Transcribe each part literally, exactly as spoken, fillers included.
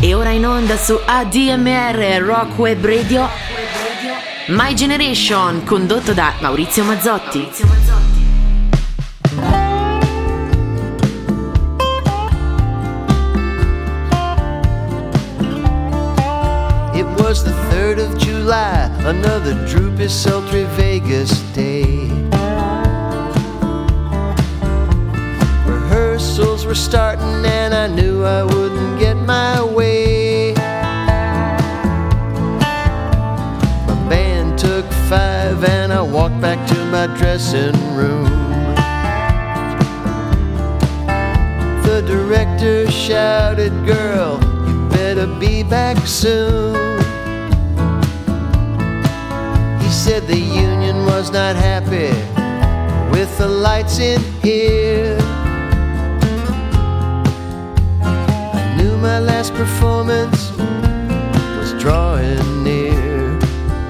E ora in onda su A D M R Rock Web Radio My Generation, condotto da Maurizio Mazzotti. It was the third of July, another droopy, sultry Vegas day. Rehearsals were starting and I knew I wouldn't get my way. My band took five and I walked back to my dressing room. The director shouted, "Girl, you better be back soon." He said the union was not happy with the lights in here. I knew my last performance was drawing near.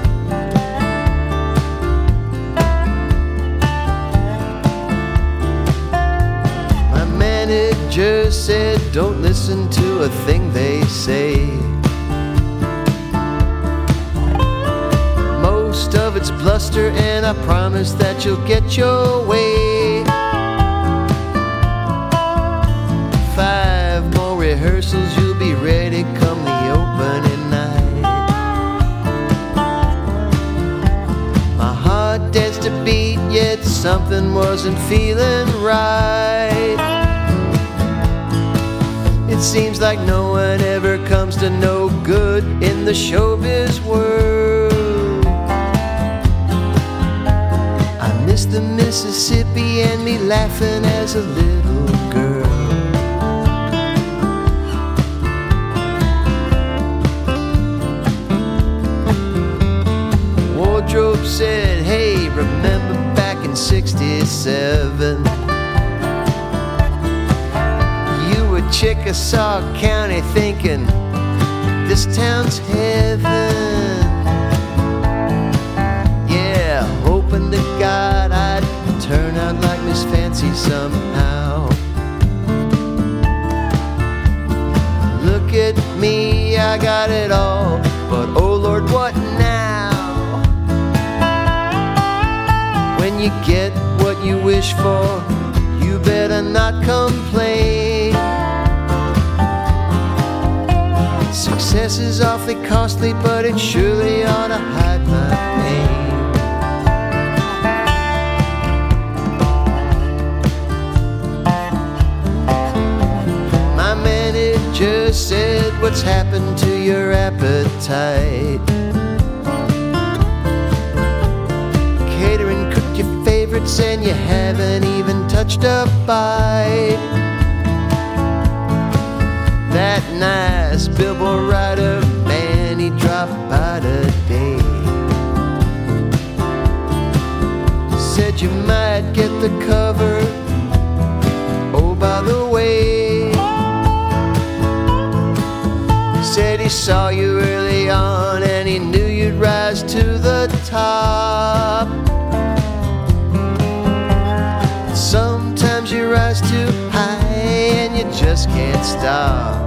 My manager said, "Don't listen to a thing they say. Most of it's bluster and I promise that you'll get your way. Five more rehearsals, you'll be ready come the opening night." My heart danced a beat, yet something wasn't feeling right. It seems like no one ever comes to no good in the showbiz world. I miss the Mississippi and me laughing as a little girl. Wardrobe said, "Hey, remember back in sixty-seven? You were Chickasaw County thinking, this town's heaven. Yeah, hoping to God I'd turn out like Miss Fancy somehow. Look at me, I got it all, but oh Lord, what now? When you get what you wish for, you better not complain. Success is awfully costly, but it surely ought to hide my pain." My manager said, "What's happened to your appetite? Catering cooked your favorites and you haven't even touched a bite. That nice billboard writer, man, he dropped by today. Said you might get the cover, oh by the way. Said he saw you early on and he knew you'd rise to the top. Sometimes you rise too high and you just can't stop.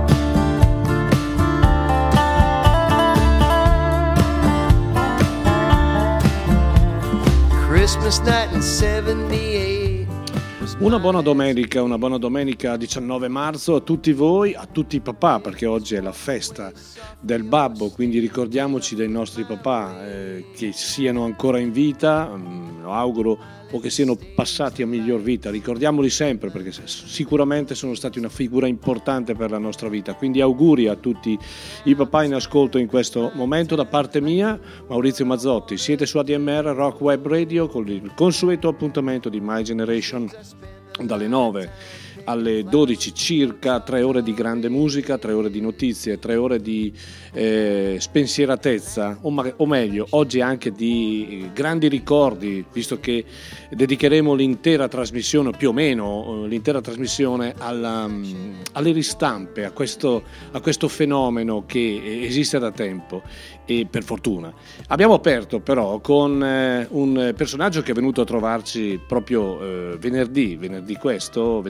Christmas night in seventy-eight. Una buona domenica, una buona domenica diciannove marzo a tutti voi, a tutti i papà, perché oggi è la festa del babbo, quindi ricordiamoci dei nostri papà, eh, che siano ancora in vita, mh, lo auguro, o che siano passati a miglior vita, ricordiamoli sempre perché sicuramente sono stati una figura importante per la nostra vita, quindi auguri a tutti i papà in ascolto in questo momento. Da parte mia, Maurizio Mazzotti, siete su A D M R Rock Web Radio con il consueto appuntamento di My Generation dalle nove alle dodici circa, tre ore di grande musica, tre ore di notizie, tre ore di eh, spensieratezza, o, ma- o meglio, oggi anche di grandi ricordi, visto che dedicheremo l'intera trasmissione, più o meno l'intera trasmissione, alla, alle ristampe, a questo, a questo fenomeno che esiste da tempo e per fortuna. Abbiamo aperto però con eh, un personaggio che è venuto a trovarci proprio eh, venerdì, venerdì questo, venerdì diciassette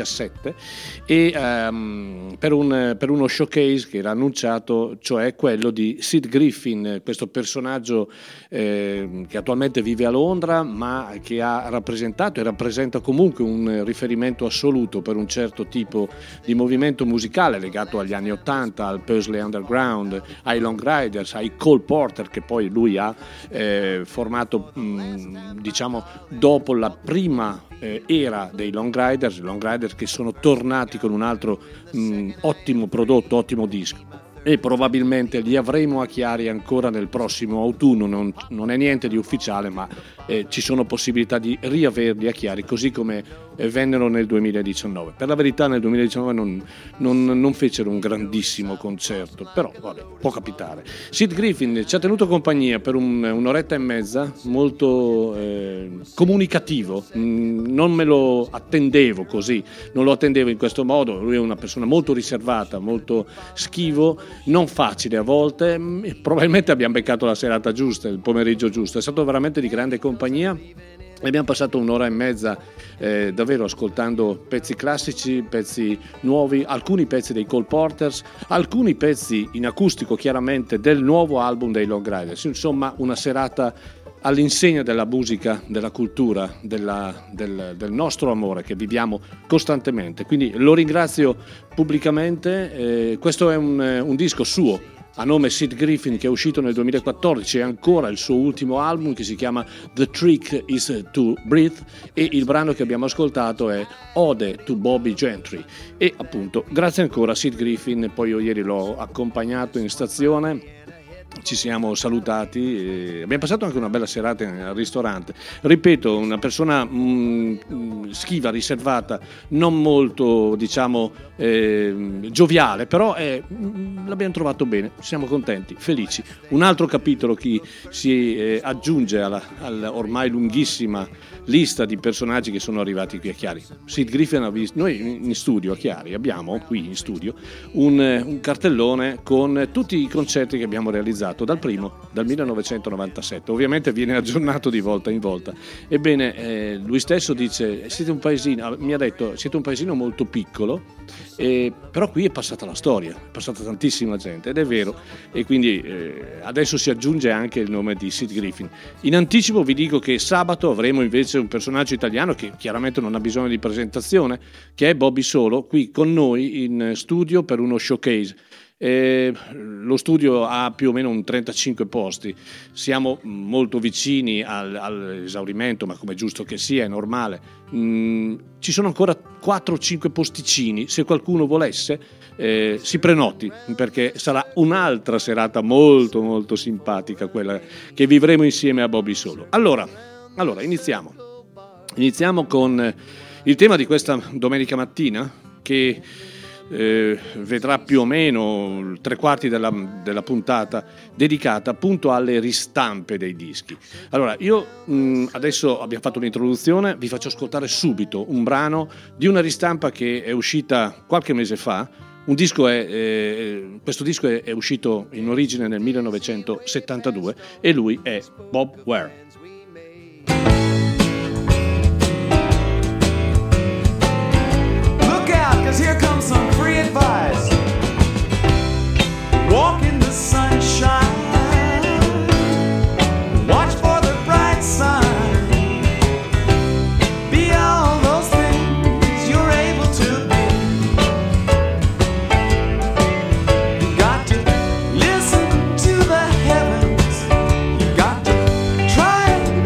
duemiladiciassette e um, per, un, per uno showcase che era annunciato, cioè quello di Sid Griffin, questo personaggio eh, che attualmente vive a Londra ma che ha rappresentato e rappresenta comunque un riferimento assoluto per un certo tipo di movimento musicale legato agli anni ottanta, al Paisley Underground, ai Long Riders, ai Cole Porter, che poi lui ha eh, formato mh, diciamo dopo la prima eh, era dei Long Riders, i Long Riders che sono tornati con un altro mh, ottimo prodotto, ottimo disco. E probabilmente li avremo a Chiari ancora nel prossimo autunno, non, non è niente di ufficiale, ma eh, ci sono possibilità di riaverli a Chiari, così come eh, vennero nel duemiladiciannove. Per la verità nel duemiladiciannove non, non, non fecero un grandissimo concerto, però vabbè, può capitare. Sid Griffin ci ha tenuto compagnia per un, un'oretta e mezza, molto eh, comunicativo, mm, non me lo attendevo così, non lo attendevo in questo modo, lui è una persona molto riservata, molto schivo, non facile a volte, probabilmente abbiamo beccato la serata giusta, il pomeriggio giusto, è stato veramente di grande compagnia e abbiamo passato un'ora e mezza eh, davvero ascoltando pezzi classici, pezzi nuovi, alcuni pezzi dei Cole Porters, alcuni pezzi in acustico chiaramente del nuovo album dei Long Riders, insomma una serata all'insegna della musica, della cultura, della, del, del nostro amore che viviamo costantemente. Quindi lo ringrazio pubblicamente, eh, questo è un, un disco suo a nome Sid Griffin che è uscito nel duemilaquattordici, è ancora il suo ultimo album che si chiama The Trick is to Breathe e il brano che abbiamo ascoltato è Ode to Bobby Gentry e appunto grazie ancora a Sid Griffin, poi io ieri l'ho accompagnato in stazione, ci siamo salutati e abbiamo passato anche una bella serata al ristorante. Ripeto, una persona mh, schiva, riservata, non molto diciamo eh, gioviale, però è, mh, l'abbiamo trovato bene, siamo contenti, felici. Un altro capitolo che si eh, aggiunge alla, alla ormai lunghissima lista di personaggi che sono arrivati qui a Chiari. Sid Griffin ha visto, noi in studio a Chiari abbiamo qui in studio un, un cartellone con tutti i concerti che abbiamo realizzato dal primo, dal millenovecentonovantasette, ovviamente viene aggiornato di volta in volta. Ebbene, eh, lui stesso dice, siete un paesino, mi ha detto, siete un paesino molto piccolo, eh, però qui è passata la storia, è passata tantissima gente, ed è vero, e quindi eh, adesso si aggiunge anche il nome di Sid Griffin. In anticipo vi dico che sabato avremo invece un personaggio italiano che chiaramente non ha bisogno di presentazione, che è Bobby Solo, qui con noi in studio per uno showcase. Eh, lo studio ha più o meno un trentacinque posti, siamo molto vicini al, all'esaurimento, ma come è giusto che sia, è normale. Mm, ci sono ancora quattro o cinque posticini, se qualcuno volesse eh, si prenoti, perché sarà un'altra serata molto molto simpatica quella che vivremo insieme a Bobby Solo. Allora, allora iniziamo iniziamo con il tema di questa domenica mattina che Eh, vedrà più o meno tre quarti della, della puntata dedicata appunto alle ristampe dei dischi. Allora io mh, adesso abbiamo fatto un'introduzione, vi faccio ascoltare subito un brano di una ristampa che è uscita qualche mese fa. Un disco è, eh, questo disco è, è uscito in origine nel millenovecentosettantadue e lui è Bob Ware. Here comes some free advice. Walk in the sunshine. Watch for the bright sun. Be all those things you're able to be. You got to listen to the heavens. You got to try and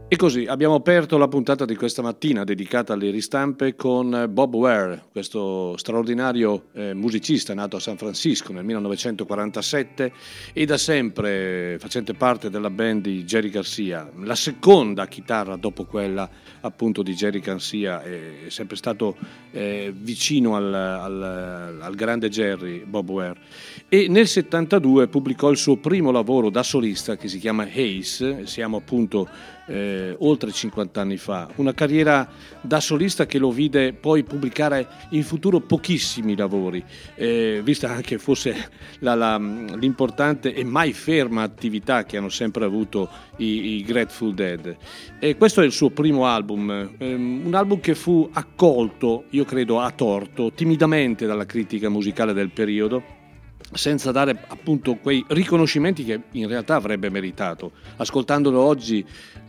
E così abbiamo aperto la puntata di questa mattina dedicata alle ristampe con Bob Ware, questo straordinario eh, musicista nato a San Francisco nel millenovecentoquarantasette e da sempre facente parte della band di Jerry Garcia, la seconda chitarra dopo quella appunto di Jerry Garcia, è sempre stato eh, vicino al, al, al grande Jerry, Bob Ware. E nel settantadue pubblicò il suo primo lavoro da solista che si chiama Haze, siamo appunto Eh, oltre cinquanta anni fa, una carriera da solista che lo vide poi pubblicare in futuro pochissimi lavori, eh, vista anche forse la, la, l'importante e mai ferma attività che hanno sempre avuto i, i Grateful Dead. E questo è il suo primo album, ehm, un album che fu accolto, io credo a torto, timidamente dalla critica musicale del periodo, senza dare appunto quei riconoscimenti che in realtà avrebbe meritato. Ascoltandolo oggi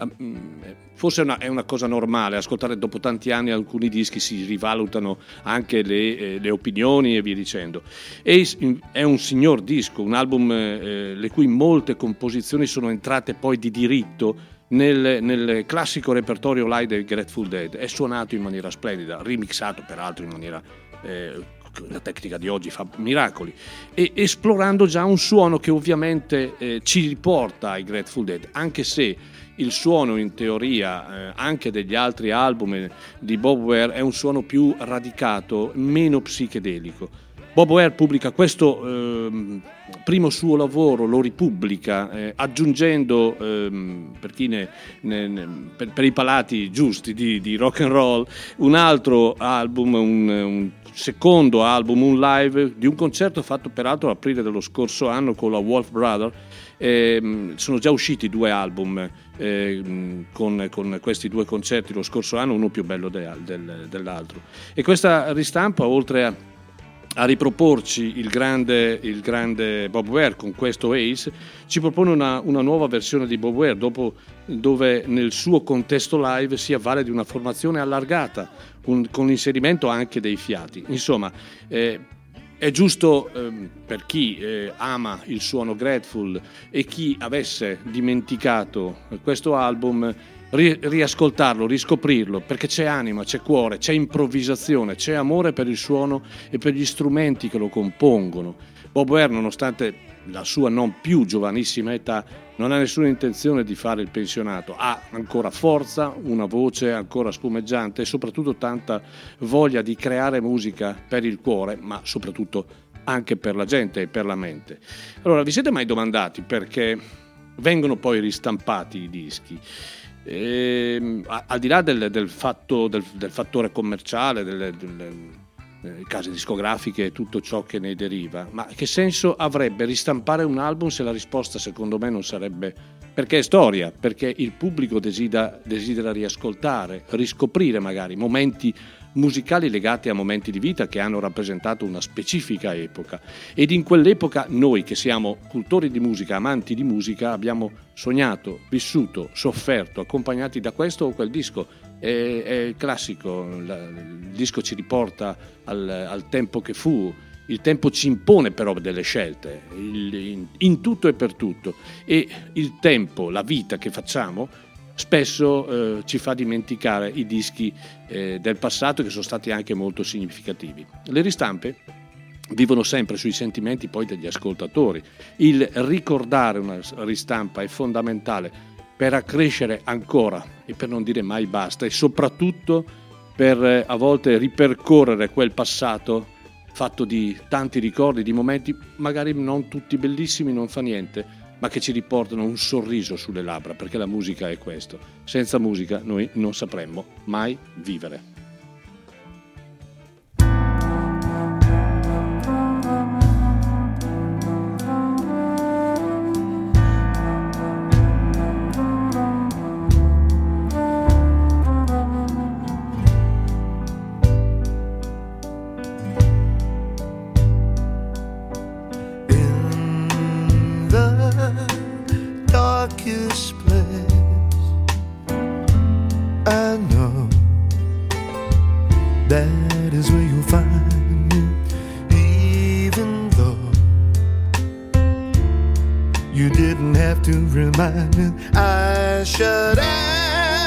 forse è una, è una cosa normale, ascoltare dopo tanti anni alcuni dischi si rivalutano anche le, eh, le opinioni e via dicendo. Ace è un signor disco, un album eh, le cui molte composizioni sono entrate poi di diritto nel, nel classico repertorio live dei Grateful Dead. È suonato in maniera splendida, remixato peraltro in maniera eh, la tecnica di oggi fa miracoli, e esplorando già un suono che ovviamente eh, ci riporta ai Grateful Dead, anche se il suono in teoria eh, anche degli altri album di Bob Ware è un suono più radicato, meno psichedelico. Bob Ware pubblica questo eh, primo suo lavoro, lo ripubblica eh, aggiungendo eh, per, chi ne, ne, ne, per, per i palati giusti di, di rock and roll un altro album, un, un secondo album, un live di un concerto fatto peraltro all'aprile dello scorso anno con la Wolf Brother. Eh, sono già usciti due album eh, con, con questi due concerti lo scorso anno, uno più bello de, del, dell'altro, e questa ristampa, oltre a a riproporci il grande, il grande Bob Ware con questo Ace, ci propone una, una nuova versione di Bob Ware, dopo, dove nel suo contesto live si avvale di una formazione allargata, un, con l'inserimento anche dei fiati. Insomma, eh, è giusto eh, per chi eh, ama il suono Grateful e chi avesse dimenticato questo album riascoltarlo, riscoprirlo, perché c'è anima, c'è cuore, c'è improvvisazione, c'è amore per il suono e per gli strumenti che lo compongono. Bob Ware, nonostante la sua non più giovanissima età, non ha nessuna intenzione di fare il pensionato, ha ancora forza, una voce ancora spumeggiante e soprattutto tanta voglia di creare musica per il cuore, ma soprattutto anche per la gente e per la mente. Allora, vi siete mai domandati perché vengono poi ristampati i dischi? E, al di là del, del, fatto, del, del fattore commerciale, delle, delle, delle case discografiche e tutto ciò che ne deriva, ma che senso avrebbe ristampare un album se la risposta secondo me non sarebbe perché è storia, perché il pubblico desidera, desidera riascoltare, riscoprire magari momenti musicali legati a momenti di vita che hanno rappresentato una specifica epoca, ed in quell'epoca noi che siamo cultori di musica, amanti di musica, abbiamo sognato, vissuto, sofferto, accompagnati da questo o quel disco. È, è classico, il disco ci riporta al, al tempo che fu. Il tempo ci impone però delle scelte, il, in, in tutto e per tutto, e il tempo, la vita che facciamo spesso eh, ci fa dimenticare i dischi eh, del passato, che sono stati anche molto significativi. Le ristampe vivono sempre sui sentimenti poi degli ascoltatori. Il ricordare una ristampa è fondamentale per accrescere ancora e per non dire mai basta, e soprattutto per eh, a volte ripercorrere quel passato fatto di tanti ricordi, di momenti magari non tutti bellissimi, non fa niente, ma che ci riportano un sorriso sulle labbra, perché la musica è questo. Senza musica noi non sapremmo mai vivere. That is where you'll find me, even though you didn't have to remind me. I should have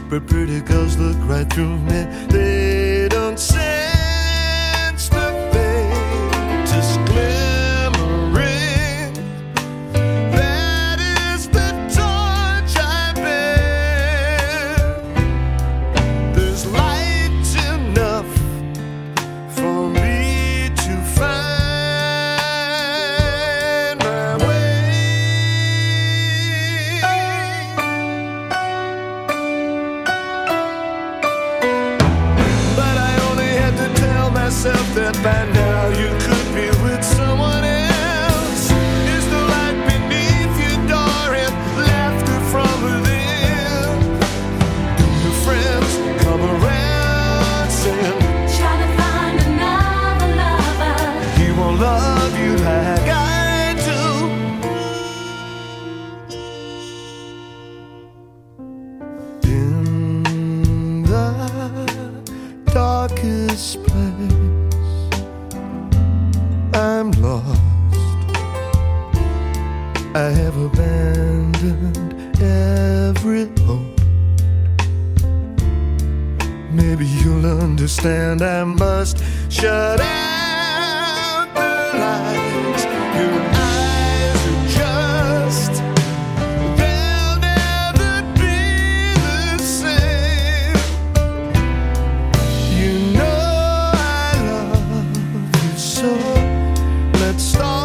but pretty girls look right through me. They don't sense the thing, just glimmering. That is the torch I bear. There's light enough for me to find my way. But I only had to tell myself that by now you could be with someone else. Is the light beneath your door and laughter from within? Do your friends come around saying, Try to find another lover. he won't love you like I do? In the darkest place, I'm lost. I have abandoned every hope. Maybe you'll understand. I must shut out the lights. Your eyes are just, they'll never be the same. You know I love you so. Let's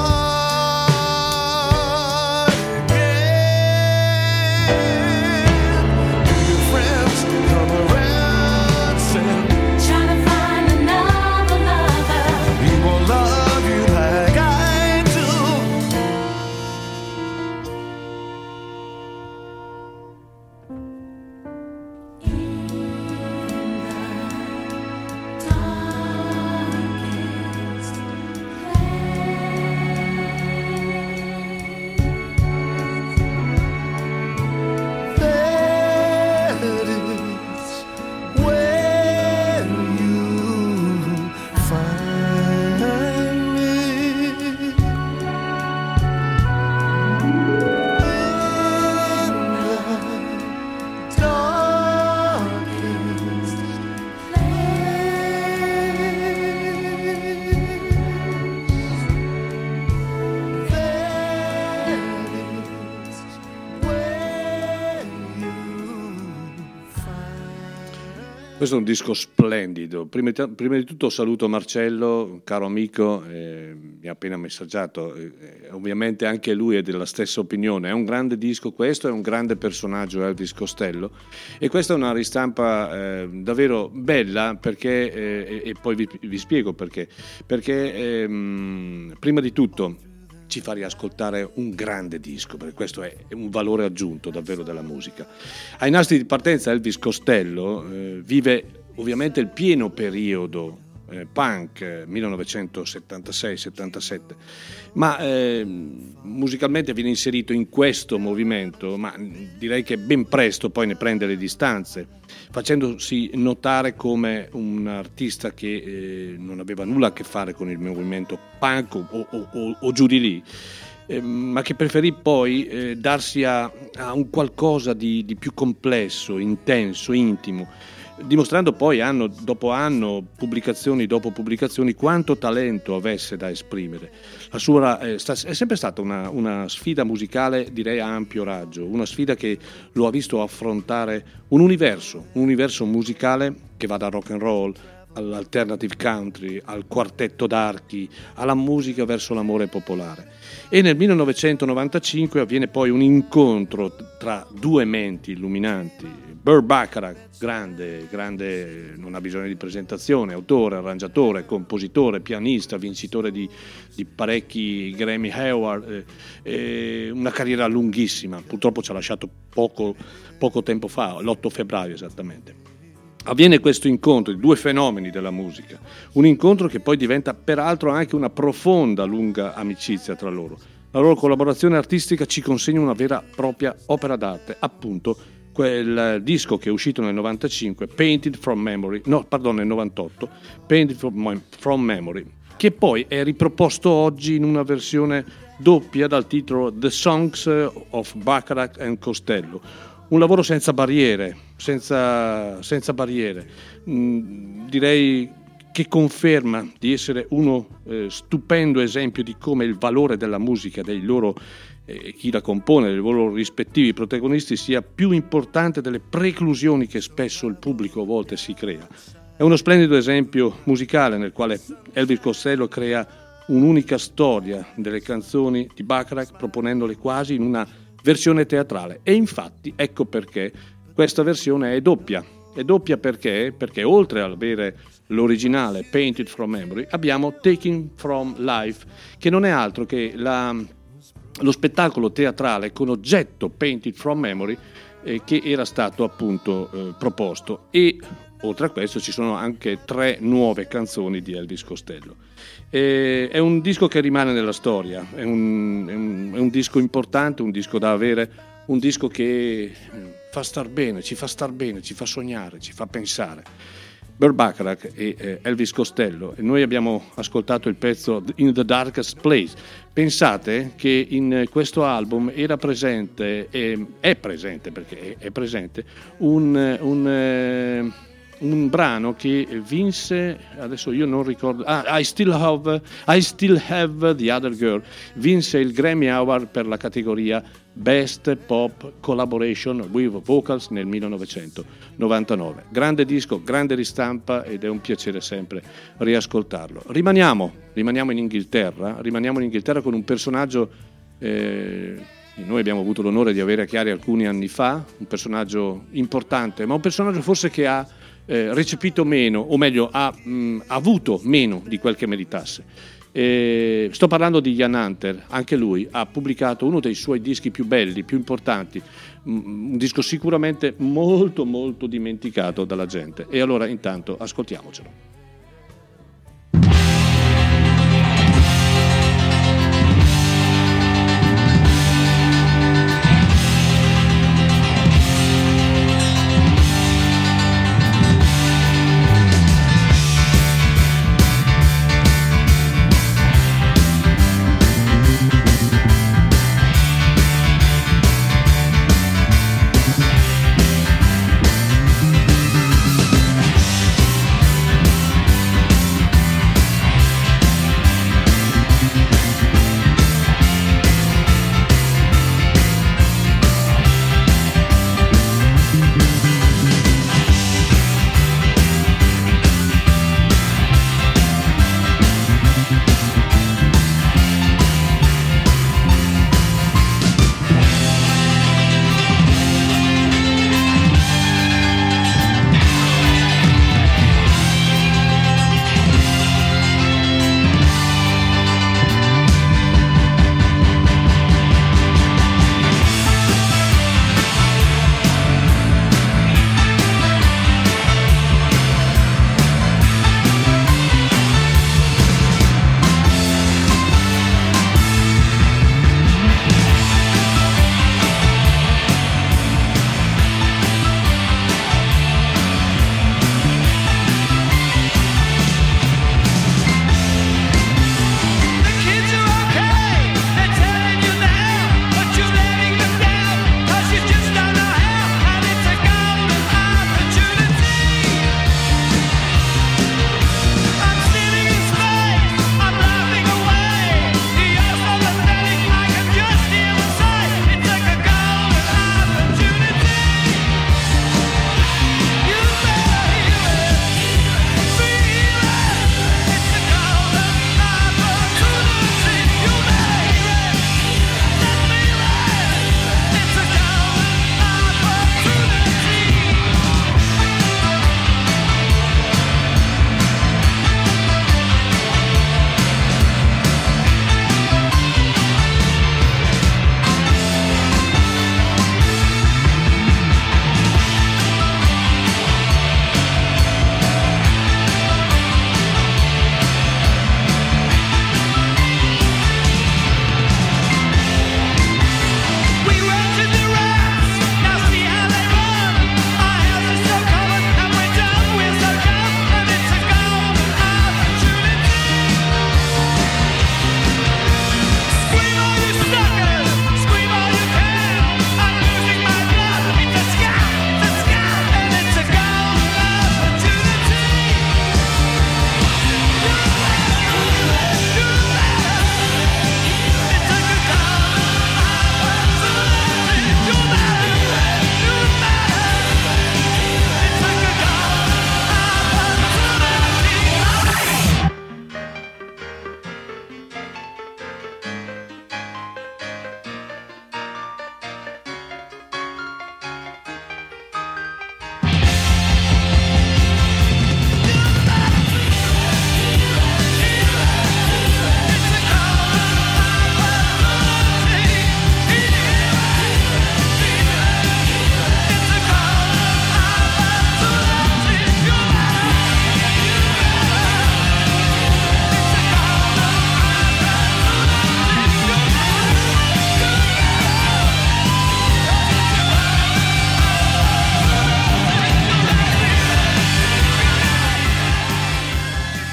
start again. Do your friends come around saying, Try to find another lover. he won't love you like I do? Darkest That is where you find me. In the darkest Questo è un disco splendido. Prima, prima di tutto saluto Marcello, caro amico, eh, mi ha appena messaggiato, eh, ovviamente anche lui è della stessa opinione. È un grande disco questo, è un grande personaggio Elvis Costello, e questa è una ristampa eh, davvero bella perché, eh, e poi vi, vi spiego perché, perché ehm, prima di tutto ci fa riascoltare un grande disco, perché questo è un valore aggiunto davvero della musica. Ai nastri di partenza Elvis Costello eh, vive ovviamente il pieno periodo eh, punk eh, millenovecentosettantasei settantasette, ma eh, musicalmente viene inserito in questo movimento, ma direi che ben presto poi ne prende le distanze, facendosi notare come un artista che eh, non aveva nulla a che fare con il movimento punk o, o, o, o giù di lì, eh, ma che preferì poi eh, darsi a, a un qualcosa di, di più complesso, intenso, intimo, dimostrando poi anno dopo anno, pubblicazioni dopo pubblicazioni, quanto talento avesse da esprimere. La sua è, sta, è sempre stata una, una sfida musicale, direi a ampio raggio, una sfida che lo ha visto affrontare un universo, un universo musicale che va dal rock and roll all'alternative country, al quartetto d'archi, alla musica verso l'amore popolare. E nel millenovecentonovantacinque avviene poi un incontro tra due menti illuminanti. Burt Bacharach, grande, grande, non ha bisogno di presentazione, autore, arrangiatore, compositore, pianista, vincitore di, di parecchi Grammy Award, eh, eh, una carriera lunghissima, purtroppo ci ha lasciato poco, poco tempo fa, l'otto febbraio esattamente. Avviene questo incontro di due fenomeni della musica, un incontro che poi diventa peraltro anche una profonda, lunga amicizia tra loro. La loro collaborazione artistica ci consegna una vera e propria opera d'arte, appunto quel disco che è uscito nel novantacinque, Painted from Memory, no, pardon, nel novantotto, Painted from, from Memory, che poi è riproposto oggi in una versione doppia dal titolo The Songs of Bacharach and Costello, un lavoro senza barriere, senza, senza barriere, mm, direi che conferma di essere uno eh, stupendo esempio di come il valore della musica, dei loro eh, chi la compone, dei loro rispettivi protagonisti sia più importante delle preclusioni che spesso il pubblico a volte si crea. È uno splendido esempio musicale nel quale Elvis Costello crea un'unica storia delle canzoni di Bacharach proponendole quasi in una versione teatrale, e infatti ecco perché questa versione è doppia. È doppia perché? Perché oltre ad avere l'originale Painted from Memory abbiamo Taken from Life, che non è altro che la, lo spettacolo teatrale con oggetto Painted from Memory eh, che era stato appunto eh, proposto, e oltre a questo ci sono anche tre nuove canzoni di Elvis Costello. Eh, è un disco che rimane nella storia, è un, è, un, è un disco importante, un disco da avere, un disco che fa star bene, ci fa star bene, ci fa sognare, ci fa pensare. Burt Bacharach e eh, Elvis Costello, e noi abbiamo ascoltato il pezzo In the Darkest Place. Pensate che in questo album era presente, eh, è presente perché è, è presente, un, un, eh, un brano che vinse, adesso io non ricordo, ah, I Still Have, I Still Have the Other Girl, vinse il Grammy Award per la categoria Best Pop Collaboration with Vocals nel millenovecentonovantanove. Grande disco, grande ristampa, ed è un piacere sempre riascoltarlo. Rimaniamo, rimaniamo in Inghilterra, rimaniamo in Inghilterra con un personaggio eh, che noi abbiamo avuto l'onore di avere a Chiari alcuni anni fa, un personaggio importante, ma un personaggio forse che ha eh, recepito meno, o meglio ha mh, avuto meno di quel che meritasse. Eh, sto parlando di Ian Hunter. Anche lui ha pubblicato uno dei suoi dischi più belli, più importanti, un disco sicuramente molto molto dimenticato dalla gente, e allora intanto ascoltiamocelo. Thank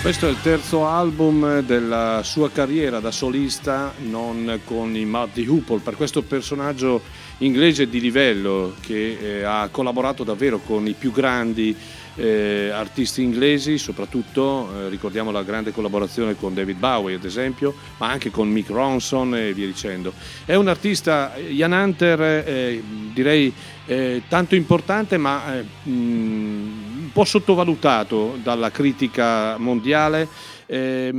Questo è il terzo album della sua carriera da solista, non con i Muddy Hoople, per questo personaggio inglese di livello che eh, ha collaborato davvero con i più grandi eh, artisti inglesi, soprattutto eh, ricordiamo la grande collaborazione con David Bowie ad esempio, ma anche con Mick Ronson e via dicendo. È un artista, Ian Hunter, eh, direi eh, tanto importante ma eh, mh, un po' sottovalutato dalla critica mondiale. Eh,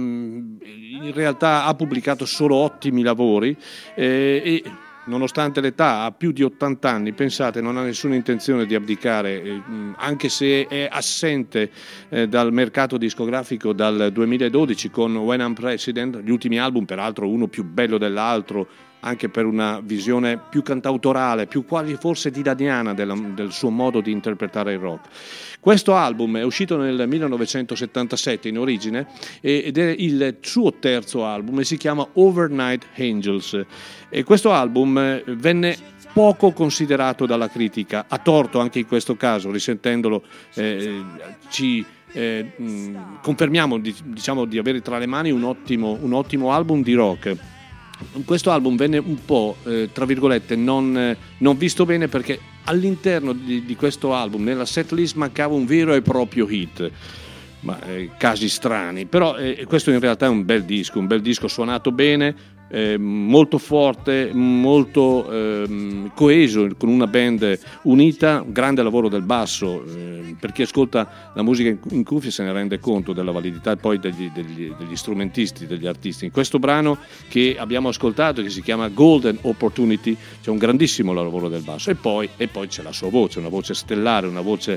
in realtà ha pubblicato solo ottimi lavori eh, e nonostante l'età, ha più di ottanta anni, pensate, non ha nessuna intenzione di abdicare, eh, anche se è assente eh, dal mercato discografico dal duemiladodici con When I'm President, gli ultimi album, peraltro uno più bello dell'altro, anche per una visione più cantautorale, più quasi forse dilaniana della, del suo modo di interpretare il rock. Questo album è uscito nel millenovecentosettantasette in origine ed è il suo terzo album e si chiama Overnight Angels. E questo album venne poco considerato dalla critica, a torto anche in questo caso, risentendolo eh, ci eh, mh, confermiamo diciamo di avere tra le mani un ottimo, un ottimo album di rock. Questo album venne un po' eh, tra virgolette non, eh, non visto bene perché all'interno di, di questo album nella setlist mancava un vero e proprio hit, ma eh, casi strani, però eh, questo in realtà è un bel disco, un bel disco suonato bene, eh, molto forte, molto eh, coeso, con una band unita, un grande lavoro del basso, eh, per chi ascolta la musica in, in cuffia se ne rende conto della validità poi degli, degli, degli strumentisti, degli artisti. In questo brano che abbiamo ascoltato, che si chiama Golden Opportunity, c'è un grandissimo lavoro del basso e poi, e poi c'è la sua voce, una voce stellare, una voce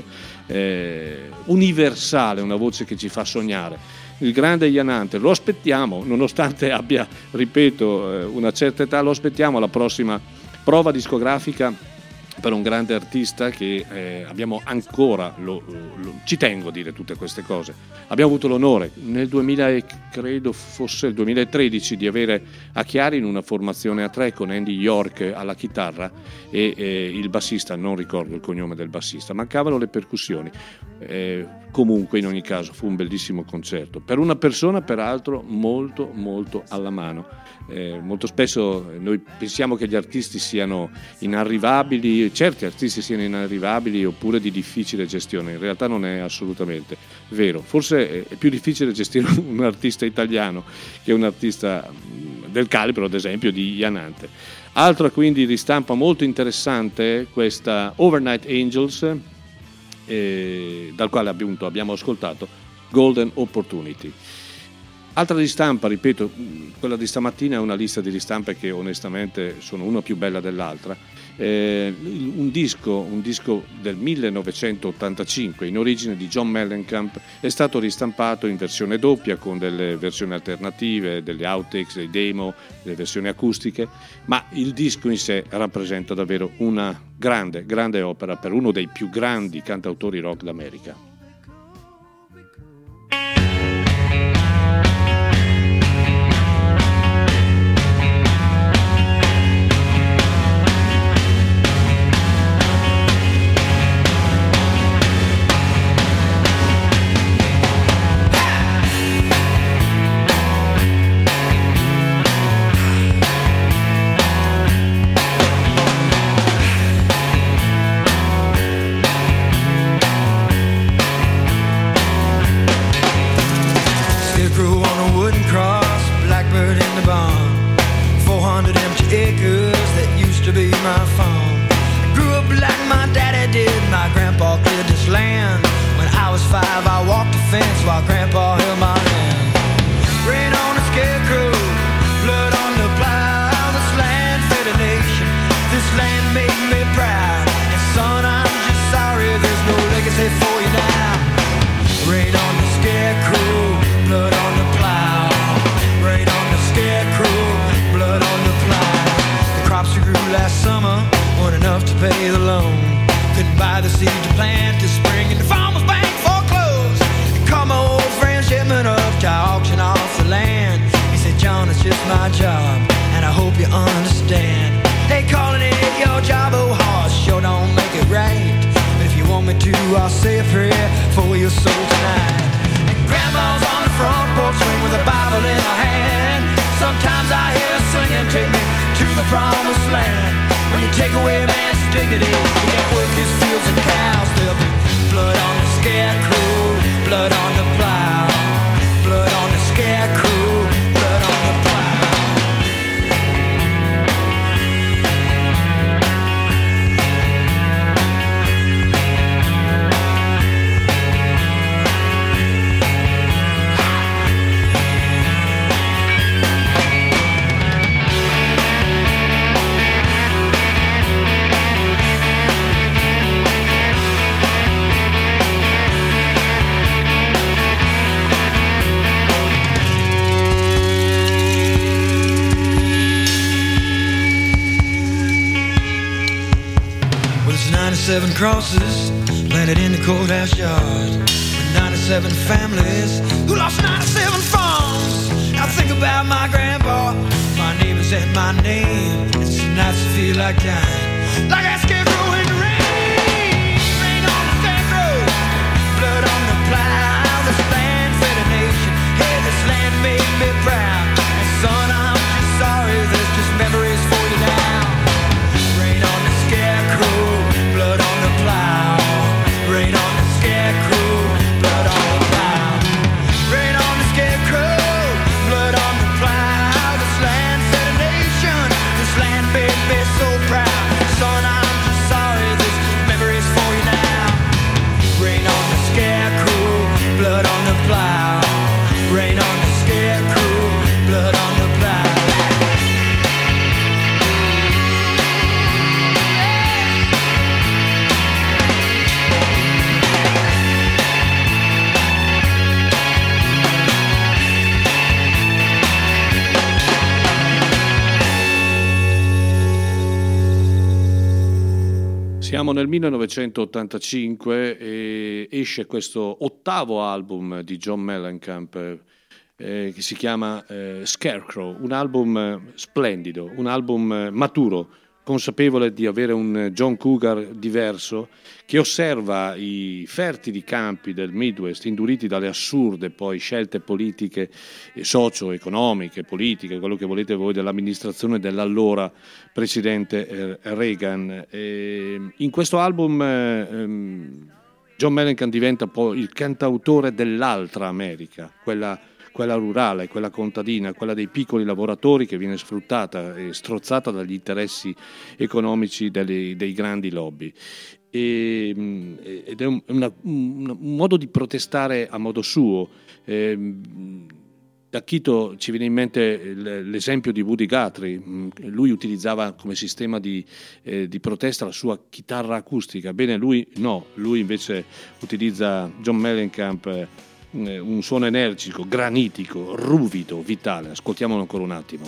eh, universale, una voce che ci fa sognare. Il grande Ian Hunter, lo aspettiamo, nonostante abbia, ripeto, una certa età, lo aspettiamo alla prossima prova discografica per un grande artista che eh, abbiamo ancora, lo, lo, ci tengo a dire tutte queste cose, abbiamo avuto l'onore nel duemila, credo fosse il duemilatredici, di avere a Chiari in una formazione a tre con Andy York alla chitarra e eh, il bassista, non ricordo il cognome del bassista, mancavano le percussioni. Eh, comunque in ogni caso fu un bellissimo concerto per una persona peraltro molto molto alla mano. Eh, molto spesso noi pensiamo che gli artisti siano inarrivabili, certi artisti siano inarrivabili oppure di difficile gestione, in realtà non è assolutamente vero, forse è più difficile gestire un artista italiano che un artista del calibro ad esempio di Ian Hunter. Altra quindi ristampa molto interessante questa Overnight Angels, Eh, dal quale appunto abbiamo ascoltato Golden Opportunity. Altra ristampa, ripeto, quella di stamattina è una lista di ristampe che onestamente sono una più bella dell'altra. Eh, un disco, un disco del millenovecentottantacinque in origine di John Mellencamp è stato ristampato in versione doppia con delle versioni alternative, delle outtakes, dei demo, delle versioni acustiche, ma il disco in sé rappresenta davvero una grande, grande opera per uno dei più grandi cantautori rock d'America. I'll say a prayer for your soul tonight. And grandma's on the front the promised land. When you take away man's dignity, you can't work his fields and cows. There'll be blood on the scarecrow, blood on the plow, blood on the scarecrow, blood on the plow. ninety-seven crosses planted in the courthouse yard, with ninety-seven families who lost ninety-seven farms. I think about my grandpa, my neighbors and my name. It's some nights I feel like dying, like a scarecrow in the rain. Rain on the scarecrow, blood on the plow. This land fed a nation, hey, this land made me proud. And son, I'm just sorry, there's just memories for you now. Rain on the scarecrow, blood on the plow. Rain on the scarecrow, blood on the plow. Rain on the scarecrow, blood on the plow. This land fed a nation, this land made me so proud. Son, I'm just sorry, this memory's for you now. Rain on the scarecrow, blood on the plow. Rain on the scarecrow, blood on the plow. Siamo nel millenovecentottantacinque e esce questo ottavo album di John Mellencamp eh, che si chiama eh, Scarecrow, un album splendido, un album maturo, consapevole di avere un John Cougar diverso, che osserva i fertili campi del Midwest induriti dalle assurde poi scelte politiche, socio-economiche, politiche, quello che volete voi, dell'amministrazione dell'allora presidente Reagan. E in questo album ehm, John Mellencamp diventa poi il cantautore dell'altra America, quella quella rurale, quella contadina, quella dei piccoli lavoratori che viene sfruttata e strozzata dagli interessi economici delle, dei grandi lobby. E, ed è un, una, un modo di protestare a modo suo. Eh, da Quito ci viene in mente l'esempio di Woody Guthrie. Lui utilizzava come sistema di, eh, di protesta la sua chitarra acustica. Bene, lui no, lui invece utilizza John Mellencamp, un suono energico, granitico, ruvido, vitale. Ascoltiamolo ancora un attimo.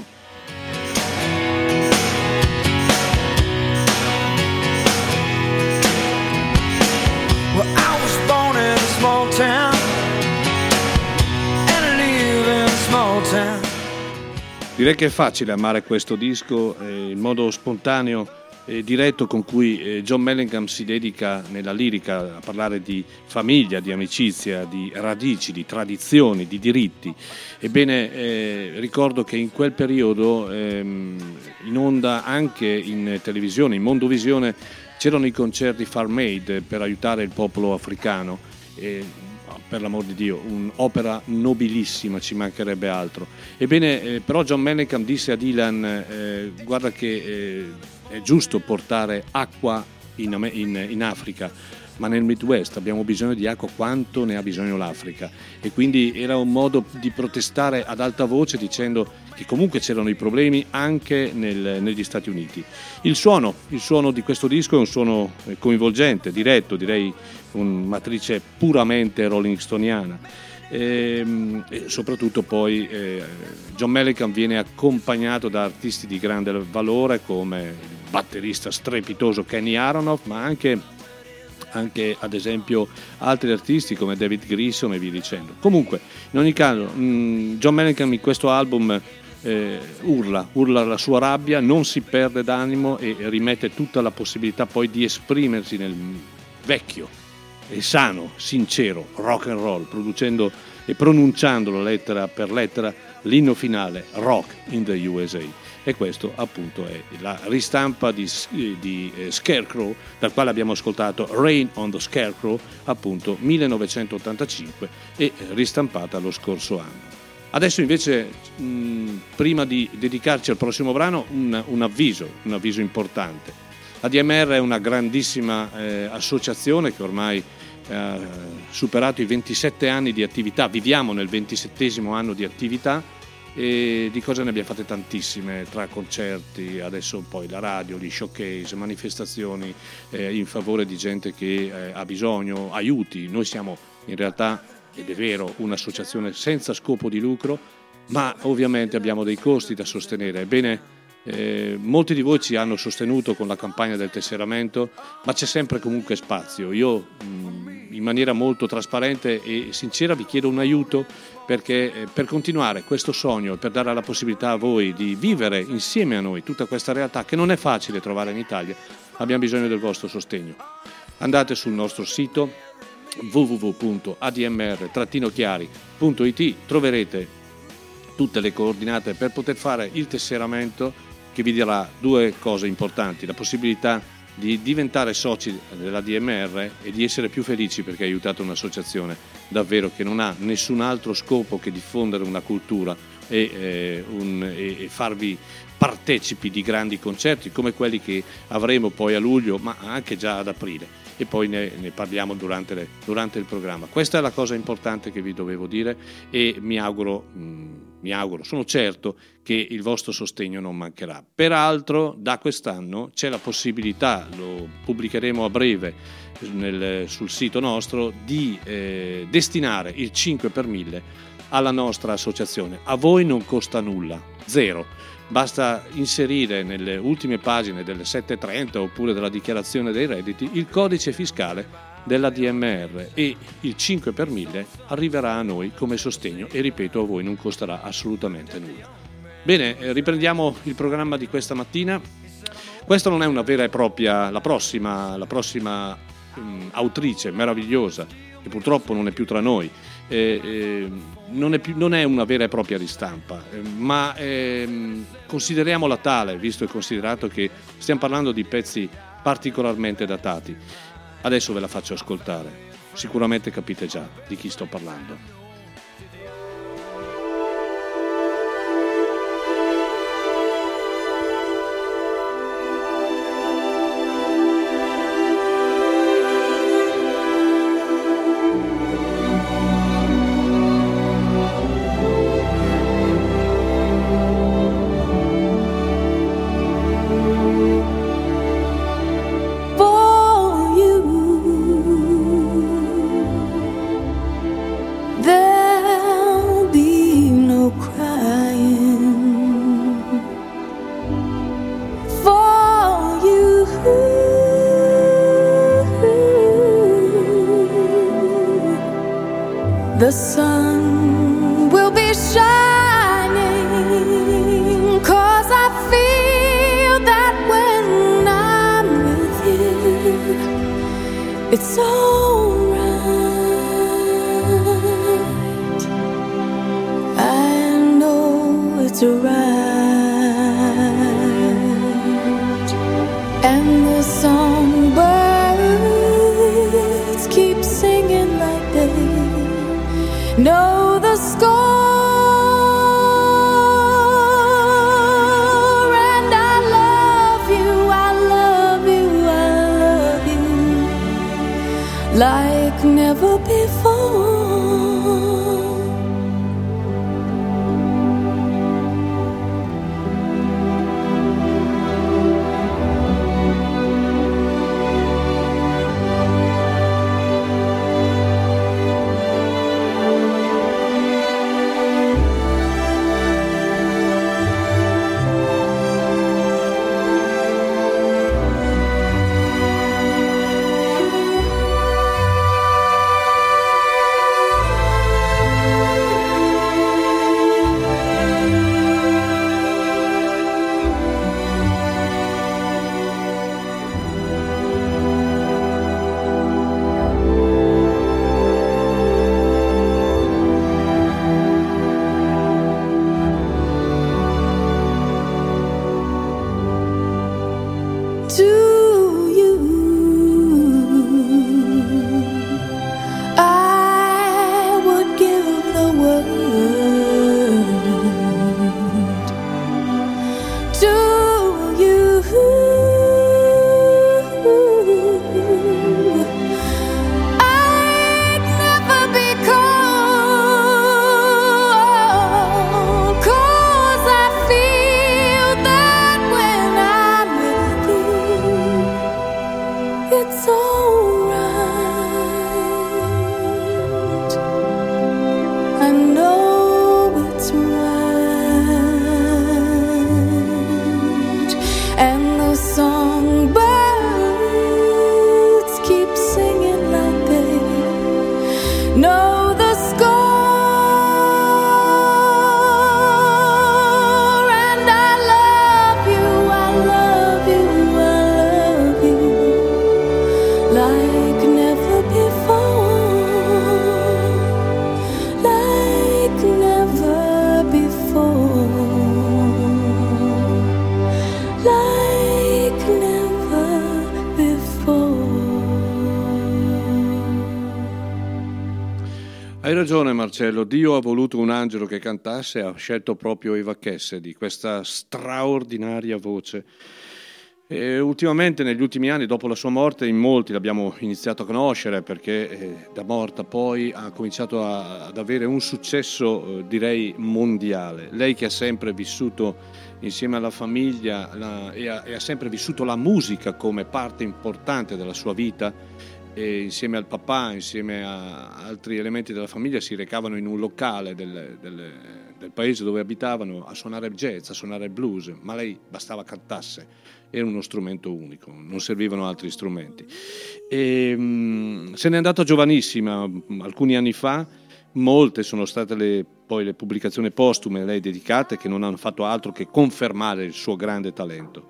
Well, I was born in a small town and I live in a small town. Direi che è facile amare questo disco, eh, in modo spontaneo e diretto con cui eh, John Mellencamp si dedica nella lirica a parlare di famiglia, di amicizia, di radici, di tradizioni, di diritti. Ebbene, eh, ricordo che in quel periodo ehm, in onda anche in televisione, in Mondovisione, c'erano i concerti Farm Aid per aiutare il popolo africano. E, per l'amor di Dio, un'opera nobilissima, ci mancherebbe altro. Ebbene, eh, però John Mellencamp disse a Dylan eh, guarda che eh, è giusto portare acqua in, in, in Africa, ma nel Midwest abbiamo bisogno di acqua quanto ne ha bisogno l'Africa. E quindi era un modo di protestare ad alta voce dicendo che comunque c'erano i problemi anche nel, negli Stati Uniti. Il suono, il suono di questo disco è un suono coinvolgente, diretto, direi una matrice puramente rolling stoniana. E, e soprattutto poi eh, John Mellencamp viene accompagnato da artisti di grande valore come il batterista strepitoso Kenny Aronoff, ma anche, anche ad esempio altri artisti come David Grissom e via dicendo. Comunque, in ogni caso, mh, John Mellencamp in questo album eh, urla, urla la sua rabbia, non si perde d'animo e rimette tutta la possibilità poi di esprimersi nel vecchio e sano, sincero rock and roll, producendo e pronunciandolo lettera per lettera l'inno finale Rock in the U S A. e questo appunto è la ristampa di, di eh, Scarecrow, dal quale abbiamo ascoltato Rain on the Scarecrow, appunto millenovecentottantacinque, e ristampata lo scorso anno. Adesso invece, mh, prima di dedicarci al prossimo brano, un, un avviso, un avviso importante. A D M R è una grandissima eh, associazione che ormai ha superato i ventisette anni di attività, viviamo nel ventisettesimo anno di attività, e di cose ne abbiamo fatte tantissime, tra concerti, adesso poi la radio, gli showcase, manifestazioni eh, in favore di gente che eh, ha bisogno, aiuti. Noi siamo in realtà, ed è vero, un'associazione senza scopo di lucro, ma ovviamente abbiamo dei costi da sostenere. Ebbene, eh, molti di voi ci hanno sostenuto con la campagna del tesseramento, ma c'è sempre comunque spazio. Io mh, in maniera molto trasparente e sincera vi chiedo un aiuto, perché eh, per continuare questo sogno e per dare la possibilità a voi di vivere insieme a noi tutta questa realtà che non è facile trovare in Italia, abbiamo bisogno del vostro sostegno. Andate sul nostro sito w w w punto a d m r trattino chiari punto i t, troverete tutte le coordinate per poter fare il tesseramento, che vi darà due cose importanti: la possibilità di diventare soci della D M R e di essere più felici perché aiutate un'associazione davvero che non ha nessun altro scopo che diffondere una cultura e, eh, un, e, e farvi partecipi di grandi concerti come quelli che avremo poi a luglio, ma anche già ad aprile, e poi ne, ne parliamo durante, le, durante il programma. Questa è la cosa importante che vi dovevo dire, e mi auguro, mh, mi auguro, sono certo che il vostro sostegno non mancherà. Peraltro da quest'anno c'è la possibilità, lo pubblicheremo a breve nel, sul sito nostro, di eh, destinare il cinque per mille alla nostra associazione. A voi non costa nulla, zero. Basta inserire nelle ultime pagine delle sette trenta oppure della dichiarazione dei redditi il codice fiscale della D M R e il cinque per mille arriverà a noi come sostegno, e ripeto, a voi non costerà assolutamente nulla. Bene, riprendiamo il programma di questa mattina. Questa non è una vera e propria, la prossima, la prossima um, autrice meravigliosa, che purtroppo non è più tra noi, eh, eh, non, è più, non è una vera e propria ristampa, eh, ma eh, consideriamola tale, visto e considerato che stiamo parlando di pezzi particolarmente datati. Adesso ve la faccio ascoltare, sicuramente capite già di chi sto parlando. The sun will be shining, 'cause I feel that when I'm with you, it's alright. I know it's right. And the songbirds keep singing like they know the score, and I love you, I love you, I love you like never before. ragione Marcello, Dio ha voluto un angelo che cantasse e ha scelto proprio Eva Cassidy, questa straordinaria voce. E ultimamente, negli ultimi anni, dopo la sua morte, in molti l'abbiamo iniziato a conoscere perché eh, da morta poi ha cominciato a, ad avere un successo eh, direi mondiale. Lei che ha sempre vissuto insieme alla famiglia la, e, ha, e ha sempre vissuto la musica come parte importante della sua vita, e insieme al papà, insieme a altri elementi della famiglia, si recavano in un locale del, del, del paese dove abitavano a suonare jazz, a suonare blues, ma lei bastava cantasse. Era uno strumento unico, non servivano altri strumenti. E, mh, se n'è andata giovanissima, alcuni anni fa. Molte sono state le, poi le pubblicazioni postume a lei dedicate, che non hanno fatto altro che confermare il suo grande talento.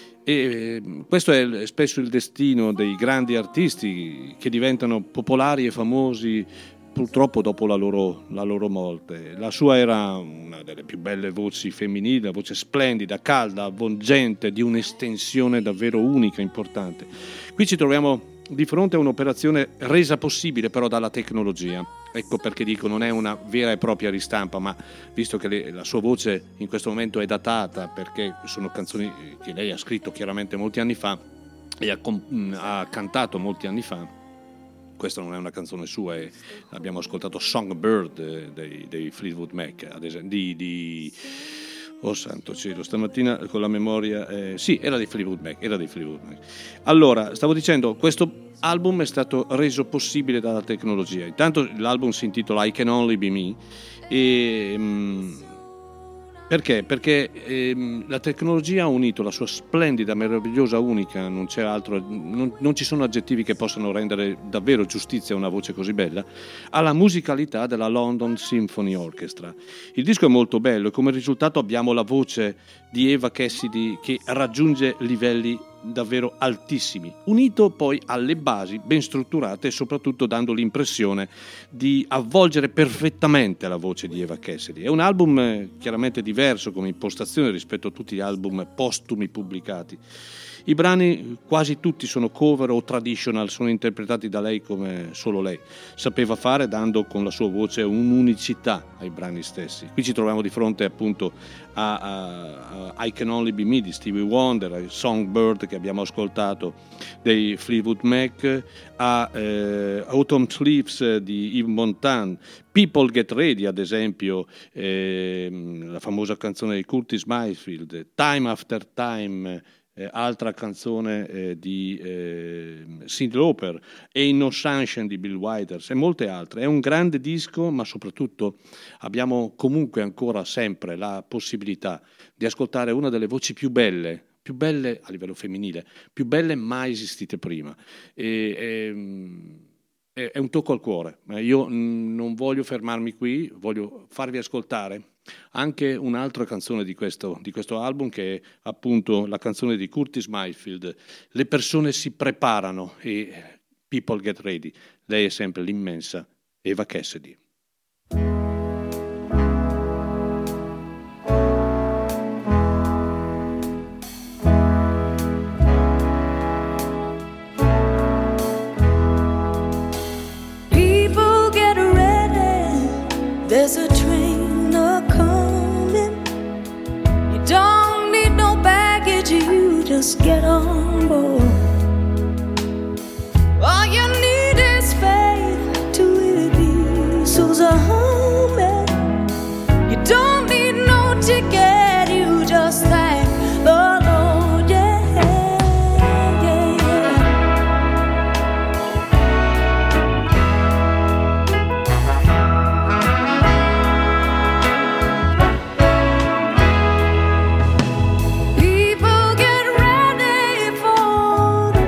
E questo è spesso il destino dei grandi artisti che diventano popolari e famosi purtroppo dopo la loro, la loro morte. La sua era una delle più belle voci femminili, una voce splendida, calda, avvolgente, di un'estensione davvero unica, importante. Qui ci troviamo di fronte a un'operazione resa possibile però dalla tecnologia. Ecco perché dico, non è una vera e propria ristampa, ma visto che le, la sua voce in questo momento è datata, perché sono canzoni che lei ha scritto chiaramente molti anni fa e ha, ha cantato molti anni fa. Questa non è una canzone sua, è, abbiamo ascoltato Songbird eh, dei, dei Fleetwood Mac, ad esempio, di, di oh santo cielo, stamattina con la memoria, eh, sì, era dei Fleetwood Mac, era dei Fleetwood Mac. Allora, stavo dicendo, questo album è stato reso possibile dalla tecnologia. Intanto l'album si intitola I Can Only Be Me e mh, perché? Perché ehm, la tecnologia ha unito la sua splendida, meravigliosa, unica, non c'è altro, non, non ci sono aggettivi che possano rendere davvero giustizia a una voce così bella, alla musicalità della London Symphony Orchestra. Il disco è molto bello e come risultato abbiamo la voce di Eva Cassidy che raggiunge livelli davvero altissimi, unito poi alle basi ben strutturate e soprattutto dando l'impressione di avvolgere perfettamente la voce di Eva Cassidy. È un album eh, chiaramente diverso come impostazione rispetto a tutti gli album postumi pubblicati. I brani quasi tutti sono cover o traditional, sono interpretati da lei come solo lei sapeva fare, dando con la sua voce un'unicità ai brani stessi. Qui ci troviamo di fronte appunto a, a, a I Can Only Be Me di Stevie Wonder, a Songbird che abbiamo ascoltato dei Fleetwood Mac, a eh, Autumn Leaves di Yves Montand, People Get Ready ad esempio, eh, la famosa canzone di Curtis Mayfield, Time After Time, Eh, altra canzone eh, di eh, Cyndi Lauper, Ain't No Sunshine di Bill Withers e molte altre. È un grande disco, ma soprattutto abbiamo comunque ancora sempre la possibilità di ascoltare una delle voci più belle, più belle a livello femminile, più belle mai esistite prima. E, e, è un tocco al cuore. Io non voglio fermarmi qui, voglio farvi ascoltare anche un'altra canzone di questo, di questo album, che è appunto la canzone di Curtis Mayfield, Le persone si preparano e People Get Ready. Lei è sempre l'immensa Eva Cassidy. People get ready, there's a train a-coming. You don't need no baggage, you just get on board. All you need is faith to it be so's a humming. You don't need no ticket, you just thank the Lord, yeah, yeah, yeah. People get ready for the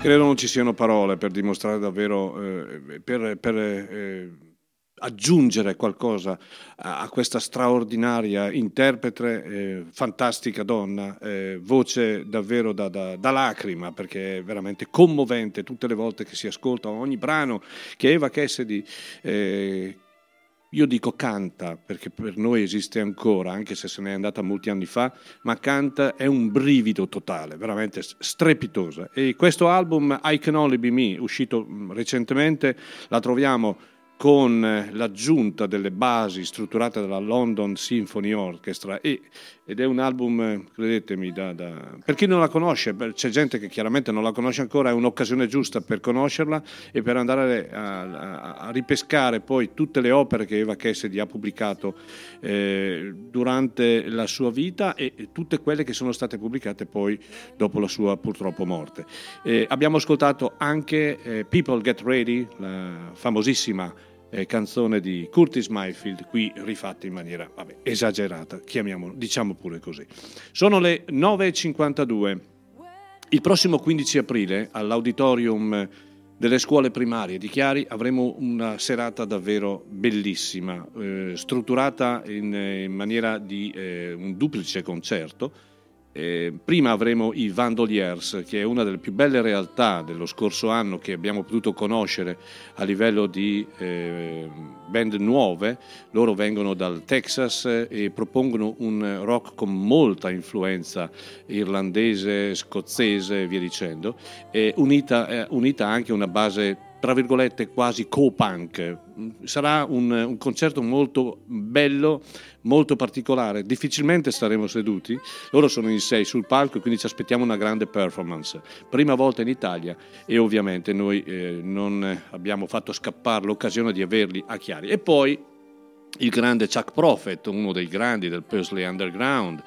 Credo non ci siano parole per dimostrare davvero, eh, per, per eh, aggiungere qualcosa a, a questa straordinaria interprete, eh, fantastica donna, eh, voce davvero da, da, da lacrima, perché è veramente commovente tutte le volte che si ascolta ogni brano che Eva Cassidy eh, io dico canta, perché per noi esiste ancora, anche se se n'è andata molti anni fa, ma canta, è un brivido totale, veramente strepitosa. E questo album I Can Only Be Me, uscito recentemente, la troviamo con l'aggiunta delle basi strutturate dalla London Symphony Orchestra e, ed è un album, credetemi, da, da, per chi non la conosce, c'è gente che chiaramente non la conosce ancora, è un'occasione giusta per conoscerla e per andare a, a, a ripescare poi tutte le opere che Eva Cassidy ha pubblicato eh, durante la sua vita e tutte quelle che sono state pubblicate poi dopo la sua purtroppo morte. Eh, abbiamo ascoltato anche eh, People Get Ready, la famosissima Eh, canzone di Curtis Mayfield, qui rifatta in maniera vabbè, esagerata, chiamiamolo, diciamo pure così. Sono le nove e cinquantadue. Il prossimo quindici aprile all'auditorium delle scuole primarie di Chiari avremo una serata davvero bellissima, eh, strutturata in, in maniera di eh, un duplice concerto. Eh, prima avremo i Vandoliers, che è una delle più belle realtà dello scorso anno che abbiamo potuto conoscere a livello di eh, band nuove. Loro vengono dal Texas e propongono un rock con molta influenza irlandese, scozzese e via dicendo, e unita, eh, unita anche una base tra virgolette quasi co-punk. Sarà un, un concerto molto bello, molto particolare, difficilmente staremo seduti, loro sono in sei sul palco e quindi ci aspettiamo una grande performance, prima volta in Italia e ovviamente noi eh, non abbiamo fatto scappare l'occasione di averli a Chiari. E poi il grande Chuck Prophet, uno dei grandi del Paisley Underground,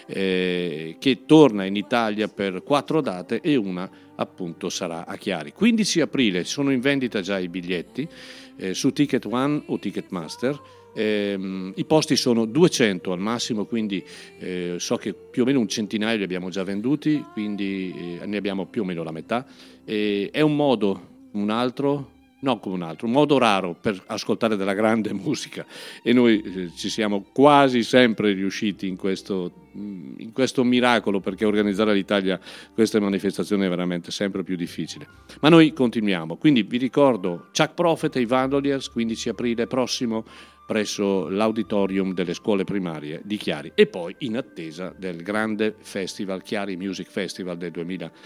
eh, che torna in Italia per quattro date e una appunto sarà a Chiari. quindici aprile sono in vendita già i biglietti eh, su Ticket One o Ticketmaster. Eh, i posti sono duecento al massimo, quindi eh, so che più o meno un centinaio li abbiamo già venduti, quindi eh, ne abbiamo più o meno la metà. Eh, è un modo, un altro no come un altro, un modo raro per ascoltare della grande musica e noi eh, ci siamo quasi sempre riusciti in questo, in questo miracolo, perché organizzare all'Italia queste manifestazioni è veramente sempre più difficile, ma noi continuiamo. Quindi vi ricordo Chuck Prophet e i Vandoliers, quindici aprile prossimo presso l'auditorium delle scuole primarie di Chiari, e poi in attesa del grande festival Chiari Music Festival del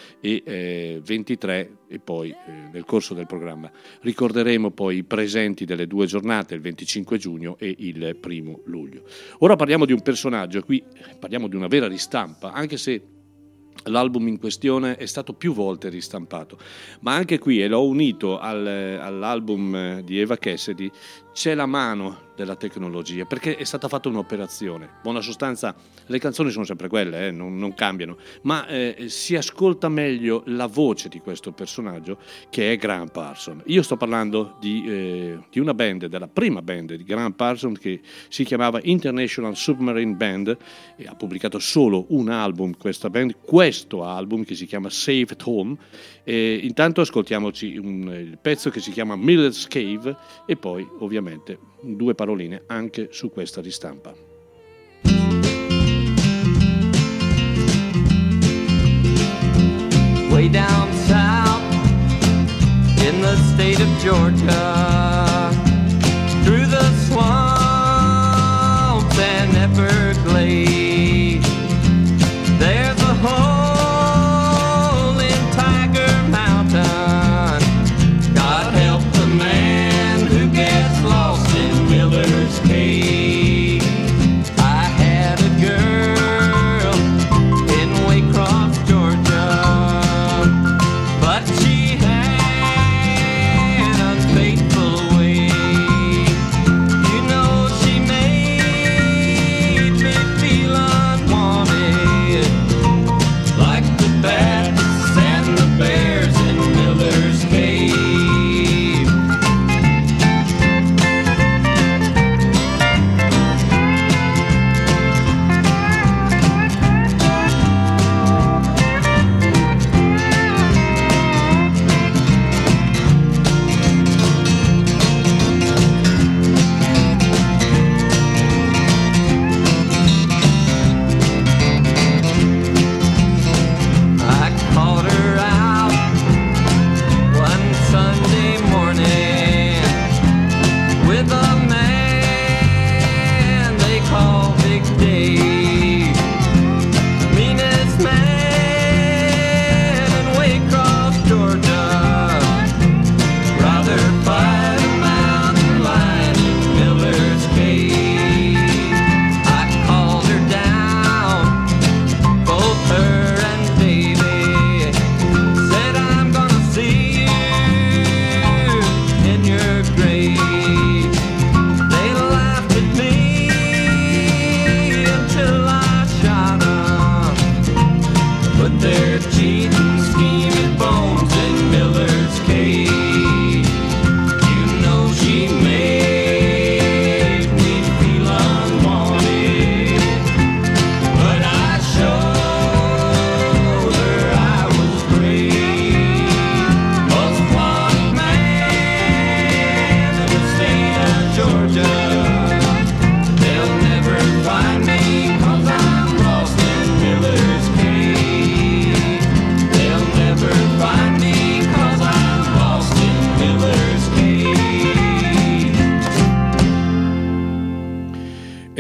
duemilaventitré, e poi eh, nel corso del programma ricorderemo poi i presenti delle due giornate, il venticinque giugno e il primo luglio. Ora parliamo di un personaggio, qui parliamo di una vera ristampa, anche se l'album in questione è stato più volte ristampato, ma anche qui, e l'ho unito al, all'album di Eva Cassidy, c'è la mano della tecnologia, perché è stata fatta un'operazione. Buona sostanza, le canzoni sono sempre quelle, eh, non, non cambiano, ma eh, si ascolta meglio la voce di questo personaggio, che è Graham Parsons. Io sto parlando di, eh, di una band, della prima band di Graham Parsons, che si chiamava International Submarine Band, e ha pubblicato solo un album questa band, questo album che si chiama Safe at Home. E intanto ascoltiamoci un, il pezzo che si chiama Miller's Cave e poi ovviamente due paroline anche su questa ristampa. Way down south in the state of Georgia, through the swamps and Everglades, there's a hole in Tiger Mountain. God help the man who gets lost in Miller's Cave. I had a girl in Waycross, Georgia, but she had unfaithful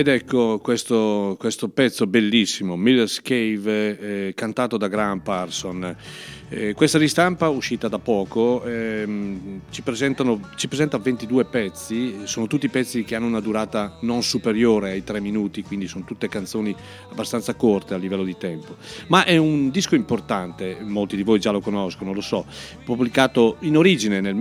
Ed ecco questo, questo pezzo bellissimo, Miller's Cave, eh, cantato da Graham Parsons. Eh, questa ristampa, uscita da poco, ehm, ci, presentano, ci presenta ventidue pezzi, sono tutti pezzi che hanno una durata non superiore ai tre minuti, quindi sono tutte canzoni abbastanza corte a livello di tempo. Ma è un disco importante, molti di voi già lo conoscono, lo so, pubblicato in origine nel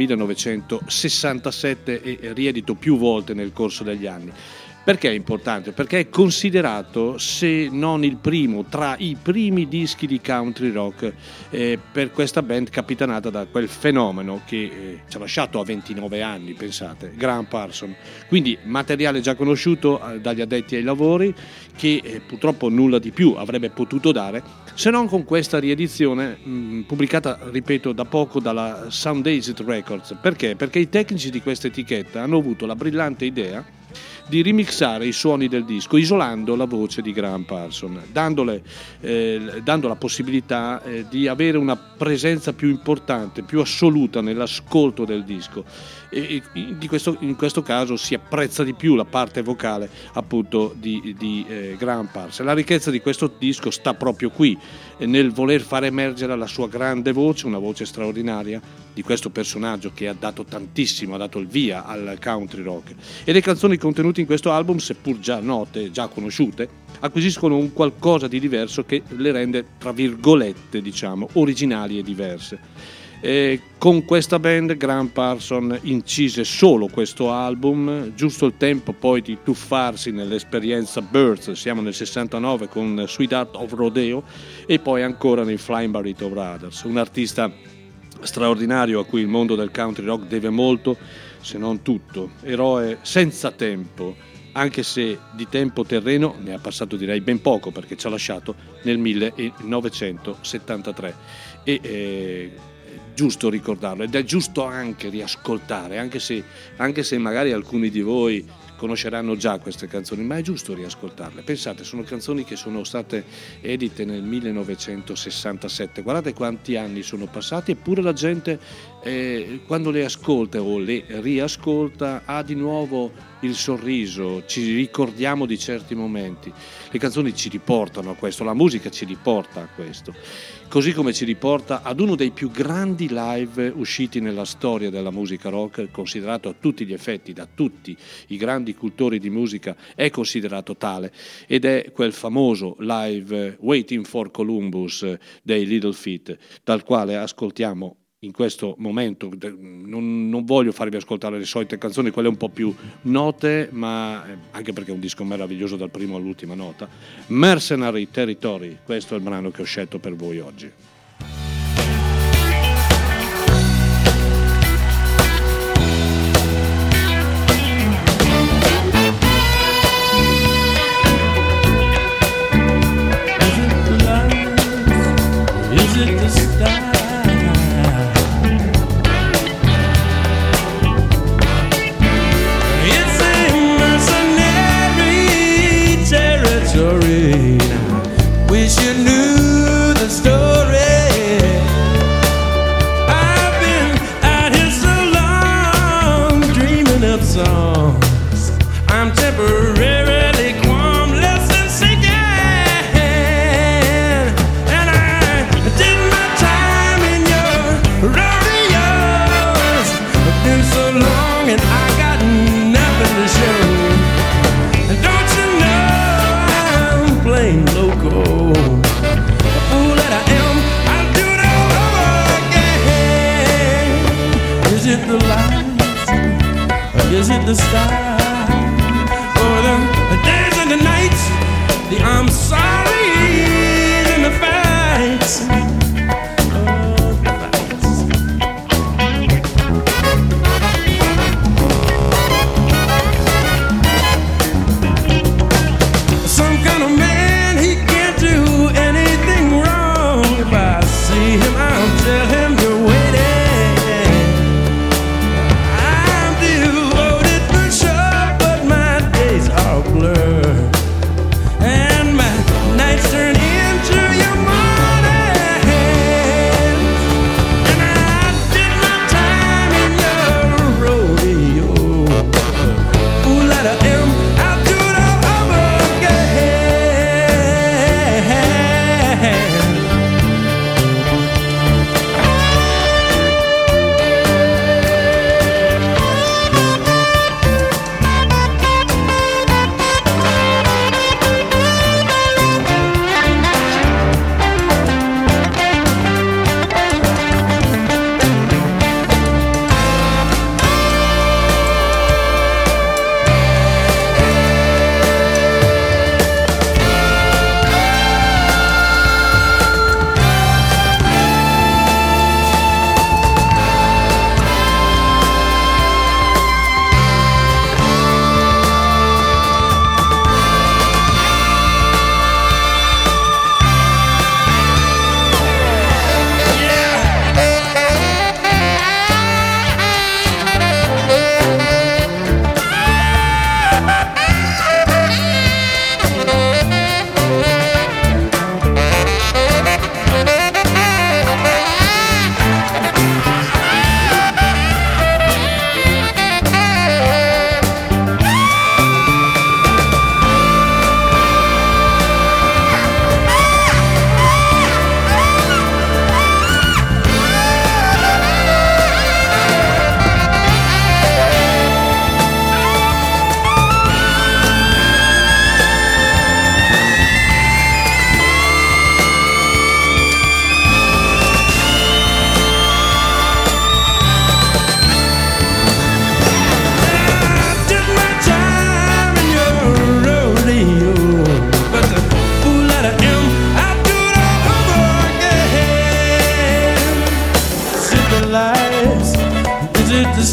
millenovecentosessantasette e riedito più volte nel corso degli anni. Perché è importante? Perché è considerato, se non il primo, tra i primi dischi di country rock eh, per questa band capitanata da quel fenomeno che eh, ci ha lasciato a ventinove anni, pensate, Graham Parsons. Quindi materiale già conosciuto eh, dagli addetti ai lavori, che eh, purtroppo nulla di più avrebbe potuto dare, se non con questa riedizione mh, pubblicata, ripeto, da poco dalla Soundazed Records. Perché? Perché i tecnici di questa etichetta hanno avuto la brillante idea di remixare i suoni del disco isolando la voce di Graham Parsons, dandole, eh, dando la possibilità eh, di avere una presenza più importante, più assoluta nell'ascolto del disco. E, e di questo, in questo caso si apprezza di più la parte vocale appunto di, di eh, Graham Parsons. La ricchezza di questo disco sta proprio qui, eh, nel voler far emergere la sua grande voce, una voce straordinaria di questo personaggio che ha dato tantissimo, ha dato il via al country rock. E le canzoni contenute in questo album, seppur già note, già conosciute, acquisiscono un qualcosa di diverso che le rende, tra virgolette, diciamo, originali e diverse. E con questa band Graham Parsons incise solo questo album, giusto il tempo poi di tuffarsi nell'esperienza Birds, siamo nel sessantanove con Sweetheart of Rodeo, e poi ancora nei Flying Burrito Brothers, un artista straordinario a cui il mondo del country rock deve molto, se non tutto, eroe senza tempo, anche se di tempo terreno ne ha passato direi ben poco, perché ci ha lasciato nel millenovecentosettantatré. E eh, giusto ricordarlo, ed è giusto anche riascoltare, anche se, anche se magari alcuni di voi conosceranno già queste canzoni, ma è giusto riascoltarle. Pensate, sono canzoni che sono state edite nel millenovecentosessantasette, guardate quanti anni sono passati, eppure la gente eh, quando le ascolta o le riascolta ha di nuovo il sorriso, ci ricordiamo di certi momenti. Le canzoni ci riportano a questo, la musica ci riporta a questo, così come ci riporta ad uno dei più grandi live usciti nella storia della musica rock, considerato a tutti gli effetti da tutti i grandi cultori di musica, è considerato tale, ed è quel famoso live Waiting for Columbus dei Little Feat, dal quale ascoltiamo in questo momento. Non, non voglio farvi ascoltare le solite canzoni, quelle un po' più note, ma anche perché è un disco meraviglioso dal primo all'ultima nota. Mercenary Territory, questo è il brano che ho scelto per voi oggi. Is it the style? Wish you knew the story. I've been out here so long, dreaming up songs. I'm temporarily qualmless and sinking, and I did my time in your rodeos. I've been so long and I got nothing to show. And don't you know I'm playing loco? A fool that I am.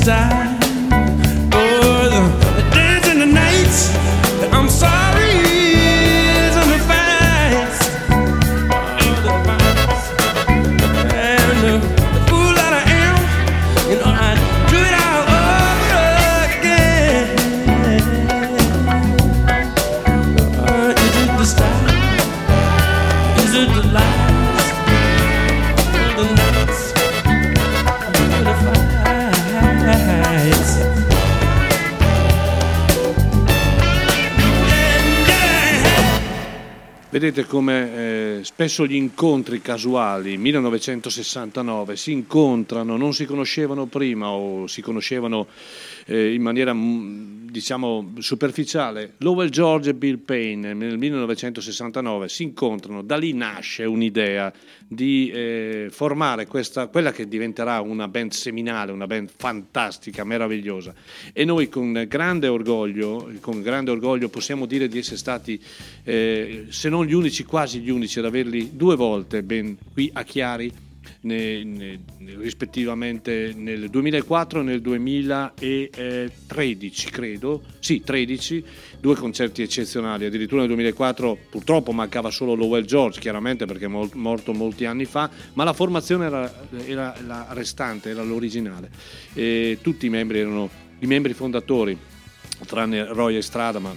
style or the, the days and the nights. I'm sorry, and the fights, all the fights, and the, the fool that I am, you know I do it all over again. Uh, is it the style? Is it the lights? The nights, the fights. Vedete come eh, spesso gli incontri casuali, millenovecentosessantanove, si incontrano, non si conoscevano prima o si conoscevano eh, in maniera diciamo superficiale. Lowell George e Bill Payne nel millenovecentosessantanove si incontrano, da lì nasce un'idea di eh, formare questa, quella che diventerà una band seminale, una band fantastica, meravigliosa, e noi con grande orgoglio, con grande orgoglio possiamo dire di essere stati eh, se non gli unici, quasi gli unici ad averli due volte ben qui a Chiari, ne, ne, rispettivamente nel duemilaquattro e nel duemilatredici, credo, sì, tredici, due concerti eccezionali. Addirittura nel duemilaquattro purtroppo mancava solo Lowell George, chiaramente perché è morto molti anni fa, ma la formazione era, era la restante, era l'originale, e tutti i membri erano i membri fondatori, tranne Roy Estrada, ma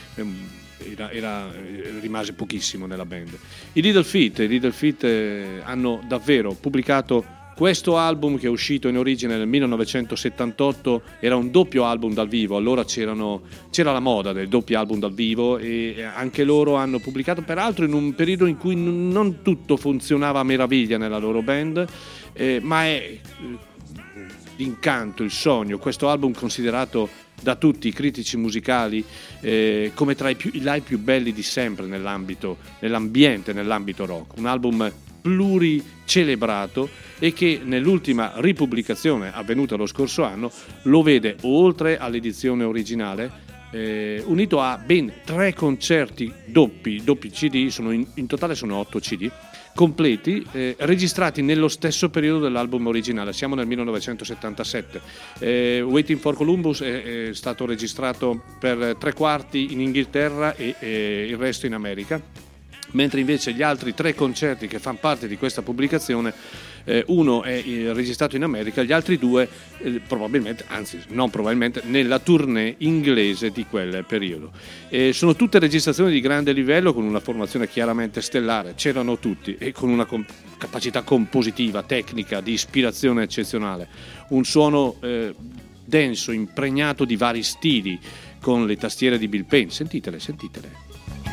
Era, era, rimase pochissimo nella band. I Little Feat, i Little Feat eh, hanno davvero pubblicato questo album che è uscito in origine nel millenovecentosettantotto, era un doppio album dal vivo, allora c'erano, c'era la moda del doppio album dal vivo, e anche loro hanno pubblicato, peraltro in un periodo in cui non tutto funzionava a meraviglia nella loro band, eh, ma è l'incanto, il sogno, questo album considerato da tutti i critici musicali eh, come tra i, più, i live più belli di sempre nell'ambito, nell'ambiente, nell'ambito rock. Un album pluricelebrato e che nell'ultima ripubblicazione avvenuta lo scorso anno lo vede, oltre all'edizione originale, eh, unito a ben tre concerti doppi, doppi C D, sono in, in totale sono otto C D completi, eh, registrati nello stesso periodo dell'album originale. Siamo nel millenovecentosettantasette. eh, Waiting for Columbus è, è stato registrato per tre quarti in Inghilterra e, e il resto in America, mentre invece gli altri tre concerti che fanno parte di questa pubblicazione, eh, uno è eh, registrato in America, gli altri due eh, probabilmente, anzi non probabilmente, nella tournée inglese di quel periodo. Eh, sono tutte registrazioni di grande livello, con una formazione chiaramente stellare, c'erano tutti, e con una comp- capacità compositiva, tecnica, di ispirazione eccezionale, un suono eh, denso, impregnato di vari stili, con le tastiere di Bill Payne. Sentitele, sentitele.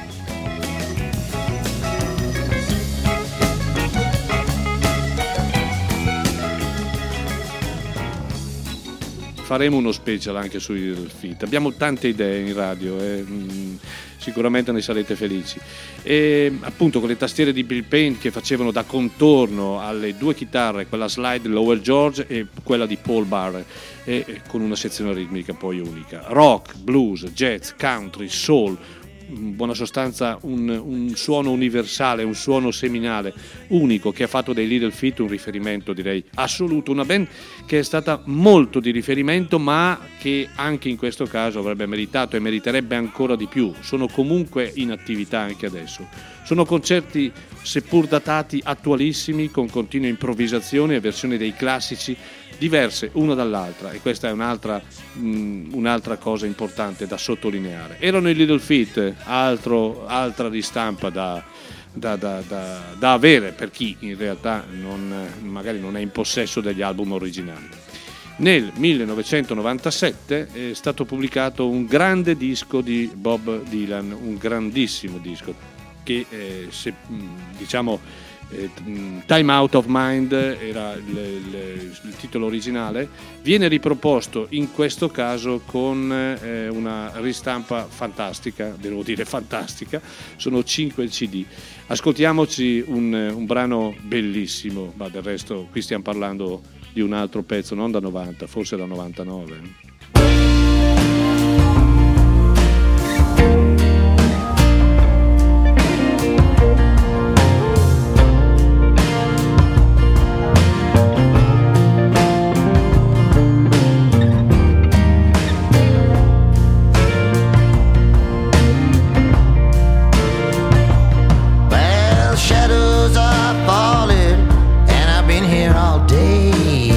Faremo uno special anche sui Little Feat. Abbiamo tante idee in radio, eh. Sicuramente ne sarete felici. E appunto con le tastiere di Bill Payne che facevano da contorno alle due chitarre, quella slide Lowell George e quella di Paul Barr, e con una sezione ritmica poi unica. Rock, blues, jazz, country, soul, in buona sostanza un, un suono universale, un suono seminale unico, che ha fatto dei Little Feat un riferimento, direi, assoluto, una band che è stata molto di riferimento, ma che anche in questo caso avrebbe meritato e meriterebbe ancora di più. Sono comunque in attività anche adesso, sono concerti seppur datati attualissimi, con continue improvvisazioni e versioni dei classici diverse una dall'altra, e questa è un'altra, mh, un'altra cosa importante da sottolineare. Erano i Little Feat, altro, altra ristampa da, da, da, da, da avere per chi in realtà non, magari non è in possesso degli album originali. Nel millenovecentonovantasette è stato pubblicato un grande disco di Bob Dylan, un grandissimo disco che eh, se, diciamo Eh, Time Out of Mind era il, il, il titolo originale, viene riproposto in questo caso con eh, una ristampa fantastica, devo dire fantastica, sono cinque C D. Ascoltiamoci un, un brano bellissimo, ma del resto qui stiamo parlando di un altro pezzo, non da novanta, forse da novantanove. not falling, and I've been here all day.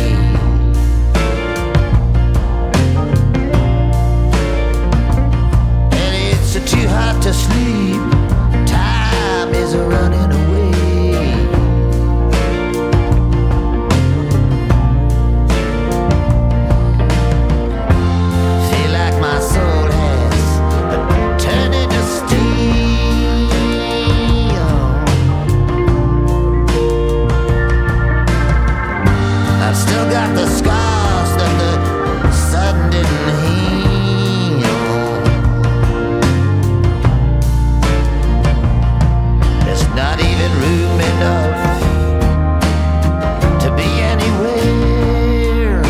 And it's too hot to sleep, time is running away. Feel like my soul has turned into steel. I've still got the scars that the sun didn't heal. There's not even room enough to be anywhere.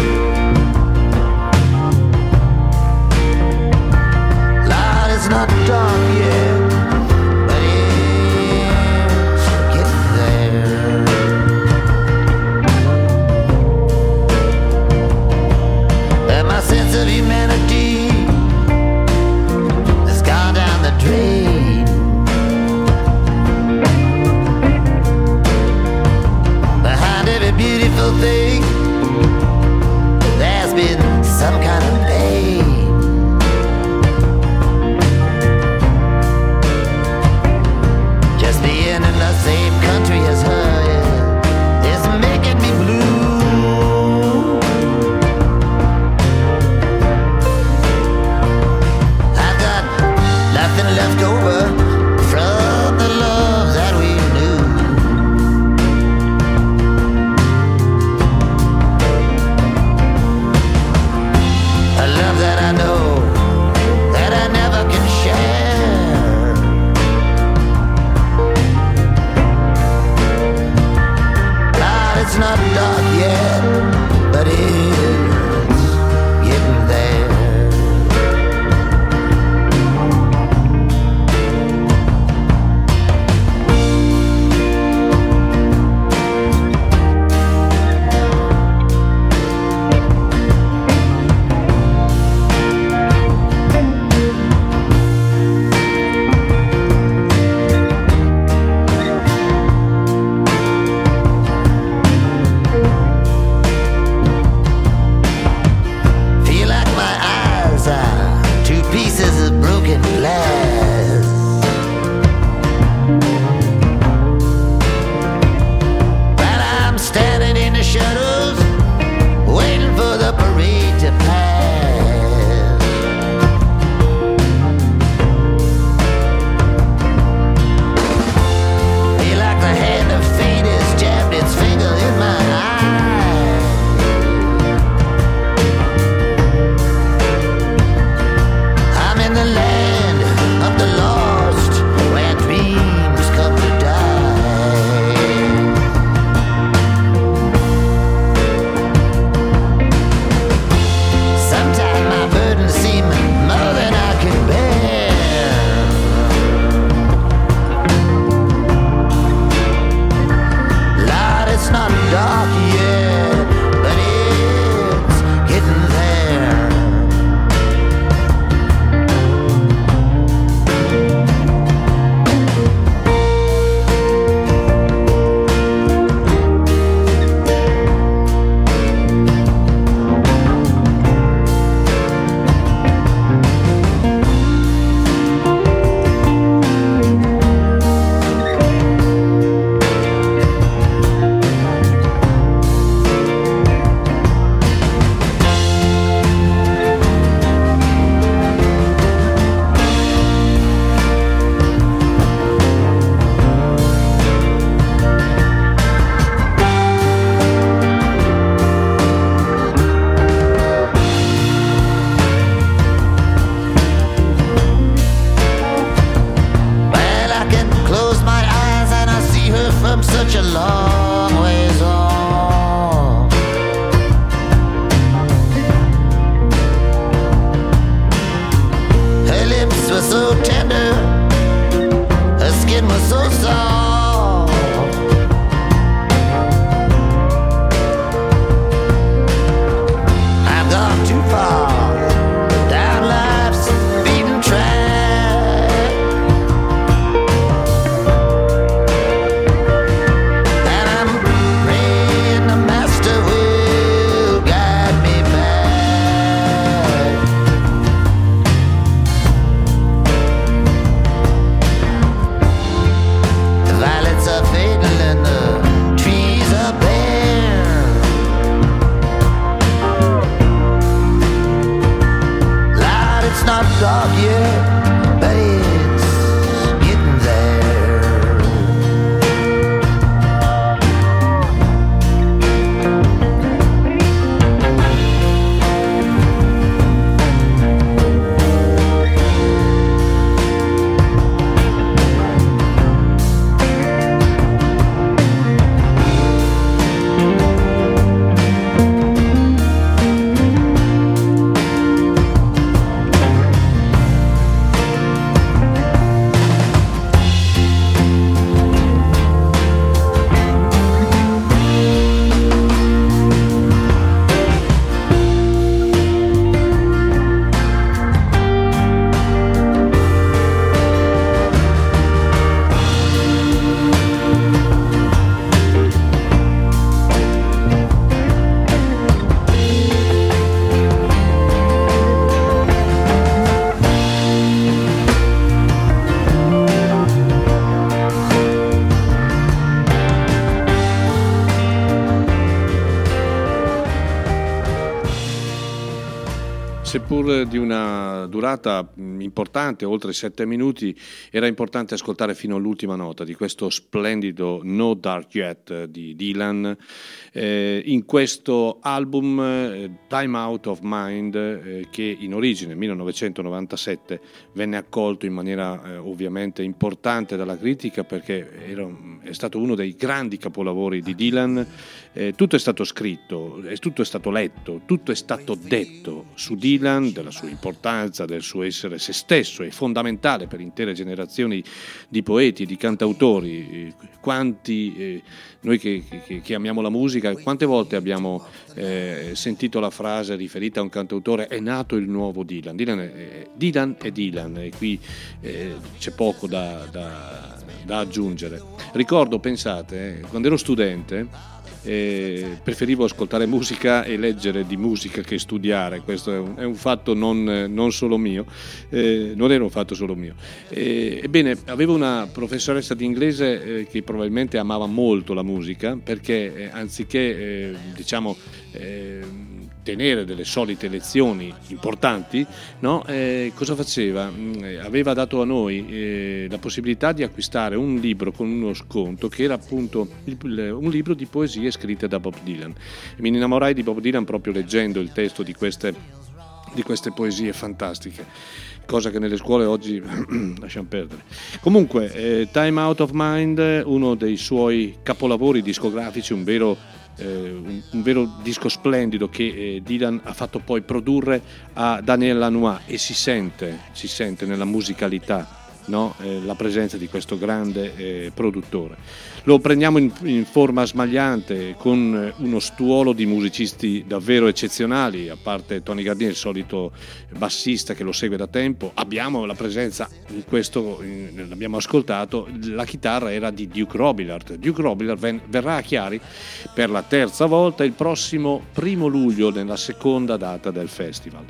Light is not dark yet, but it's getting there. And my sense of humanity has gone down the drain. Behind every beautiful thing, there's been some kind of pain. Just being in the same country as her, yeah, is making me blue. I've got nothing left over from the love that we knew. A love that I know that I never can share. Lord, it's not dark yet, but it's getting there. Feel like my eyes are two pieces of broken glass. While I'm standing in the shadows, waiting for the parade to pass. Feel like the hand of fate has jabbed its finger in my eye. I'm in the land of the lost, where dreams come to die. Sometimes my burdens seem more than I can bear. Lord, it's not dark yet, but it's getting there. Well, I can close my eyes and I see her from such a long ways off. Her lips were so tender, her skin was so soft. I've gone too far down life's beaten track. seppur di una durata importante, oltre sette minuti, era importante ascoltare fino all'ultima nota di questo splendido No Dark Yet di Dylan. Eh, in questo album eh, Time Out of Mind, eh, che in origine millenovecentonovantasette venne accolto in maniera eh, ovviamente importante dalla critica, perché era, è stato uno dei grandi capolavori di Dylan. Eh, tutto è stato scritto, eh, tutto è stato letto, tutto è stato detto su Dylan, della sua importanza, del suo essere se stesso, è fondamentale per intere generazioni di poeti, di cantautori. Quanti eh, noi che, che, che amiamo la musica, quante volte abbiamo eh, sentito la frase riferita a un cantautore: è nato il nuovo Dylan. Dylan è Dylan, è Dylan, e qui eh, c'è poco da, da, da aggiungere. Ricordo, pensate, eh, quando ero studente, Eh, preferivo ascoltare musica e leggere di musica che studiare. Questo è un, è un fatto non, non solo mio, eh, non era un fatto solo mio. Eh, ebbene, avevo una professoressa di inglese eh, che probabilmente amava molto la musica, perché eh, anziché eh, diciamo eh, tenere delle solite lezioni importanti, no? Eh, cosa faceva? Aveva dato a noi eh, la possibilità di acquistare un libro con uno sconto, che era appunto il, un libro di poesie scritte da Bob Dylan. E mi innamorai di Bob Dylan proprio leggendo il testo di queste, di queste poesie fantastiche, cosa che nelle scuole oggi lasciamo perdere. Comunque, eh, Time Out of Mind, uno dei suoi capolavori discografici, un vero Eh, un, un vero disco splendido che eh, Dylan ha fatto poi produrre a Daniel Lanois, e si sente, si sente nella musicalità, no? eh, la presenza di questo grande eh, produttore. Lo prendiamo in, in forma smagliante, con uno stuolo di musicisti davvero eccezionali, a parte Tony Gardini, il solito bassista che lo segue da tempo. Abbiamo la presenza in questo, in, l'abbiamo ascoltato, la chitarra era di Duke Robillard. Duke Robillard ven, verrà a Chiari per la terza volta il prossimo primo luglio, nella seconda data del festival.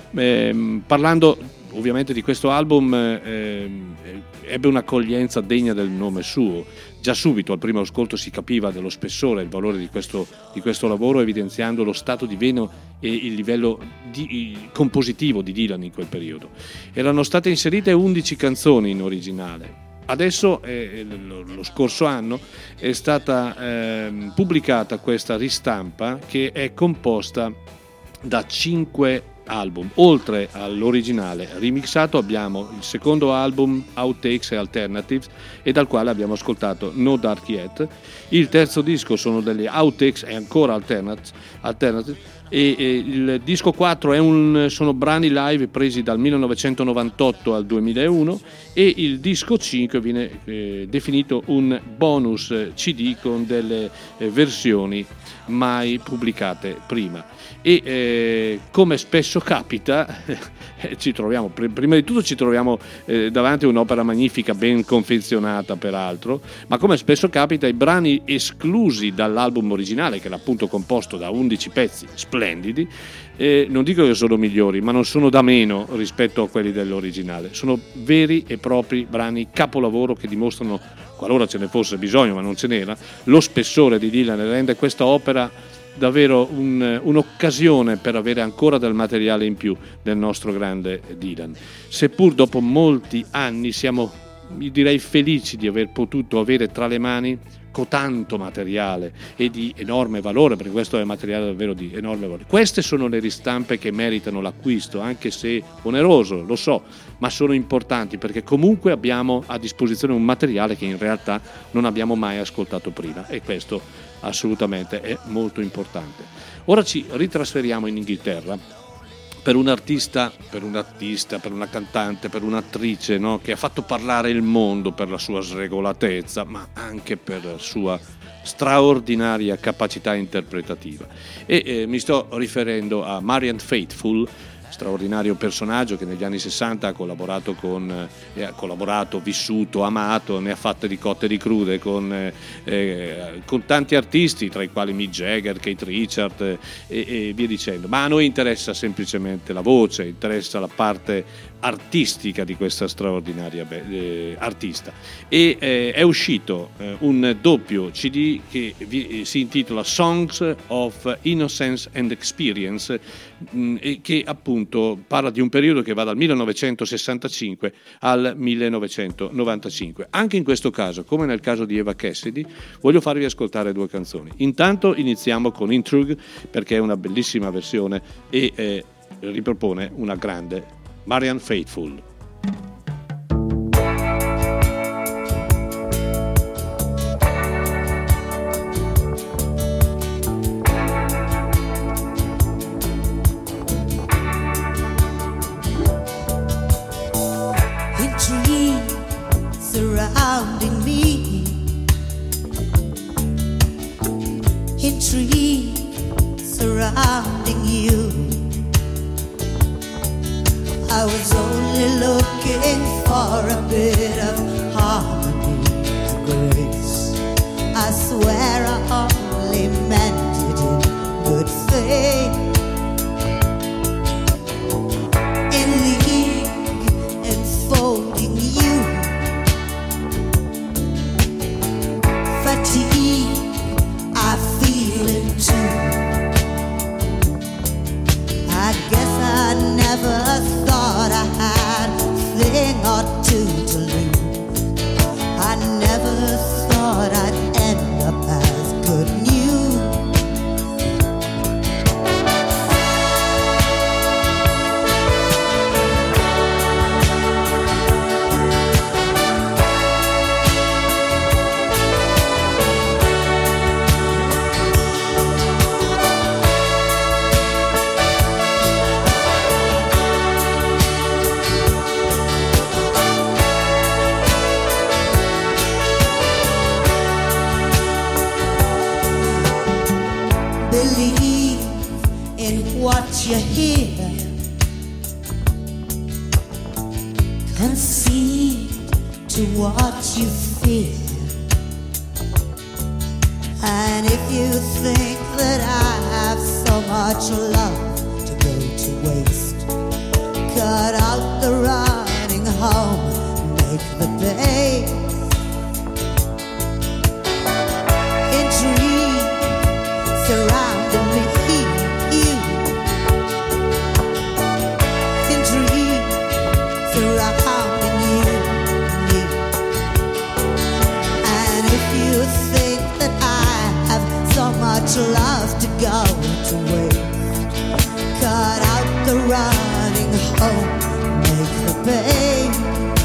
Eh, parlando ovviamente di questo album, eh, ebbe un'accoglienza degna del nome suo. Già subito al primo ascolto si capiva dello spessore e il valore di questo, di questo lavoro, evidenziando lo stato di veno e il livello di, compositivo di Dylan in quel periodo. Erano state inserite undici canzoni in originale. Adesso, eh, lo, lo scorso anno, è stata eh, pubblicata questa ristampa, che è composta da cinque album. Oltre all'originale remixato abbiamo il secondo album Outtakes e Alternatives, e dal quale abbiamo ascoltato No Dark Yet. Il terzo disco sono delle Outtakes e ancora Alternatives, Alternatives e, e il disco quattro è un, sono brani live presi dal millenovecentonovantotto al duemilauno, e il disco cinque viene eh, definito un bonus C D con delle eh, versioni mai pubblicate prima. E eh, come spesso capita, ci troviamo prima di tutto ci troviamo eh, davanti a un'opera magnifica, ben confezionata peraltro, ma come spesso capita, i brani esclusi dall'album originale, che era appunto composto da undici pezzi splendidi, eh, non dico che sono migliori, ma non sono da meno rispetto a quelli dell'originale. Sono veri e propri brani capolavoro che dimostrano, qualora ce ne fosse bisogno, ma non ce n'era, lo spessore di Dylan, e rende questa opera davvero un, un'occasione per avere ancora del materiale in più del nostro grande Dylan. Seppur dopo molti anni siamo, direi, felici di aver potuto avere tra le mani tanto materiale e di enorme valore, perché questo è materiale davvero di enorme valore. Queste sono le ristampe che meritano l'acquisto, anche se oneroso, lo so, ma sono importanti, perché comunque abbiamo a disposizione un materiale che in realtà non abbiamo mai ascoltato prima, e questo assolutamente è molto importante. Ora ci ritrasferiamo in Inghilterra per un artista, per un artista, per una cantante, per un'attrice, no? Che ha fatto parlare il mondo per la sua sregolatezza, ma anche per la sua straordinaria capacità interpretativa. E eh, mi sto riferendo a Marianne Faithfull, straordinario personaggio che negli anni sessanta ha collaborato con eh, ha collaborato, vissuto, amato, ne ha fatte di cotte e di crude con, eh, con tanti artisti, tra i quali Mick Jagger, Keith Richards eh, e, e via dicendo. Ma a noi interessa semplicemente la voce, interessa la parte artistica di questa straordinaria eh, artista, e eh, è uscito eh, un doppio C D che vi, eh, si intitola Songs of Innocence and Experience, mh, e che appunto parla di un periodo che va dal millenovecentosessantacinque al millenovecentonovantacinque. Anche in questo caso, come nel caso di Eva Cassidy, voglio farvi ascoltare due canzoni. Intanto iniziamo con Intrigue, perché è una bellissima versione e eh, ripropone una grande Marianne Faithfull. Surrounding me, intrigue surrounding you. I was only looking for a bit of harmony and grace. I swear I only meant it in good faith. In league enfolding you, fatigue I feel it too. I guess I never thought I had a thing or two to lose. I never thought I'd end up as good news. Believe in what you hear, concede to what you fear. And if you think that I have so much love to go to waste, cut out the running home, make the base. Intrigue surrounding me, you. Intrigue surrounding you, me. And if you think that I have so much love to go to waste, cut out the running home, make the base.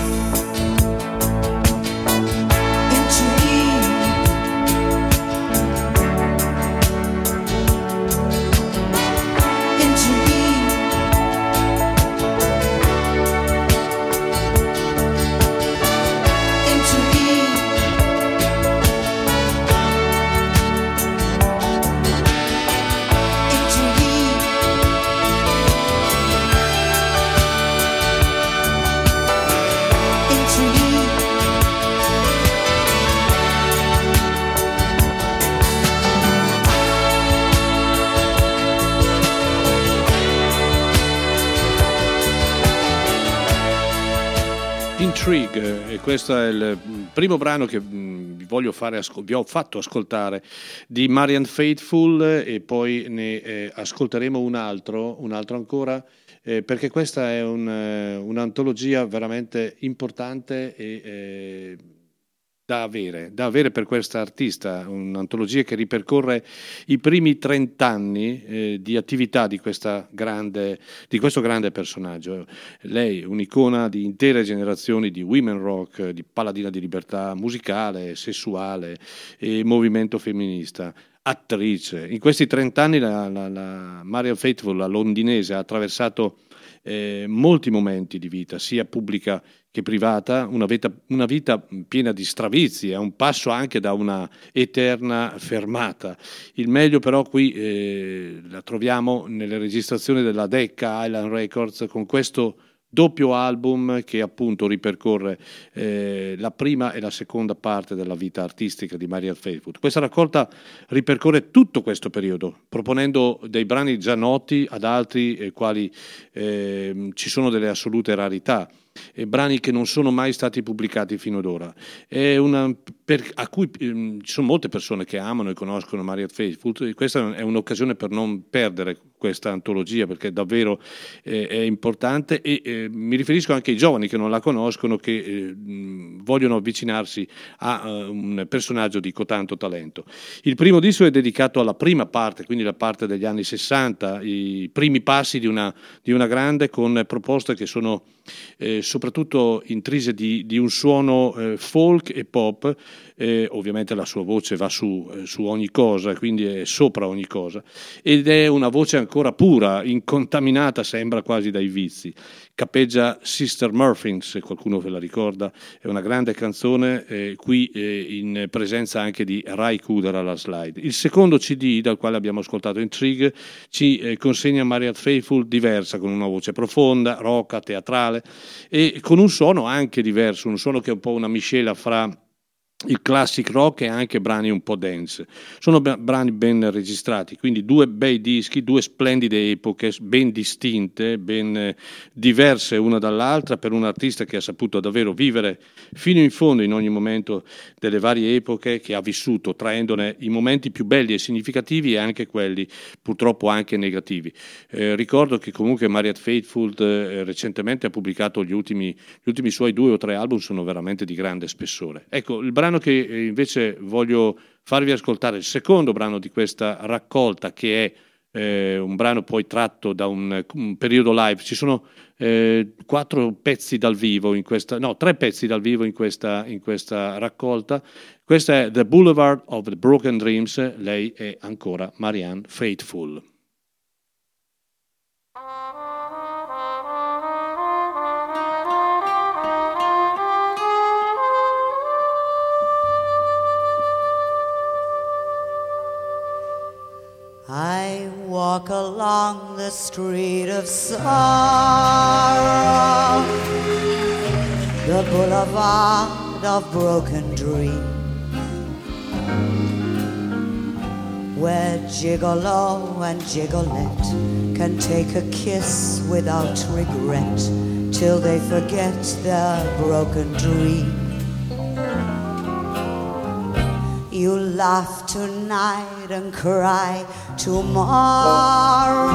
Intrigue, e questo è il primo brano che vi voglio fare ascol- vi ho fatto ascoltare di Marianne Faithfull, e poi ne eh, ascolteremo un altro, un altro ancora, eh, perché questa è un, eh, un'antologia veramente importante e eh, da avere, da avere per questa artista, un'antologia che ripercorre i primi trent'anni eh, di attività di, questa grande, di questo grande personaggio. Lei, un'icona di intere generazioni di women rock, di paladina di libertà musicale, sessuale e movimento femminista. Attrice. In questi trent'anni la, la, la Marianne Faithfull, la londinese, ha attraversato eh, molti momenti di vita, sia pubblica che privata, una vita, una vita piena di stravizi, a un passo anche da una eterna fermata. Il meglio però qui eh, la troviamo nelle registrazioni della Decca Island Records, con questo doppio album che appunto ripercorre eh, la prima e la seconda parte della vita artistica di Marianne Faithfull. Questa raccolta ripercorre tutto questo periodo, proponendo dei brani già noti ad altri, eh, quali eh, ci sono delle assolute rarità. eh, brani che non sono mai stati pubblicati fino ad ora. È una, per, a cui eh, ci sono molte persone che amano e conoscono Marianne Faithfull. Questa è un'occasione per non perdere questa antologia, perché davvero eh, è importante, e eh, mi riferisco anche ai giovani che non la conoscono, che eh, vogliono avvicinarsi a uh, un personaggio di cotanto talento. Il primo disco è dedicato alla prima parte, quindi la parte degli anni sessanta, i primi passi di una, di una grande, con proposte che sono eh, soprattutto intrise di, di un suono eh, folk e pop. Eh, ovviamente la sua voce va su, eh, su ogni cosa, quindi è sopra ogni cosa, ed è una voce ancora pura, incontaminata, sembra quasi dai vizi. Capeggia Sister Murphy, se qualcuno ve la ricorda, è una grande canzone, eh, qui eh, in presenza anche di Ry Cooder alla slide. Il secondo C D, dal quale abbiamo ascoltato Intrigue, ci eh, consegna Marianne Faithfull diversa, con una voce profonda, rocca, teatrale, e con un suono anche diverso, un suono che è un po' una miscela fra il classic rock e anche brani un po' dance. Sono brani ben registrati, quindi due bei dischi, due splendide epoche ben distinte, ben diverse una dall'altra, per un artista che ha saputo davvero vivere fino in fondo in ogni momento delle varie epoche che ha vissuto, traendone i momenti più belli e significativi e anche quelli purtroppo anche negativi. Eh, ricordo che comunque Marianne Faithfull eh, recentemente ha pubblicato gli ultimi, gli ultimi suoi due o tre album, sono veramente di grande spessore. Ecco, il brano che invece voglio farvi ascoltare, il secondo brano di questa raccolta, che è eh, un brano poi tratto da un, un periodo live. Ci sono eh, quattro pezzi dal vivo in questa, no, tre pezzi dal vivo in questa, in questa raccolta. Questa è The Boulevard of the Broken Dreams. Lei è ancora Marianne Faithfull. I walk along the street of sorrow, the boulevard of broken dreams, where gigolo and gigolette can take a kiss without regret till they forget their broken dream. You laugh tonight and cry tomorrow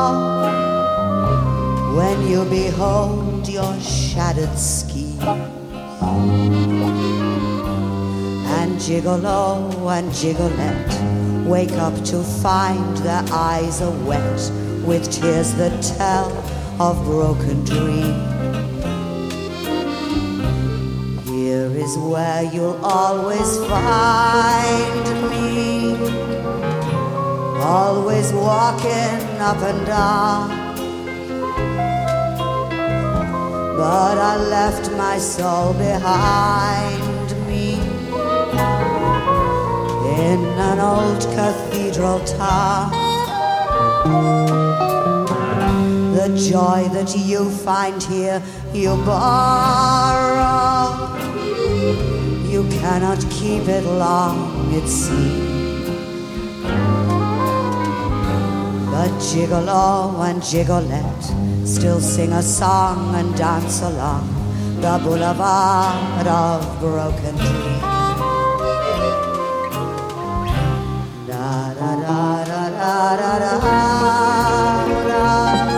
when you behold your shattered scheme. And gigolo and gigolette wake up to find their eyes are wet with tears that tell of broken dreams. Here is where you'll always find me, always walking up and down. But I left my soul behind me in an old cathedral town. The joy that you find here you borrow, you cannot keep it long, it seems. But gigolo and gigolette still sing a song and dance along the boulevard of broken dreams. Da da da da da da da da.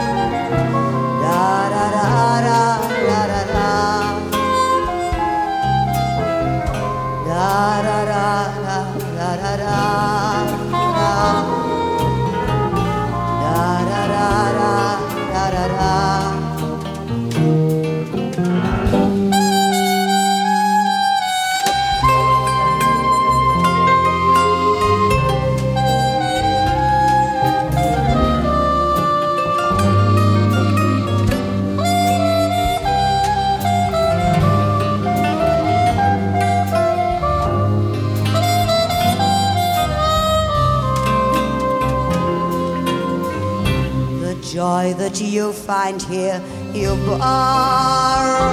Joy that you find here you borrow,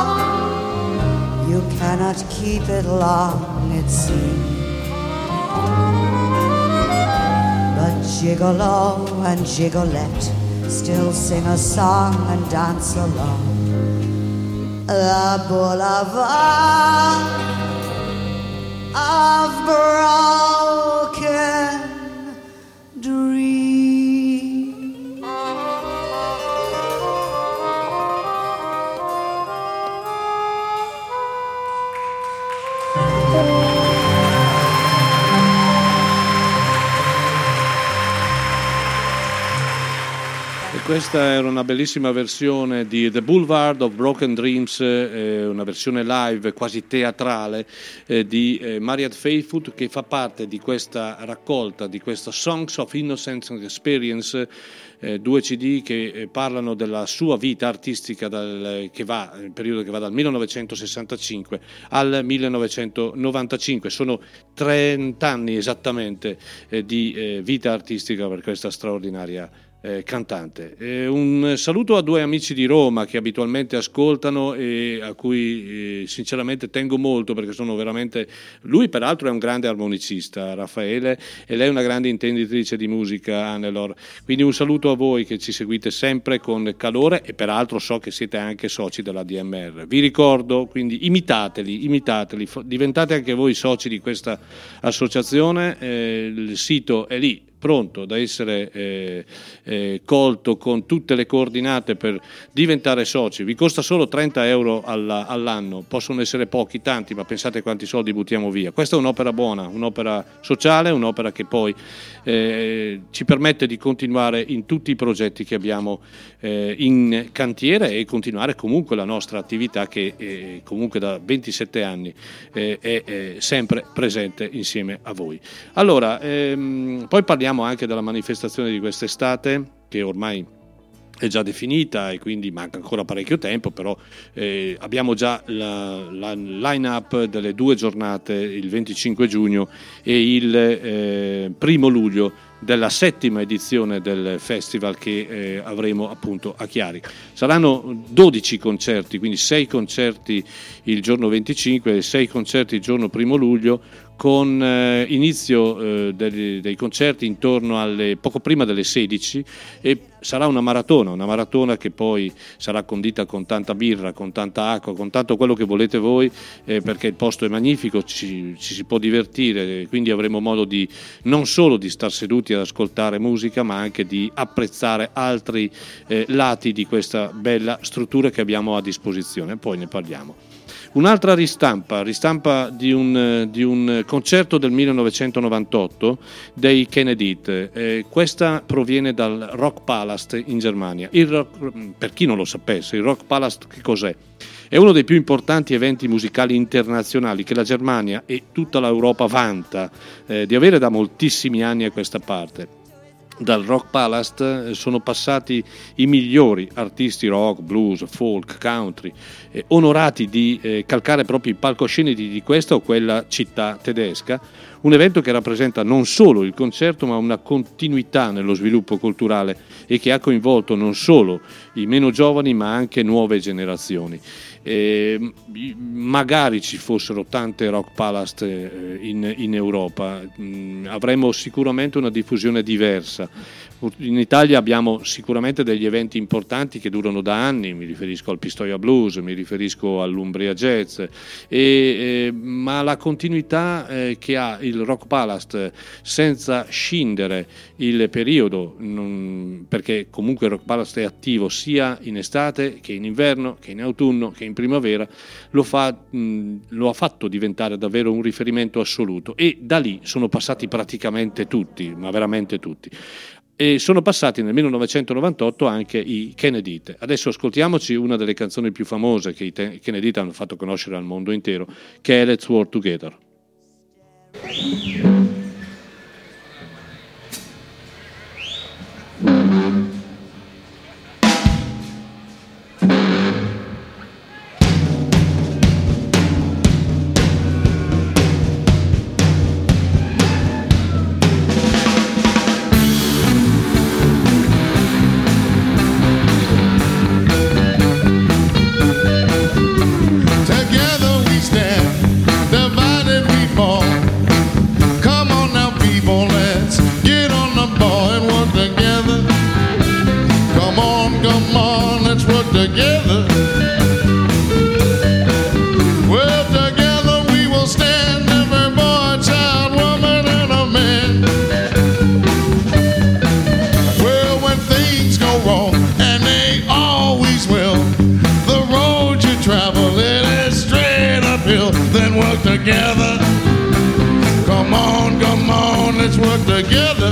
you cannot keep it long, it seems. But gigolo and gigolette still sing a song and dance along the boulevard of broken dreams. Questa era una bellissima versione di The Boulevard of Broken Dreams, eh, una versione live quasi teatrale eh, di eh, Marianne Faithfull, che fa parte di questa raccolta, di questa Songs of Innocence and Experience, eh, due C D che eh, parlano della sua vita artistica dal, che va, il periodo che va dal millenovecentosessantacinque al millenovecentonovantacinque. Sono trenta anni esattamente eh, di eh, vita artistica per questa straordinaria Eh, cantante. Eh, un saluto a due amici di Roma che abitualmente ascoltano e a cui eh, sinceramente tengo molto, perché sono veramente, lui peraltro è un grande armonicista, Raffaele, e lei è una grande intenditrice di musica, Annelore, quindi un saluto a voi che ci seguite sempre con calore e peraltro so che siete anche soci della D M R. Vi ricordo, quindi imitateli, imitateli, diventate anche voi soci di questa associazione, eh, il sito è lì, pronto da essere eh, eh, colto con tutte le coordinate per diventare soci. Vi costa solo trenta euro alla, all'anno, possono essere pochi, tanti, ma pensate quanti soldi buttiamo via. Questa è un'opera buona, un'opera sociale, un'opera che poi eh, ci permette di continuare in tutti i progetti che abbiamo eh, in cantiere e continuare comunque la nostra attività che eh, comunque da ventisette anni eh, è eh, sempre presente insieme a voi. Allora, ehm, poi parliamo anche della manifestazione di quest'estate, che ormai è già definita e quindi manca ancora parecchio tempo, però eh, abbiamo già la, la line-up delle due giornate, il venticinque giugno e il eh, primo luglio, della settima edizione del festival che eh, avremo appunto a Chiari. Saranno dodici concerti, quindi sei concerti il giorno venticinque e sei concerti il giorno primo luglio, con eh, inizio eh, dei, dei concerti intorno alle poco prima delle sedici, e sarà una maratona, una maratona che poi sarà condita con tanta birra, con tanta acqua, con tanto quello che volete voi, eh, perché il posto è magnifico, ci, ci si può divertire, quindi avremo modo di non solo di star seduti ad ascoltare musica, ma anche di apprezzare altri eh, lati di questa bella struttura che abbiamo a disposizione. Poi ne parliamo. Un'altra ristampa, ristampa di un, di un concerto del millenovecentonovantotto dei Kennedy. Eh, questa proviene dal Rock Palast in Germania. Il rock, per chi non lo sapesse, il Rock Palast che cos'è? È uno dei più importanti eventi musicali internazionali che la Germania e tutta l'Europa vanta eh, di avere da moltissimi anni a questa parte. Dal Rock Palast sono passati i migliori artisti rock, blues, folk, country, eh, onorati di eh, calcare proprio i palcoscenici di questa o quella città tedesca, un evento che rappresenta non solo il concerto ma una continuità nello sviluppo culturale e che ha coinvolto non solo i meno giovani ma anche nuove generazioni. Eh, magari ci fossero tante Rock Palast eh, in, in Europa, mm, avremmo sicuramente una diffusione diversa. In Italia abbiamo sicuramente degli eventi importanti che durano da anni, mi riferisco al Pistoia Blues, mi riferisco all'Umbria Jazz, e, eh, ma la continuità eh, che ha il Rock Palast senza scindere il periodo, non, perché comunque il Rock Palast è attivo sia in estate che in inverno, che in autunno, che in primavera, lo, fa, mh, lo ha fatto diventare davvero un riferimento assoluto, e da lì sono passati praticamente tutti, ma veramente tutti. E sono passati nel millenovecentonovantotto anche i Kennedy. Adesso ascoltiamoci una delle canzoni più famose che i Kennedy hanno fatto conoscere al mondo intero, che è Let's Work Together. Together we stand, divided we fall. Come let's work together.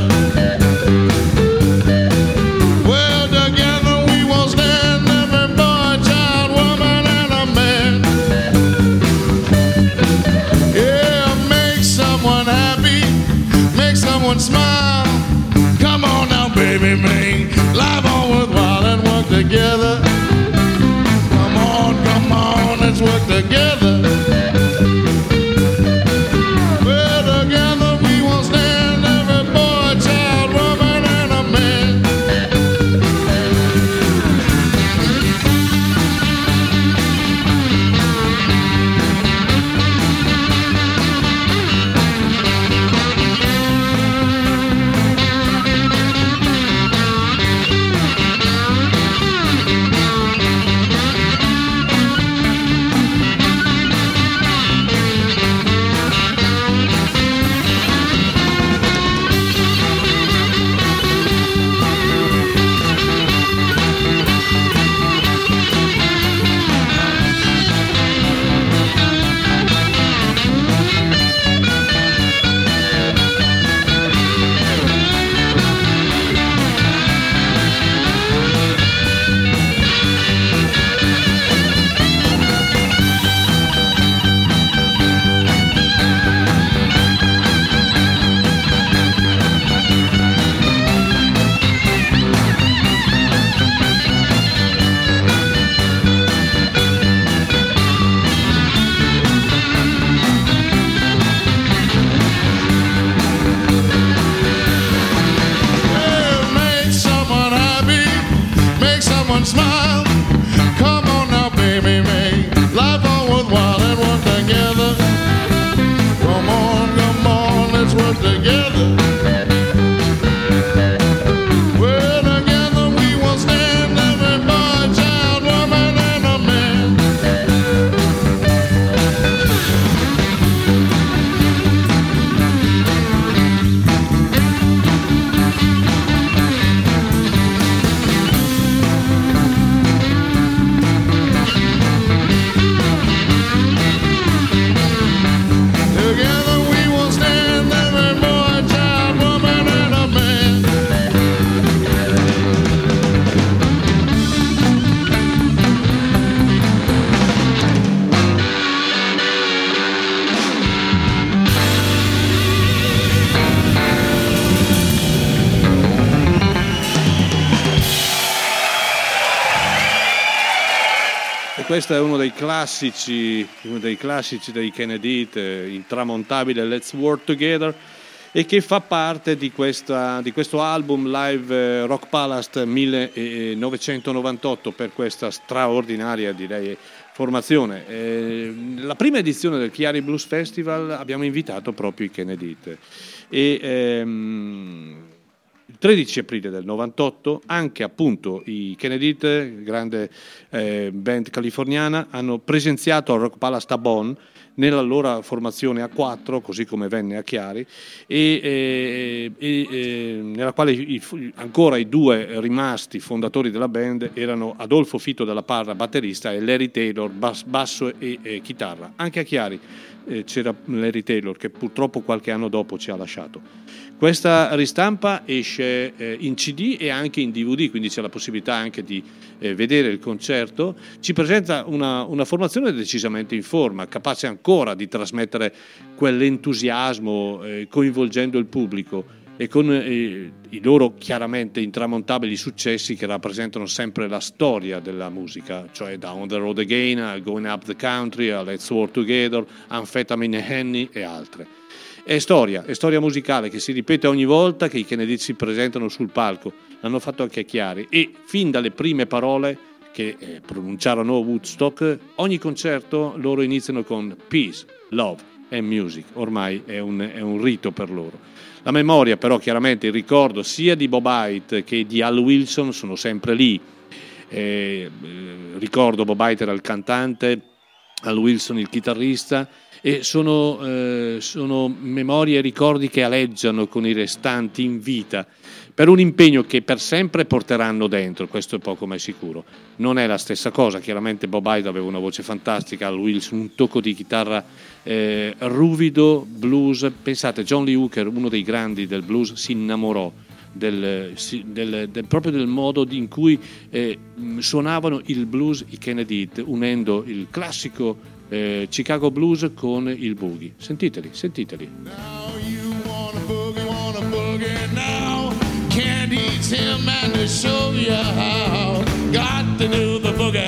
Well, together we will stand, every boy, child, woman, and a man. Yeah, make someone happy, make someone smile. Come on now, baby, make life all worthwhile and work together. Come on, come on, let's work together. Well, together we will stand, every boy, child, woman, and a man. Smile. Come on now, baby, make life all worthwhile and work together. Come on, come on, let's work together. Well, together we will stand, every boy, child, woman, and a man. Together we will stand, every boy, child, woman, and a man. E questo è uno dei classici, uno dei classici dei Kennedy, intramontabile Let's Work Together, e che fa parte di, questa, di questo album live Rock Palace millenovecentonovantotto, per questa straordinaria, direi, formazione. Eh, la prima edizione del Chiari Blues Festival abbiamo invitato proprio i Kennedy e ehm, il tredici aprile del novantotto anche appunto i Kennedy, grande eh, band californiana, hanno presenziato al Rock Palace a Bonn nella loro formazione a quattro, così come venne a Chiari, e, e, e, e nella quale i, ancora i due rimasti fondatori della band erano Adolfo Fito della Parra, batterista, e Larry Taylor, bas, basso e, e chitarra. Anche a Chiari eh, c'era Larry Taylor, che purtroppo qualche anno dopo ci ha lasciato. Questa ristampa esce eh, in C D e anche in D V D, quindi c'è la possibilità anche di eh, vedere il concerto. Ci presenta una, una formazione decisamente in forma, capace ancora di trasmettere quell'entusiasmo eh, coinvolgendo il pubblico e con eh, i loro chiaramente intramontabili successi che rappresentano sempre la storia della musica, cioè Down the Road Again, Going Up the Country, Let's Work Together, Amphetamine Henny e altre. È storia, è storia musicale che si ripete ogni volta che i Kennedy si presentano sul palco. L'hanno fatto anche a Chiari e fin dalle prime parole che eh, pronunciarono a Woodstock, ogni concerto loro iniziano con Peace, Love and Music. Ormai è un, è un rito per loro. La memoria però, chiaramente il ricordo sia di Bob Hite che di Al Wilson sono sempre lì. Eh, ricordo Bob Hite era il cantante, Al Wilson il chitarrista, E sono, eh, sono memorie e ricordi che aleggiano con i restanti in vita per un impegno che per sempre porteranno dentro, questo è poco ma è sicuro. Non è la stessa cosa, chiaramente Bob Hyde aveva una voce fantastica, Al Wilson un tocco di chitarra eh, ruvido, blues. Pensate, John Lee Hooker, uno dei grandi del blues, si innamorò del, del, del, proprio del modo in cui eh, suonavano il blues i Kennedy, unendo il classico eh, Chicago blues con il boogie. Sentiteli, sentiteli. Now you wanna boogie, wanna boogie now. Can't eat him and to show you how. Got to do the boogie.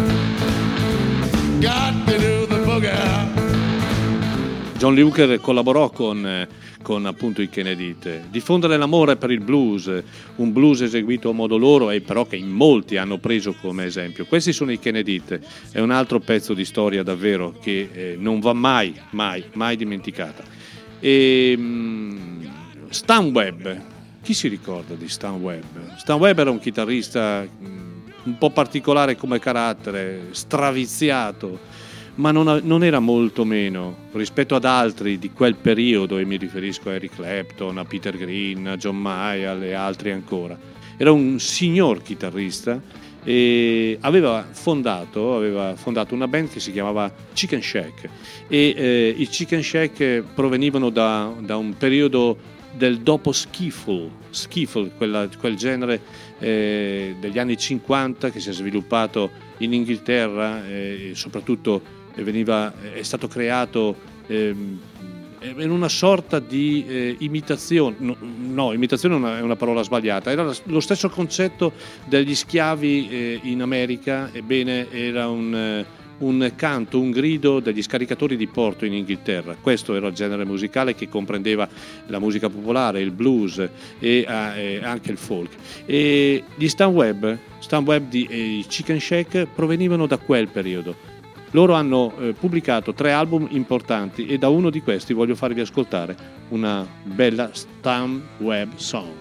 Got to do the boogie. John Lee Hooker collaborò con, con appunto i Kennedy. Diffondere l'amore per il blues, un blues eseguito a modo loro e però che in molti hanno preso come esempio. Questi sono i Kennedy, è un altro pezzo di storia davvero che eh, non va mai, mai, mai dimenticata. E, um, Stan Webb, chi si ricorda di Stan Webb? Stan Webb era un chitarrista um, un po' particolare come carattere, straviziato, ma non, non era molto meno rispetto ad altri di quel periodo, e mi riferisco a Eric Clapton, a Peter Green, a John Mayall e altri ancora. Era un signor chitarrista e aveva fondato, aveva fondato una band che si chiamava Chicken Shack e eh, i Chicken Shack provenivano da, da un periodo del dopo skiffle, skiffle quella, quel genere eh, degli anni cinquanta che si è sviluppato in Inghilterra e soprattutto veniva, è stato creato eh, in una sorta di eh, imitazione, no, no imitazione è una, è una parola sbagliata, era lo stesso concetto degli schiavi eh, in America, ebbene era un, eh, un canto, un grido degli scaricatori di porto in Inghilterra. Questo era il genere musicale che comprendeva la musica popolare, il blues e, eh, anche il folk. E gli Stan Webb, Stan Webb di, e i Chicken Shack provenivano da quel periodo. Loro hanno eh, pubblicato tre album importanti e da uno di questi voglio farvi ascoltare una bella Stan Webb song.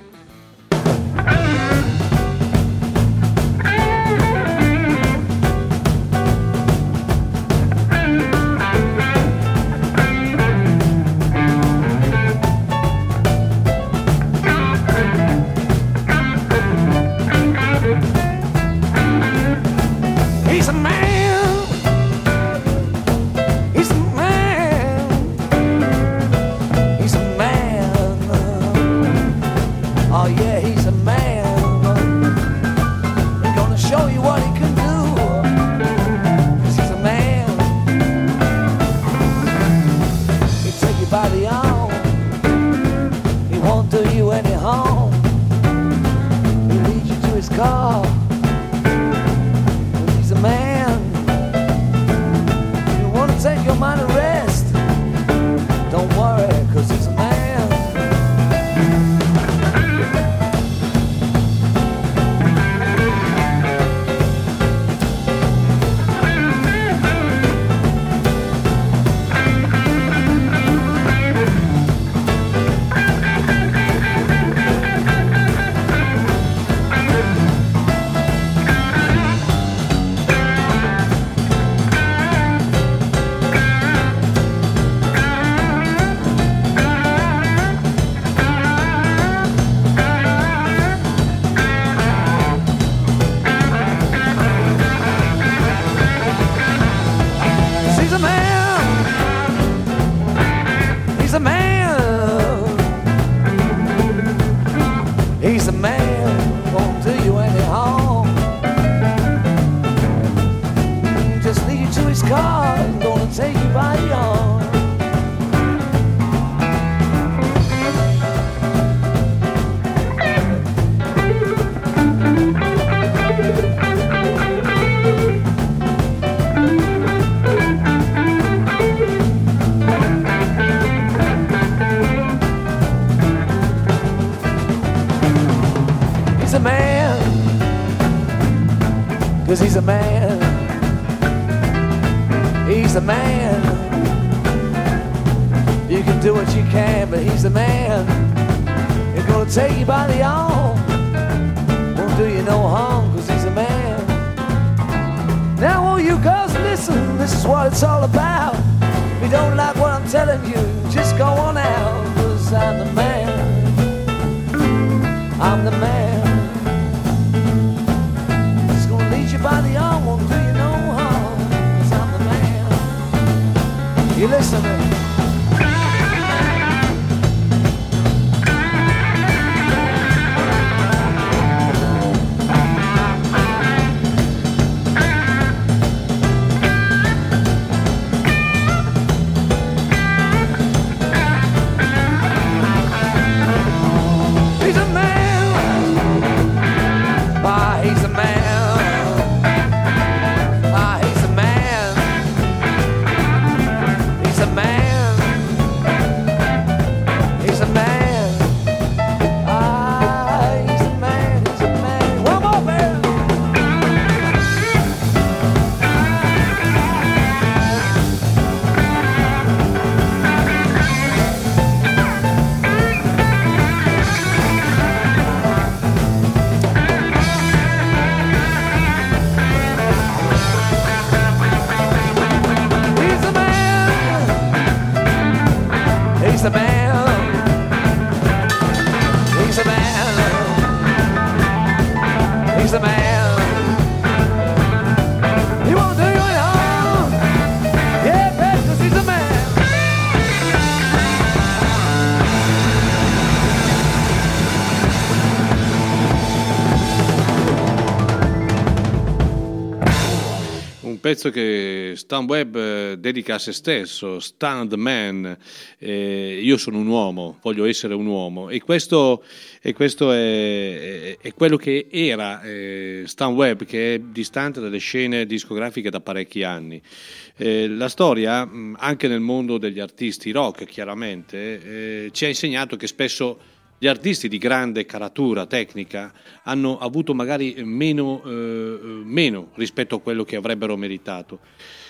He's a man. Car. He's a man. You wanna take your mind and rest? Don't worry, cause he's a man. Cause he's a man, he's a man. You can do what you can, but he's a man. He's gonna take you by the arm, won't do you no harm, cause he's a man. Now all you girls listen, this is what it's all about. you don't like what I'm telling you, just go on out, 'cause I'm the man. I'm the man. Just gonna lead you by the arm, won't do you no harm, 'cause I'm the man. You listen to me. Pezzo che Stan Webb eh, dedica a se stesso, Stan the Man, eh, io sono un uomo, voglio essere un uomo, e questo, e questo è, è, è quello che era eh, Stan Webb, che è distante dalle scene discografiche da parecchi anni. Eh, la storia, mh, anche nel mondo degli artisti rock chiaramente, eh, ci ha insegnato che spesso gli artisti di grande caratura tecnica hanno avuto magari meno, eh, meno rispetto a quello che avrebbero meritato.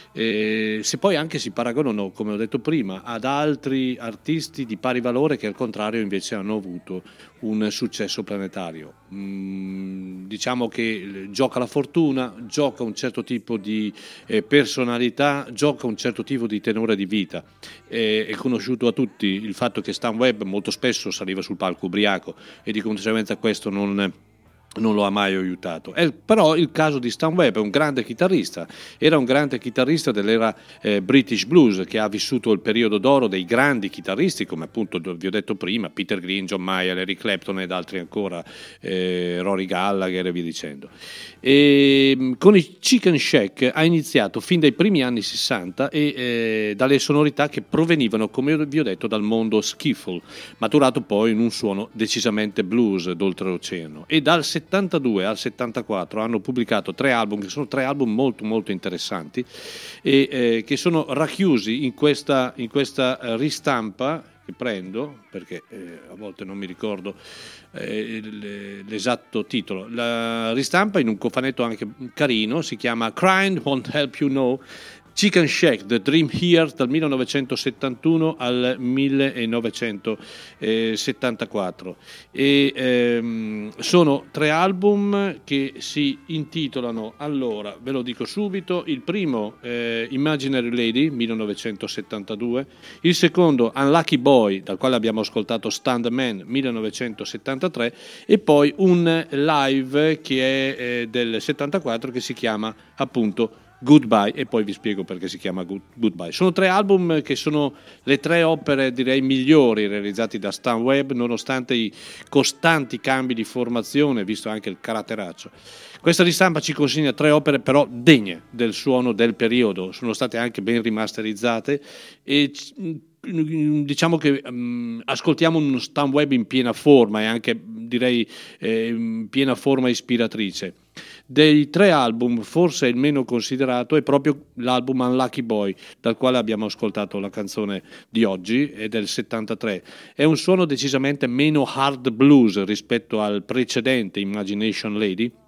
Eh, se poi anche si paragonano, come ho detto prima, ad altri artisti di pari valore che al contrario invece hanno avuto un successo planetario. Mm, diciamo che gioca la fortuna, gioca un certo tipo di eh, personalità, gioca un certo tipo di tenore di vita. Eh, è conosciuto a tutti il fatto che Stan Webb molto spesso saliva sul palco ubriaco e di conseguenza questo non non lo ha mai aiutato. È però il caso di Stan Webb, è un grande chitarrista, era un grande chitarrista dell'era eh, British Blues, che ha vissuto il periodo d'oro dei grandi chitarristi come appunto vi ho detto prima, Peter Green, John Mayer, Eric Clapton ed altri ancora, eh, Rory Gallagher e via dicendo. E con i Chicken Shack ha iniziato fin dai primi anni sessanta e eh, dalle sonorità che provenivano, come vi ho detto, dal mondo skiffle, maturato poi in un suono decisamente blues d'oltreoceano, e dal settantadue al settantaquattro hanno pubblicato tre album che sono tre album molto molto interessanti e eh, che sono racchiusi in questa, in questa ristampa che prendo perché eh, a volte non mi ricordo eh, l'esatto titolo. La ristampa in un cofanetto anche carino, si chiama Crying Won't Help You Know, Chicken Shack, The Dream Here, dal millenovecentosettantuno al millenovecentosettantaquattro, e ehm, sono tre album che si intitolano, allora ve lo dico subito, il primo eh, Imaginary Lady millenovecentosettantadue, il secondo Unlucky Boy, dal quale abbiamo ascoltato Stan the Man millenovecentosettantatré, e poi un live che è eh, del settantaquattro che si chiama appunto Goodbye, e poi vi spiego perché si chiama Goodbye. Sono tre album che sono le tre opere direi migliori realizzati da Stan Webb, nonostante i costanti cambi di formazione, visto anche il caratteraccio. Questa ristampa ci consegna tre opere però degne del suono del periodo, sono state anche ben rimasterizzate e diciamo che um, ascoltiamo uno Stan Webb in piena forma e anche direi eh, in piena forma ispiratrice. Dei tre album forse il meno considerato è proprio l'album Unlucky Boy, dal quale abbiamo ascoltato la canzone di oggi, è del settantatré. È un suono decisamente meno hard blues rispetto al precedente Imagination Lady,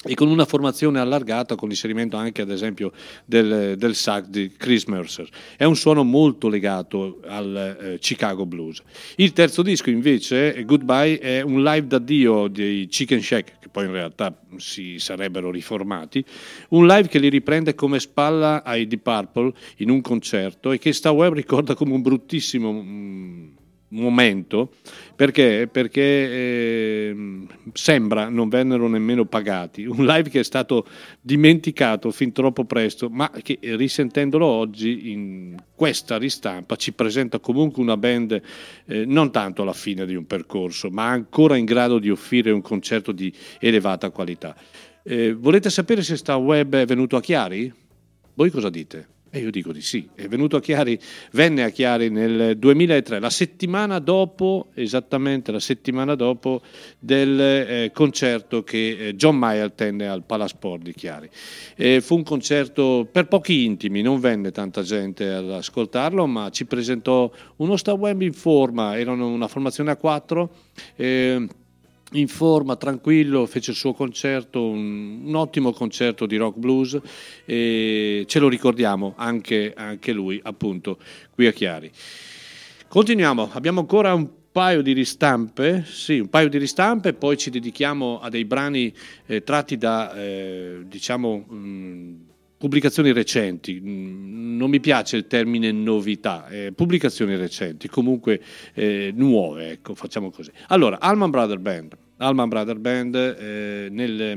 e con una formazione allargata con l'inserimento anche ad esempio del, del sax di Chris Mercer. È un suono molto legato al eh, Chicago Blues. Il terzo disco invece, Goodbye, è un live d'addio dei Chicken Shack, che poi in realtà si sarebbero riformati, un live che li riprende come spalla ai Deep Purple in un concerto e che Star Webb ricorda come un bruttissimo mm, momento perché, perché eh, sembra non vennero nemmeno pagati, un live che è stato dimenticato fin troppo presto, ma che risentendolo oggi in questa ristampa ci presenta comunque una band eh, non tanto alla fine di un percorso, ma ancora in grado di offrire un concerto di elevata qualità. Eh, volete sapere se Star Webb è venuto a Chiari? Voi cosa dite? E io dico di sì, è venuto a Chiari, venne a Chiari nel duemilatré, la settimana dopo, esattamente la settimana dopo del eh, concerto che eh, John Mayall tenne al Palasport di Chiari. Eh, fu un concerto per pochi intimi, non venne tanta gente ad ascoltarlo, ma ci presentò uno Star Webb in forma, erano una formazione a quattro, eh, in forma, tranquillo, fece il suo concerto, un, un ottimo concerto di rock blues e ce lo ricordiamo anche, anche lui appunto qui a Chiari. Continuiamo, abbiamo ancora un paio di ristampe, sì, un paio di ristampe, poi ci dedichiamo a dei brani eh, tratti da eh, diciamo mh, pubblicazioni recenti. Non mi piace il termine novità, eh, pubblicazioni recenti, comunque eh, nuove, ecco, facciamo così. Allora, Allman Brothers Band. Allman Brothers Band eh, nel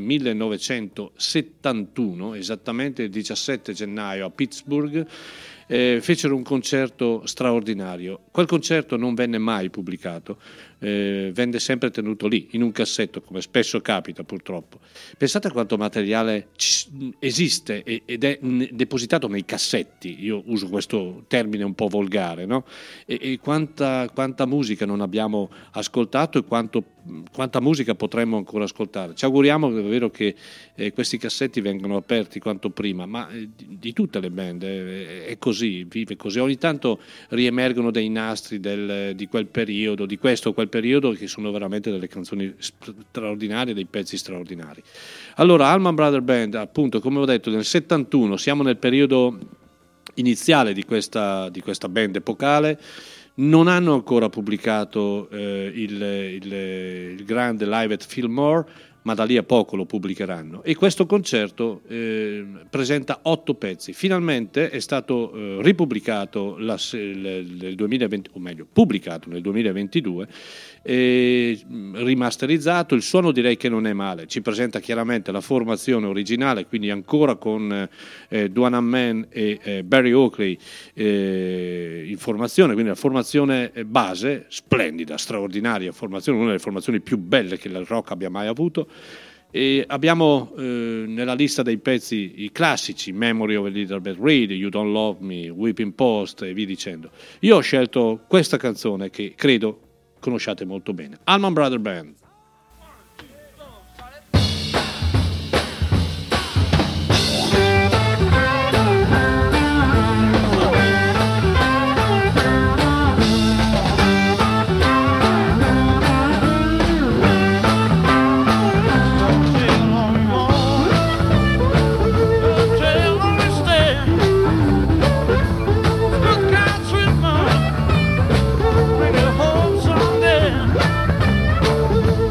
millenovecentosettantuno, esattamente il diciassette gennaio a Pittsburgh, eh, fecero un concerto straordinario. Quel concerto non venne mai pubblicato, eh, venne sempre tenuto lì, in un cassetto, come spesso capita purtroppo. Pensate a quanto materiale esiste ed è depositato nei cassetti, io uso questo termine un po' volgare, no? E, e quanta, quanta musica non abbiamo ascoltato e quanto, quanta musica potremmo ancora ascoltare. Ci auguriamo davvero che eh, questi cassetti vengano aperti quanto prima, ma eh, di, di tutte le band eh, è così, vive così. Ogni tanto riemergono dei nastri del, di quel periodo, di questo o quel periodo, che sono veramente delle canzoni straordinarie, dei pezzi straordinari. Allora, Allman Brothers Band, appunto, come ho detto, nel settantuno, siamo nel periodo iniziale di questa, di questa band epocale. Non hanno ancora pubblicato eh, il, il, il grande Live at Fillmore, ma da lì a poco lo pubblicheranno, e questo concerto eh, presenta otto pezzi. Finalmente è stato eh, ripubblicato la, nel duemilaventi, o meglio pubblicato nel duemilaventidue, e rimasterizzato. Il suono direi che non è male, ci presenta chiaramente la formazione originale, quindi ancora con eh, Duane Allman e eh, Barry Oakley eh, in formazione, quindi la formazione base splendida, straordinaria formazione, una delle formazioni più belle che il rock abbia mai avuto. E abbiamo eh, nella lista dei pezzi i classici Memory of Elizabeth Reed, You Don't Love Me, Whipping Post e via dicendo. Io ho scelto questa canzone che credo conosciate molto bene, Allman Brothers Band. Home someday.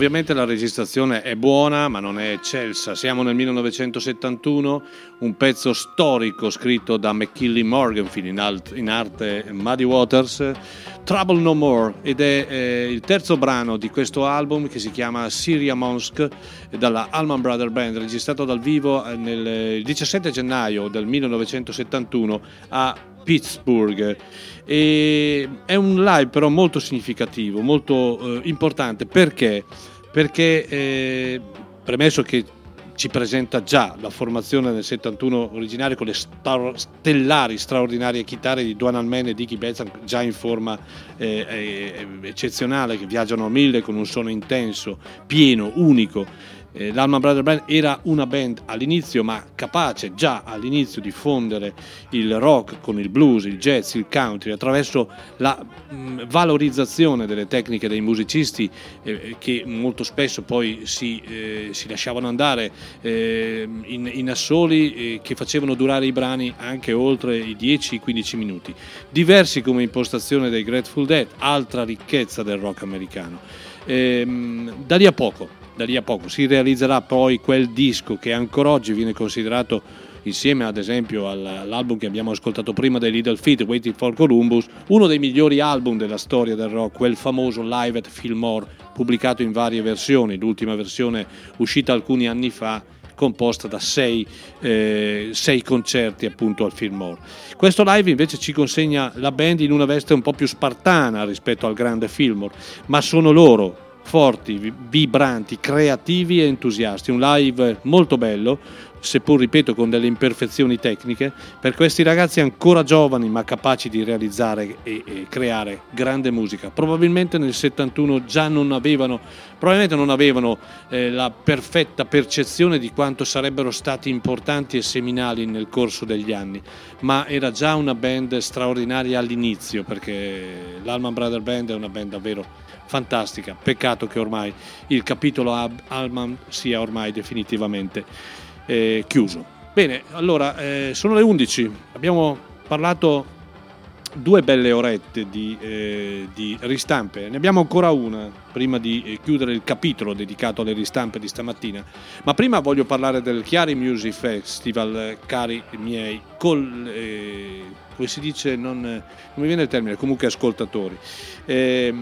ovviamente la registrazione è buona, ma non è eccelsa. Siamo nel millenovecentosettantuno, un pezzo storico scritto da McKinley Morganfield, in, alt- in arte Muddy Waters, Trouble No More, ed è eh, il terzo brano di questo album che si chiama Syria Monsk, dalla Allman Brothers Band, registrato dal vivo nel diciassette gennaio del millenovecentosettantuno a Pittsburgh. E è un live però molto significativo, molto eh, importante. Perché? Perché eh, premesso che ci presenta già la formazione del settantuno originaria con le star- stellari straordinarie chitarre di Duane Allman e Dickie Betts, già in forma eh, eh, eccezionale, che viaggiano a mille con un suono intenso, pieno, unico. Eh, L'Allman Brothers Band era una band all'inizio, ma capace già all'inizio di fondere il rock con il blues, il jazz, il country, attraverso la mh, valorizzazione delle tecniche dei musicisti eh, che molto spesso poi si, eh, si lasciavano andare eh, in, in assoli eh, che facevano durare i brani anche oltre i dieci quindici minuti. Diversi come impostazione dei Grateful Dead, altra ricchezza del rock americano. Eh, da lì a poco Da lì a poco si realizzerà poi quel disco che ancora oggi viene considerato, insieme ad esempio all'album che abbiamo ascoltato prima dei Little Feat, Waiting for Columbus, uno dei migliori album della storia del rock, quel famoso Live at Fillmore, pubblicato in varie versioni, l'ultima versione uscita alcuni anni fa, composta da sei, eh, sei concerti appunto al Fillmore. Questo live invece ci consegna la band in una veste un po' più spartana rispetto al grande Fillmore, ma sono loro forti, vibranti, creativi e entusiasti. Un live molto bello, seppur ripeto con delle imperfezioni tecniche, per questi ragazzi ancora giovani ma capaci di realizzare e, e creare grande musica. Probabilmente nel settantuno già non avevano probabilmente non avevano eh, la perfetta percezione di quanto sarebbero stati importanti e seminali nel corso degli anni, ma era già una band straordinaria all'inizio, perché l'Allman Brothers Band è una band davvero fantastica. Peccato che ormai il capitolo Allman sia ormai definitivamente eh, chiuso. Bene, allora eh, sono le undici, abbiamo parlato due belle orette di, eh, di ristampe, ne abbiamo ancora una prima di eh, chiudere il capitolo dedicato alle ristampe di stamattina, ma prima voglio parlare del Chiari Music Festival, eh, cari miei col, eh, come si dice, non, non mi viene il termine, comunque ascoltatori. Eh,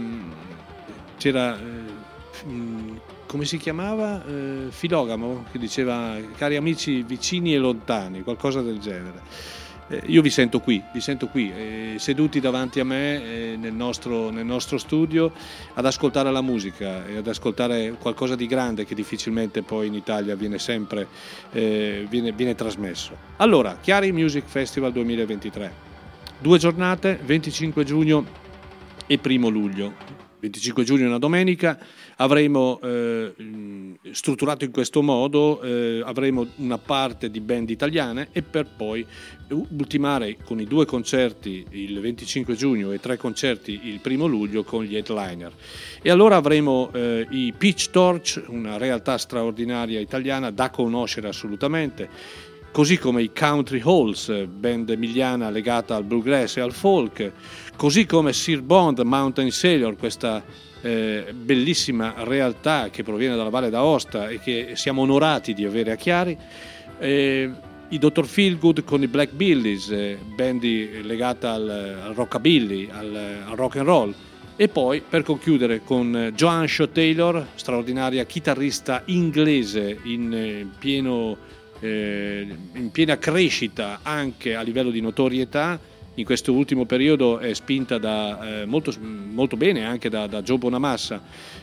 c'era eh, come si chiamava? Eh, Filogamo, che diceva cari amici vicini e lontani, qualcosa del genere. Eh, io vi sento qui, vi sento qui, eh, seduti davanti a me eh, nel, nostro, nel nostro studio ad ascoltare la musica e ad ascoltare qualcosa di grande che difficilmente poi in Italia viene sempre eh, viene, viene trasmesso. Allora, Chiari Music Festival duemilaventitré, due giornate, venticinque giugno e primo luglio. venticinque giugno è una domenica, avremo eh, strutturato in questo modo, eh, avremo una parte di band italiane e per poi ultimare con i due concerti il venticinque giugno e tre concerti il primo luglio con gli headliner. E allora avremo eh, i Peach Torch, una realtà straordinaria italiana da conoscere assolutamente, così come i Country Halls, band emiliana legata al bluegrass e al folk, così come Sir Bond Mountain Sailor, questa eh, bellissima realtà che proviene dalla Valle d'Aosta e che siamo onorati di avere a Chiari, eh, i doctor Feelgood con i Black Billies, eh, band legata al, al rockabilly, al, al rock and roll, e poi per concludere con Joan Shaw Taylor, straordinaria chitarrista inglese in eh, pieno eh, in piena crescita anche a livello di notorietà. In questo ultimo periodo è spinta da, eh, molto, molto bene anche da, da Joe Bonamassa,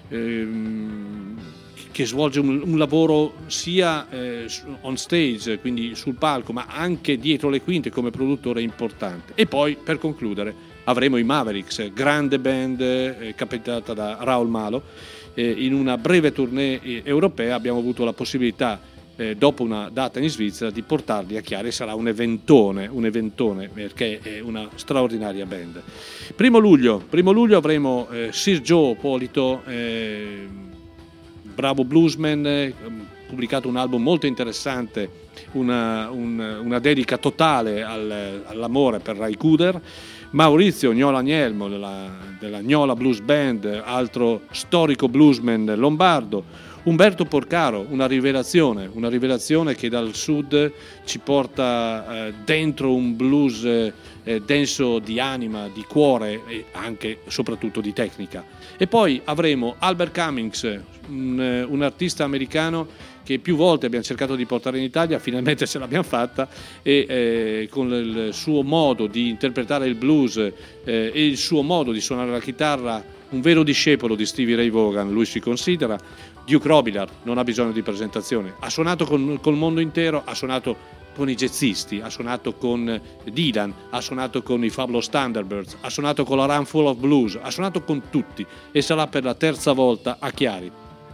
ehm, che svolge un, un lavoro sia eh, on stage, quindi sul palco, ma anche dietro le quinte come produttore importante. E poi per concludere avremo i Mavericks, grande band eh, capitata da Raul Malo. Eh, in una breve tournée eh, europea abbiamo avuto la possibilità, Eh, dopo una data in Svizzera, di portarli a Chiari. Sarà un eventone, un eventone perché è una straordinaria band. Primo luglio, primo luglio avremo eh, Sir Joe Polito, eh, bravo bluesman, eh, pubblicato un album molto interessante, una, un, una dedica totale al, all'amore per Ray Cooder, Maurizio Gnola Agnelmo della, della Gnola Blues Band, altro storico bluesman lombardo. Umberto Porcaro, una rivelazione, una rivelazione che dal sud ci porta eh, dentro un blues eh, denso di anima, di cuore e anche soprattutto di tecnica. E poi avremo Albert Cummings, un, un artista americano che più volte abbiamo cercato di portare in Italia, finalmente ce l'abbiamo fatta, e eh, con il suo modo di interpretare il blues eh, e il suo modo di suonare la chitarra, un vero discepolo di Stevie Ray Vaughan, lui si considera. Duke Robillard non ha bisogno di presentazione, ha suonato con, col mondo intero, ha suonato con i jazzisti, ha suonato con Dylan, ha suonato con i Fabulous Thunderbirds, ha suonato con la Run Full of Blues, ha suonato con tutti e sarà per la terza volta a Chiari.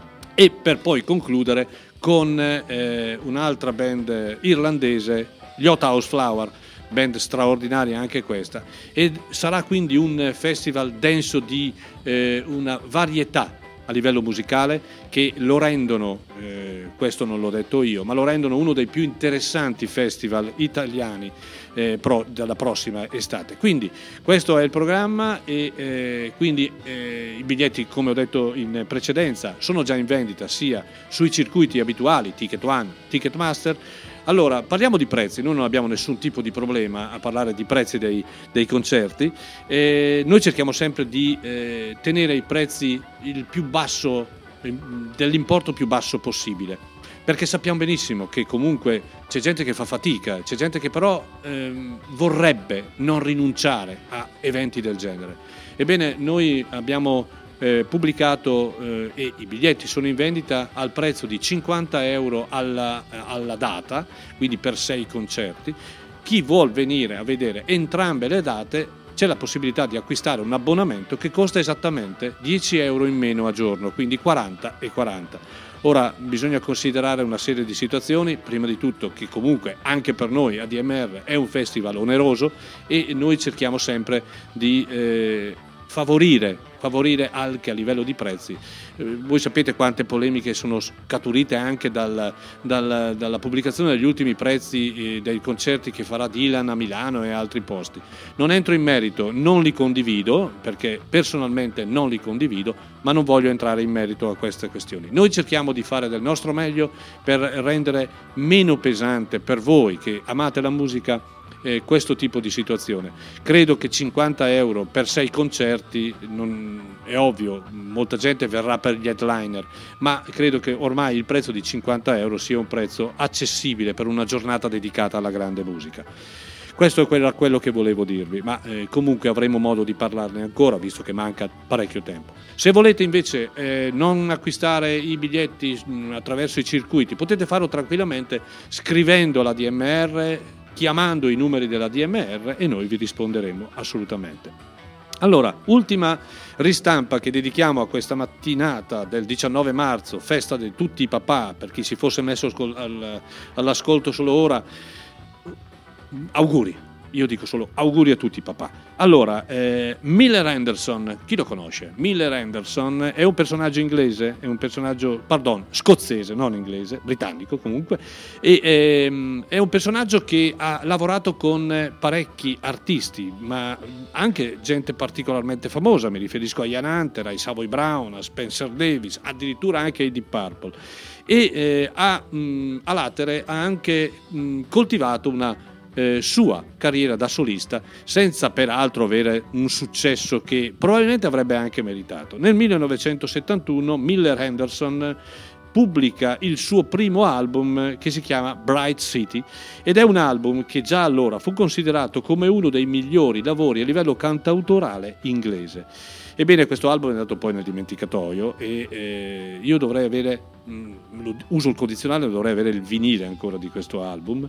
E per poi concludere con eh, un'altra band irlandese, gli Hot House Flower, band straordinaria anche questa, e sarà quindi un festival denso di eh, una varietà a livello musicale che lo rendono, eh, questo non l'ho detto io, ma lo rendono uno dei più interessanti festival italiani eh, pro, della prossima estate. Quindi questo è il programma e eh, quindi eh, i biglietti, come ho detto in precedenza, sono già in vendita sia sui circuiti abituali, Ticket One, Ticketmaster. Allora, parliamo di prezzi, noi non abbiamo nessun tipo di problema a parlare di prezzi dei, dei concerti, eh, noi cerchiamo sempre di eh, tenere i prezzi il più basso, dell'importo più basso possibile, perché sappiamo benissimo che comunque c'è gente che fa fatica, c'è gente che però ehm, vorrebbe non rinunciare a eventi del genere. Ebbene, noi abbiamo Eh, pubblicato eh, e i biglietti sono in vendita al prezzo di cinquanta euro alla, alla data, quindi per sei concerti. Chi vuol venire a vedere entrambe le date c'è la possibilità di acquistare un abbonamento che costa esattamente dieci euro in meno a giorno, quindi quaranta e quaranta. Ora bisogna considerare una serie di situazioni, prima di tutto che comunque anche per noi A D M R è un festival oneroso e noi cerchiamo sempre di eh, favorire favorire anche a livello di prezzi. Eh, voi sapete quante polemiche sono scaturite anche dal, dal, dalla pubblicazione degli ultimi prezzi eh, dei concerti che farà Dylan a Milano e altri posti. Non entro in merito, non li condivido, perché personalmente non li condivido, ma non voglio entrare in merito a queste questioni. Noi cerchiamo di fare del nostro meglio per rendere meno pesante per voi che amate la musica Eh, questo tipo di situazione. Credo che cinquanta euro per sei concerti, non, è ovvio, molta gente verrà per gli headliner, ma credo che ormai il prezzo di cinquanta euro sia un prezzo accessibile per una giornata dedicata alla grande musica. Questo è quello, quello che volevo dirvi, ma eh, comunque avremo modo di parlarne ancora, visto che manca parecchio tempo. Se volete invece eh, non acquistare i biglietti mh, attraverso i circuiti, potete farlo tranquillamente scrivendo alla D M R, chiamando i numeri della D M R e noi vi risponderemo assolutamente. Allora, ultima ristampa che dedichiamo a questa mattinata del diciannove marzo, festa di tutti i papà, per chi si fosse messo all'ascolto solo ora, auguri. Io dico solo auguri a tutti i papà. Allora, eh, Miller Anderson, chi lo conosce? Miller Anderson è un personaggio inglese, è un personaggio, pardon, scozzese, non inglese, britannico comunque, e ehm, è un personaggio che ha lavorato con parecchi artisti, ma anche gente particolarmente famosa, mi riferisco a Ian Hunter, ai Savoy Brown, a Spencer Davis, addirittura anche ai Deep Purple. E eh, a, mh, a latere ha anche mh, coltivato una Eh, sua carriera da solista, senza peraltro avere un successo che probabilmente avrebbe anche meritato. Nel millenovecentosettantuno Miller Anderson pubblica il suo primo album che si chiama Bright City ed è un album che già allora fu considerato come uno dei migliori lavori a livello cantautorale inglese. Ebbene, questo album è andato poi nel dimenticatoio e eh, io dovrei avere, mh, uso il condizionale, dovrei avere il vinile ancora di questo album.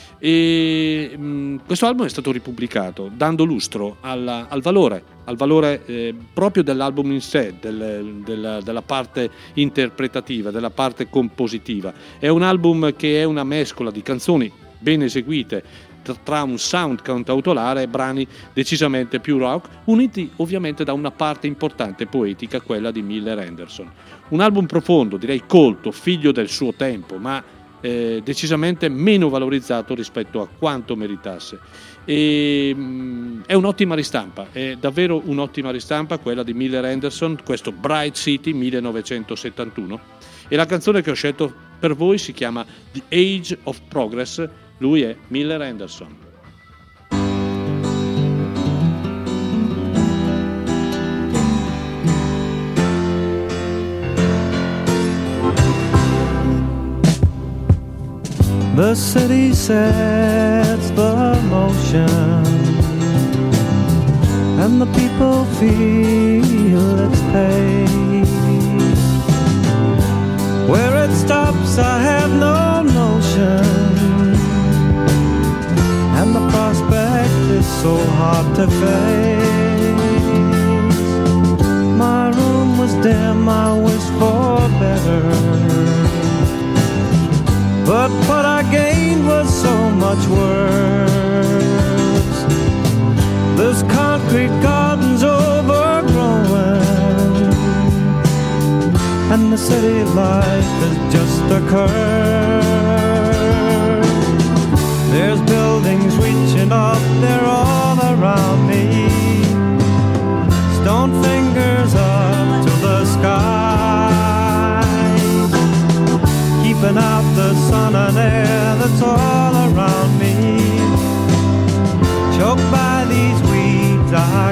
E mh, questo album è stato ripubblicato dando lustro alla, al valore al valore eh, proprio dell'album in sé, del, della, della parte interpretativa, della parte compositiva. È un album che è una mescola di canzoni ben eseguite tra un sound cantautorale e brani decisamente più rock, uniti ovviamente da una parte importante poetica, quella di Miller Anderson. Un album profondo, direi colto, figlio del suo tempo, ma eh, decisamente meno valorizzato rispetto a quanto meritasse. E, mh, è un'ottima ristampa, è davvero un'ottima ristampa quella di Miller Anderson, questo Bright City millenovecentosettantuno, e la canzone che ho scelto per voi si chiama The Age of Progress. Lui è Miller Anderson. The city sets the motion, and the people feel its pace. Where it stops I have no notion, and the prospect is so hard to face. My room was dim, I wished for better, but what I gained was so much worse. This concrete garden's overgrowing, and the city life is just a curse. There's buildings reaching up, they're all around me, stone fingers up to the sky, keeping out the sun and air that's all around me. Choked by these weeds I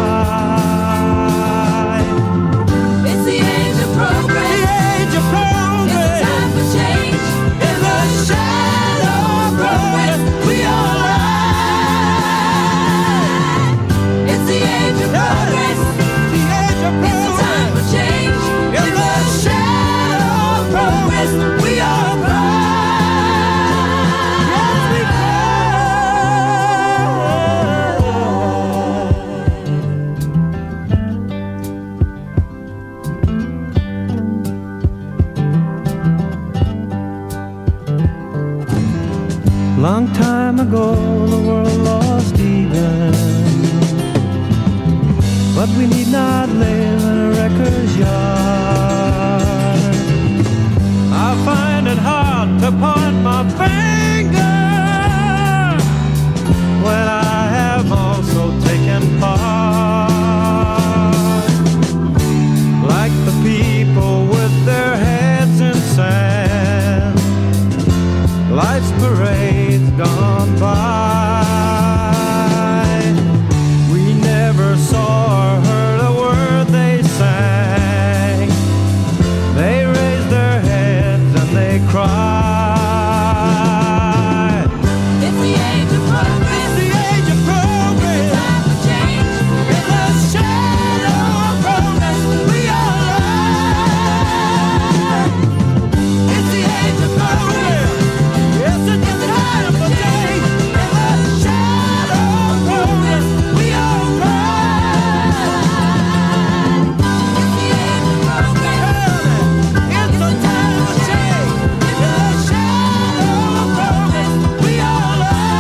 cry. It's the age of progress. The age of progress. It's a time for change. In the shadow of progress, we all ride. It's the age of progress. The age of progress. It's a time for change. In the shadow of progress, we all ride. Yes, we Long time ago the world lost Eden, but we need not live in a wrecker's yard. I find it hard to point my finger when I have also taken part, like the people with their heads in sand. Life's parade's gone by. We never saw or heard a word they sang. They raised their heads and they cried. It's the age of progress. The age of progress. Time for change. In the shadow of progress, we all ride. It's the age of progress. Yes, it's the time for change. In the shadow of progress, we all ride. It's the age of progress. It's the time for change. In the shadow of progress, we all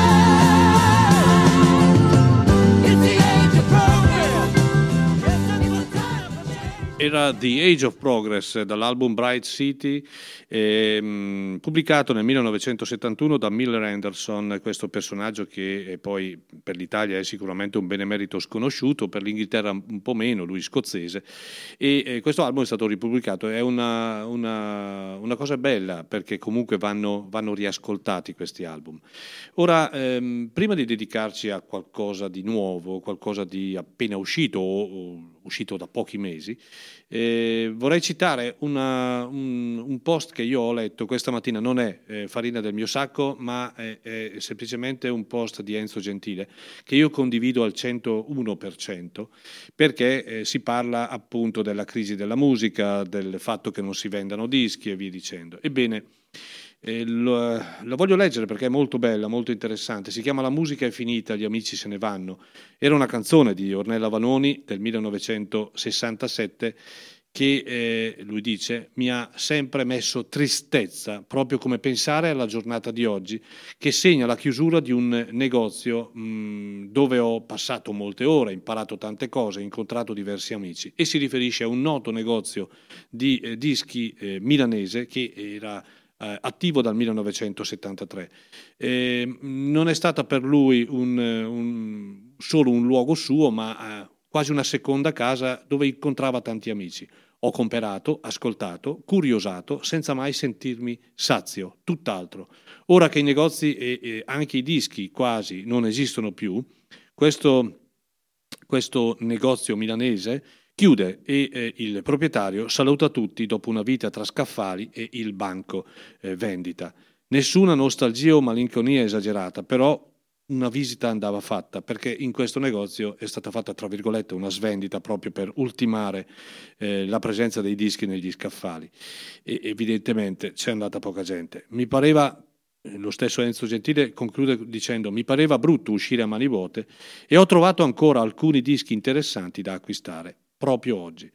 ride. It's the age of progress. Yes, it's the time for change. Era The Age of Progress dall'album Bright City, ehm, pubblicato nel millenovecentosettantuno da Miller Anderson, questo personaggio che eh, poi per l'Italia è sicuramente un benemerito sconosciuto, per l'Inghilterra un po' meno, lui scozzese, e eh, questo album è stato ripubblicato. È una, una, una cosa bella, perché comunque vanno, vanno riascoltati questi album. Ora, ehm, prima di dedicarci a qualcosa di nuovo, qualcosa di appena uscito o, o uscito da pochi mesi, eh, vorrei citare una, un, un post che io ho letto questa mattina. Non è eh, farina del mio sacco, ma è, è semplicemente un post di Enzo Gentile che io condivido al centouno per cento, perché eh, si parla appunto della crisi della musica, del fatto che non si vendano dischi e via dicendo. Ebbene, Eh, lo, lo voglio leggere perché è molto bella, molto interessante. Si chiama La musica è finita, gli amici se ne vanno. Era una canzone di Ornella Vanoni del millenovecentosessantasette che, eh, lui dice, mi ha sempre messo tristezza, proprio come pensare alla giornata di oggi, che segna la chiusura di un negozio mh, dove ho passato molte ore, imparato tante cose, incontrato diversi amici. E si riferisce a un noto negozio di eh, dischi eh, milanese che era eh, attivo dal millenovecentosettantatré. Eh, non è stata per lui un, un, solo un luogo suo, ma eh, quasi una seconda casa dove incontrava tanti amici. Ho comperato, ascoltato, curiosato, senza mai sentirmi sazio, tutt'altro. Ora che i negozi e, e anche i dischi quasi non esistono più, questo, questo negozio milanese chiude e eh, il proprietario saluta tutti dopo una vita tra scaffali e il banco eh, vendita. Nessuna nostalgia o malinconia esagerata, però una visita andava fatta, perché in questo negozio è stata fatta, tra virgolette, una svendita proprio per ultimare eh, la presenza dei dischi negli scaffali. E evidentemente c'è andata poca gente. Mi pareva, lo stesso Enzo Gentile conclude dicendo, mi pareva brutto uscire a mani vuote e ho trovato ancora alcuni dischi interessanti da acquistare, proprio oggi.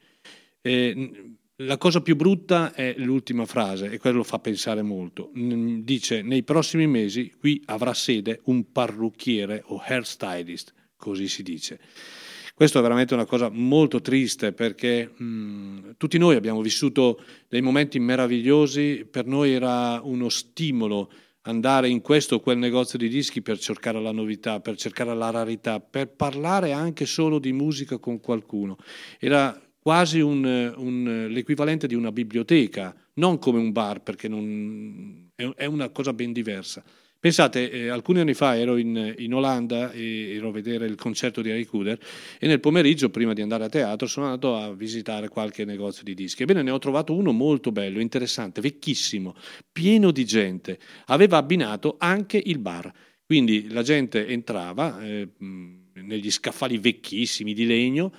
Eh, La cosa più brutta è l'ultima frase, e quello fa pensare molto. Dice, nei prossimi mesi qui avrà sede un parrucchiere o hairstylist, così si dice. Questo è veramente una cosa molto triste, perché mh, tutti noi abbiamo vissuto dei momenti meravigliosi, per noi era uno stimolo andare in questo o quel negozio di dischi per cercare la novità, per cercare la rarità, per parlare anche solo di musica con qualcuno. Era quasi un, un, l'equivalente di una biblioteca, non come un bar, perché non, è, è una cosa ben diversa. Pensate, eh, alcuni anni fa ero in, in Olanda e ero a vedere il concerto di Ray Cooder e nel pomeriggio, prima di andare a teatro, sono andato a visitare qualche negozio di dischi. Ebbene, ne ho trovato uno molto bello, interessante, vecchissimo, pieno di gente. Aveva abbinato anche il bar. Quindi la gente entrava eh, negli scaffali vecchissimi di legno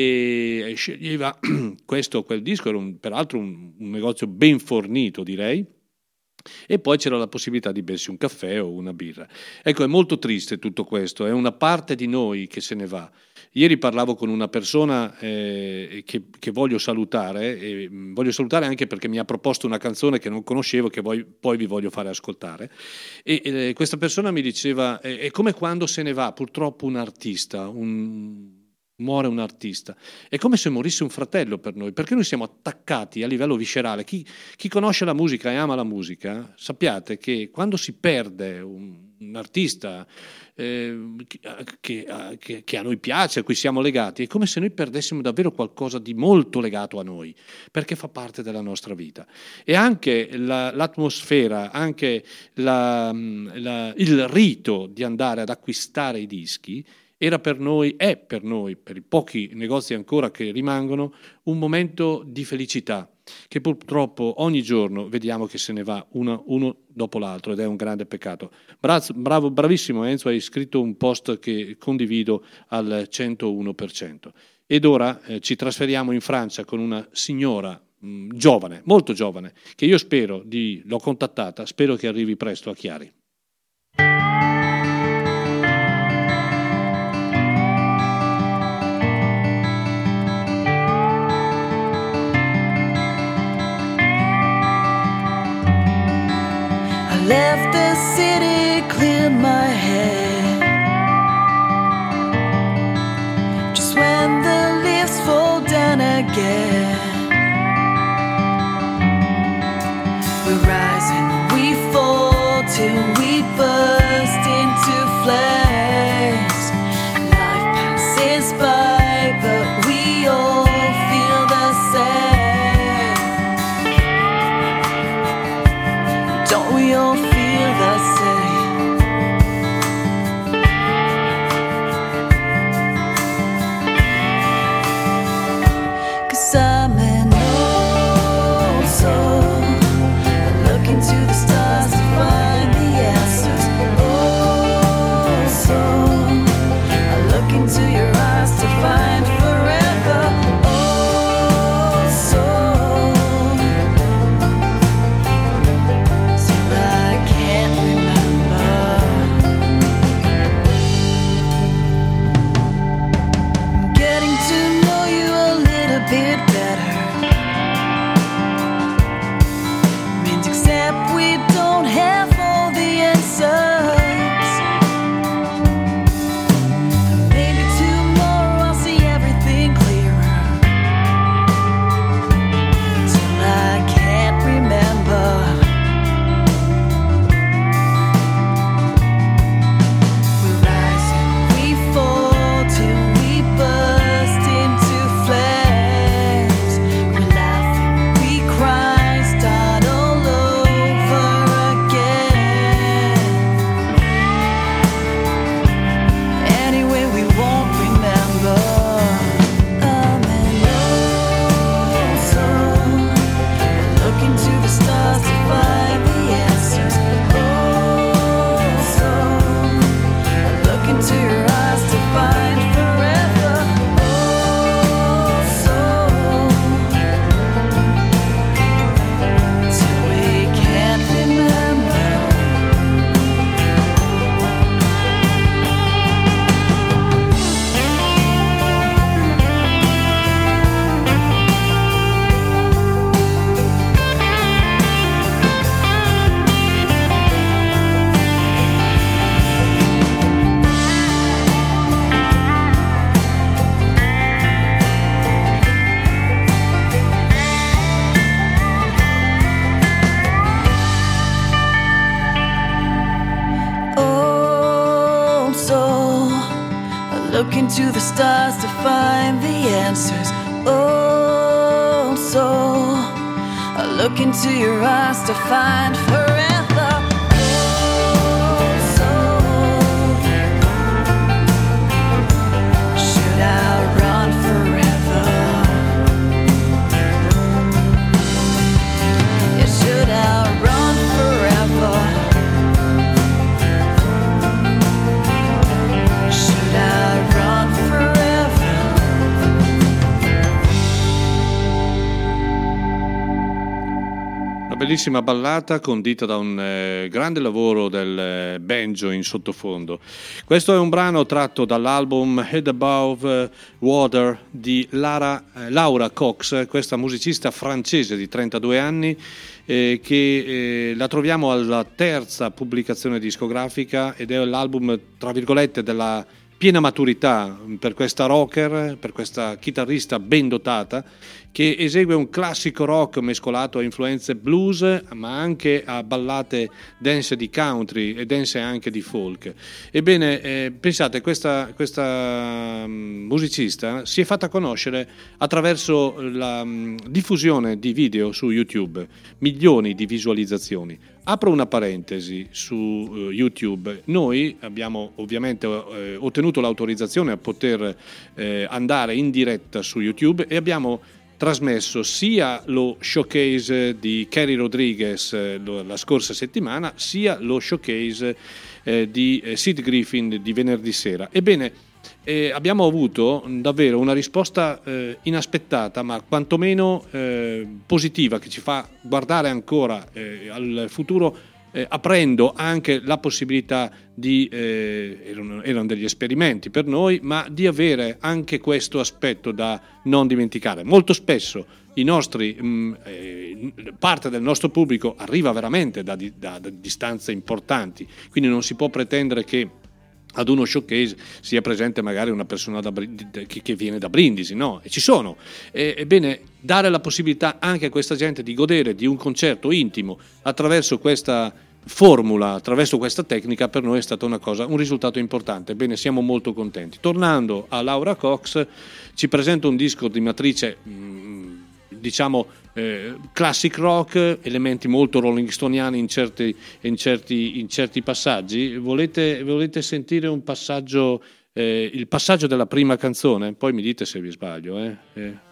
e sceglieva questo o quel disco, era un, peraltro un, un negozio ben fornito, direi, e poi c'era la possibilità di bersi un caffè o una birra. Ecco, è molto triste tutto questo, è una parte di noi che se ne va. Ieri parlavo con una persona eh, che, che voglio salutare, e voglio salutare anche perché mi ha proposto una canzone che non conoscevo, che poi, poi vi voglio fare ascoltare, e eh, questa persona mi diceva, eh, è come quando se ne va purtroppo un artista, un muore un artista, è come se morisse un fratello per noi, perché noi siamo attaccati a livello viscerale. Chi, chi conosce la musica e ama la musica, sappiate che quando si perde un, un artista eh, che, che, che a noi piace, a cui siamo legati, è come se noi perdessimo davvero qualcosa di molto legato a noi, perché fa parte della nostra vita. E anche la, l'atmosfera, anche la, la, il rito di andare ad acquistare i dischi era per noi, è per noi, per i pochi negozi ancora che rimangono, un momento di felicità che purtroppo ogni giorno vediamo che se ne va uno, uno dopo l'altro, ed è un grande peccato. Bravo, bravo, bravissimo Enzo, hai scritto un post che condivido al centouno per cento. Ed ora eh, ci trasferiamo in Francia con una signora mh, giovane, molto giovane, che io spero di, l'ho contattata, spero che arrivi presto a Chiari. Left the city, cleared my head. Just when the leaves fall down again, we rise and we fall till we burst into flames. Life passes by, but we all feel the same. Don't we all feel the same? Cause I'm an old soul, I look into the stars to find the to the stars to find the answers. Oh, soul, I look into your eyes to find forever. Oh, soul, should I run forever? Yeah, should I run forever? Should I run forever? Una bellissima ballata condita da un eh, grande lavoro del eh, banjo in sottofondo. Questo è un brano tratto dall'album Head Above Water di Lara, eh, Laura Cox, questa musicista francese di trentadue anni eh, che eh, la troviamo alla terza pubblicazione discografica ed è l'album, tra virgolette, della piena maturità per questa rocker, per questa chitarrista ben dotata, che esegue un classico rock mescolato a influenze blues, ma anche a ballate dense di country e dense anche di folk. Ebbene, eh, pensate, questa, questa um, musicista si è fatta conoscere attraverso la um, diffusione di video su YouTube, milioni di visualizzazioni. Apro una parentesi su uh, YouTube. Noi abbiamo ovviamente eh, ottenuto l'autorizzazione a poter eh, andare in diretta su YouTube e abbiamo trasmesso sia lo showcase di Kerry Rodriguez eh, la scorsa settimana, sia lo showcase eh, di eh, Sid Griffin di venerdì sera. Ebbene, eh, abbiamo avuto davvero una risposta eh, inaspettata, ma quantomeno eh, positiva, che ci fa guardare ancora eh, al futuro, eh, aprendo anche la possibilità di, eh, erano, erano degli esperimenti per noi, ma di avere anche questo aspetto da non dimenticare. Molto spesso i nostri mh, eh, parte del nostro pubblico arriva veramente da, da, da distanze importanti, quindi non si può pretendere che ad uno showcase sia presente magari una persona da, che, che viene da Brindisi, no? E ci sono. E, ebbene, dare la possibilità anche a questa gente di godere di un concerto intimo attraverso questa formula, attraverso questa tecnica, per noi è stata una cosa, un risultato importante. Ebbene, siamo molto contenti. Tornando a Laura Cox, ci presenta un disco di matrice mh, diciamo eh, classic rock, elementi molto rolling stoniani in certi, in certi, in certi passaggi. Volete, volete sentire un passaggio, eh, il passaggio della prima canzone? Poi mi dite se vi sbaglio. Eh? Eh.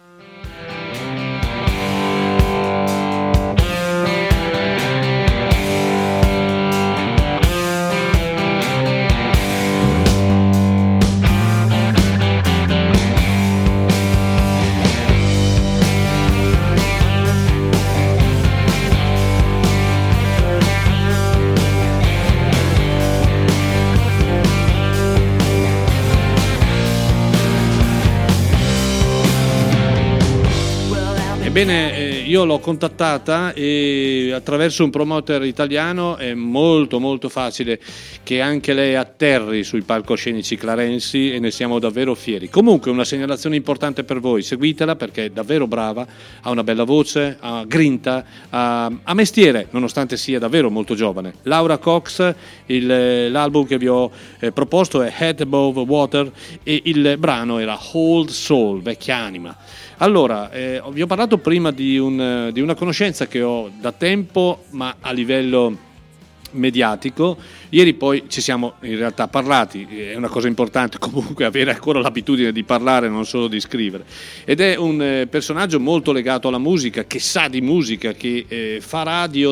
Ebbene, eh, io l'ho contattata e attraverso un promoter italiano è molto molto facile che anche lei atterri sui palcoscenici clarensi e ne siamo davvero fieri. Comunque una segnalazione importante per voi, seguitela perché è davvero brava, ha una bella voce, ha grinta, ha, ha mestiere, nonostante sia davvero molto giovane. Laura Cox, il, l'album che vi ho eh, proposto è Head Above Water e il brano era Old Soul, vecchia anima. Allora, eh, vi ho parlato prima di, un, di una conoscenza che ho da tempo, ma a livello mediatico. Ieri poi ci siamo in realtà parlati, è una cosa importante comunque avere ancora l'abitudine di parlare, non solo di scrivere, ed è un eh, personaggio molto legato alla musica, che sa di musica, che eh, fa radio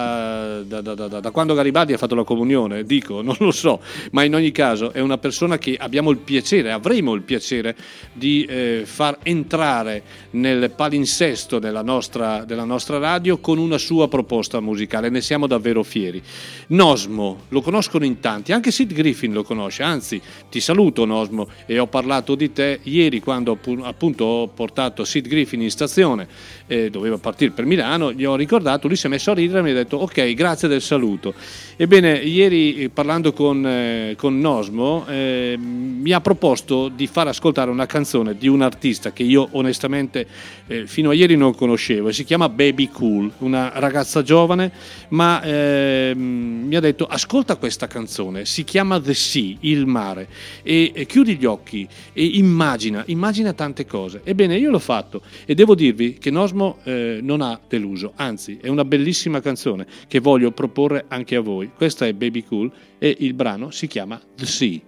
da, da, da, da, da quando Garibaldi ha fatto la comunione, dico, non lo so, ma in ogni caso è una persona che abbiamo il piacere, avremo il piacere di eh, far entrare nel palinsesto della nostra, della nostra radio con una sua proposta musicale, ne siamo davvero fieri. Nosmo, lo conoscono in tanti, anche Sid Griffin lo conosce, anzi ti saluto Nosmo, e ho parlato di te ieri quando appunto ho portato Sid Griffin in stazione, eh, doveva partire per Milano, gli ho ricordato, lui si è messo a ridere e mi ha detto ok, grazie del saluto. Ebbene, ieri parlando con, eh, con Nosmo eh, mi ha proposto di far ascoltare una canzone di un artista che io onestamente eh, fino a ieri non conoscevo, e si chiama Baby Cool, una ragazza giovane, ma eh, mi ha detto ascolta ascolta questa canzone, si chiama The Sea, il mare, e, e chiudi gli occhi e immagina, immagina tante cose. Ebbene, io l'ho fatto e devo dirvi che Nosmo eh, non ha deluso, anzi è una bellissima canzone che voglio proporre anche a voi. Questa è Baby Cool e il brano si chiama The Sea.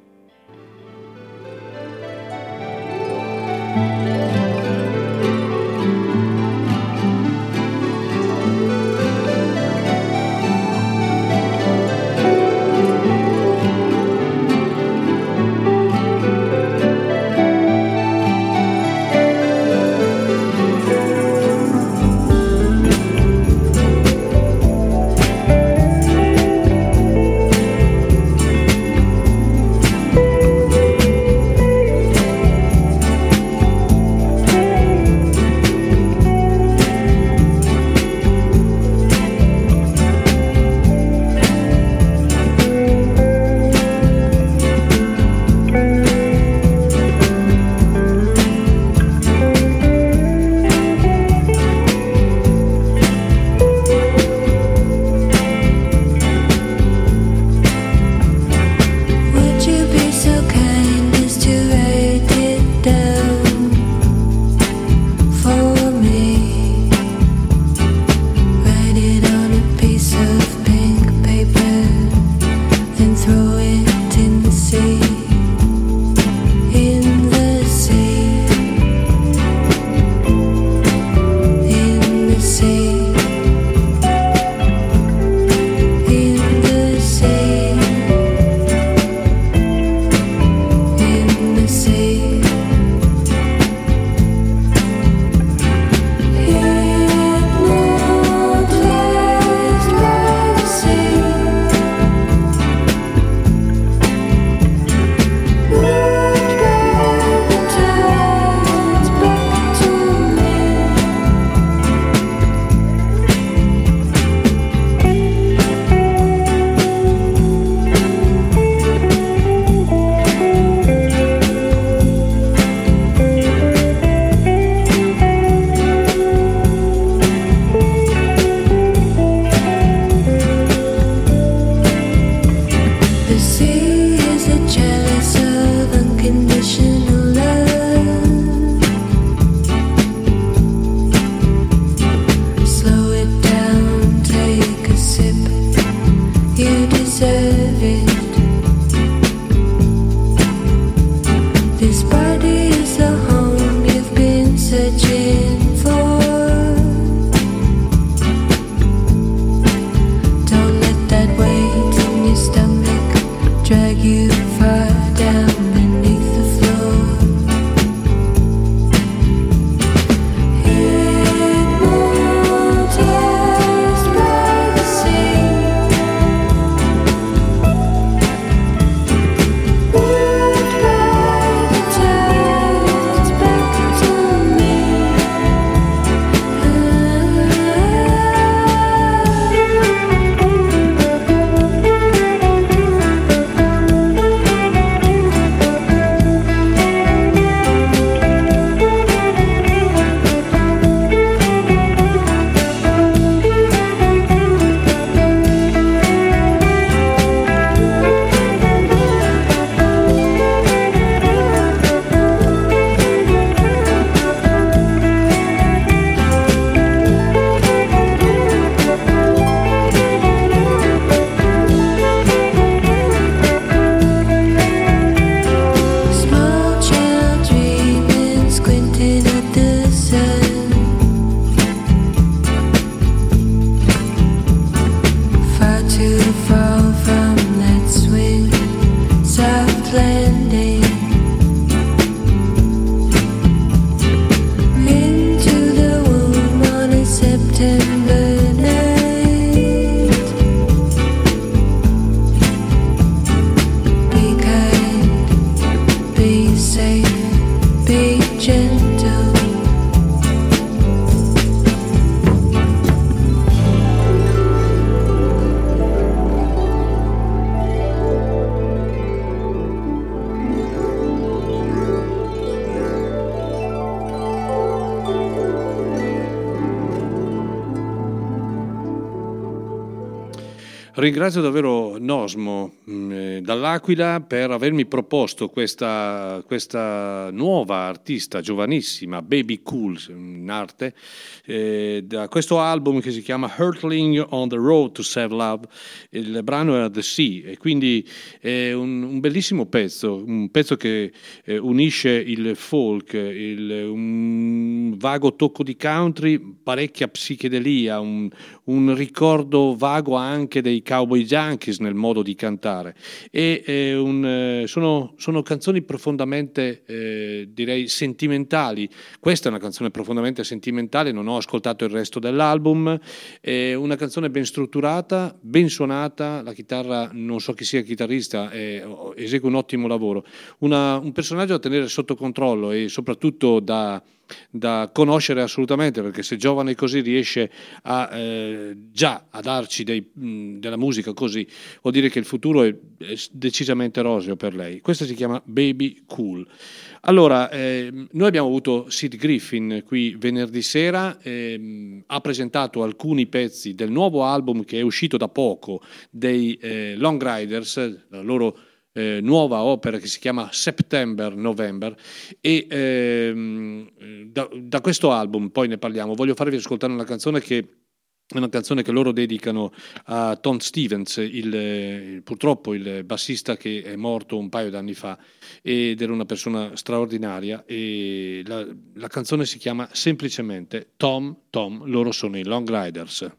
Ringrazio davvero Nosmo mh, dall'Aquila per avermi proposto questa, questa nuova artista giovanissima, Baby Cool in arte, eh, da questo album che si chiama Hurtling on the Road to Save Love. Il brano era The Sea e quindi è un, un bellissimo pezzo, un pezzo che eh, unisce il folk, il, un vago tocco di country, parecchia psichedelia, un, un ricordo vago anche dei Cowboy Yankees nel modo di cantare e eh, un, eh, sono, sono canzoni profondamente eh, direi sentimentali. Questa è una canzone profondamente sentimentale, non ho ascoltato il resto dell'album, è una canzone ben strutturata, ben suonata, la chitarra non so chi sia il chitarrista, eh, esegue un ottimo lavoro, una, un personaggio da tenere sotto controllo e soprattutto da da conoscere assolutamente, perché se giovane così riesce a eh, già a darci dei, mh, della musica così, vuol dire che il futuro è, è decisamente roseo per lei. Questa si chiama Baby Cool. Allora, eh, noi abbiamo avuto Sid Griffin qui venerdì sera, eh, ha presentato alcuni pezzi del nuovo album che è uscito da poco dei eh, Long Riders, la loro Eh, nuova opera che si chiama September November e ehm, da, da questo album poi ne parliamo. Voglio farvi ascoltare una canzone che è una canzone che loro dedicano a Tom Stevens, il, il, purtroppo il bassista che è morto un paio d'anni fa ed era una persona straordinaria, e la, la canzone si chiama semplicemente Tom Tom, loro sono i Long Riders.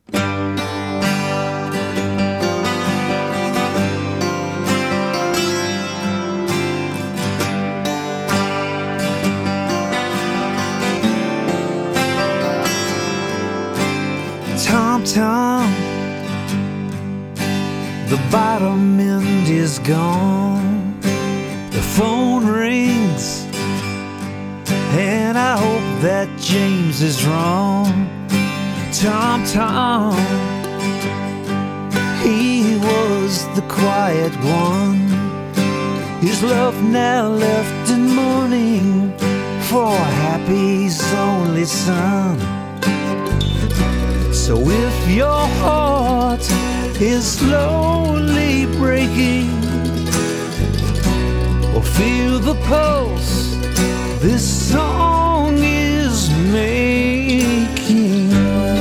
Tom, Tom, the bottom end is gone. The phone rings, and I hope that James is wrong. Tom, Tom, he was the quiet one. His love now left in mourning for Happy's only son. So if your heart is slowly breaking, or feel the pulse this song is making,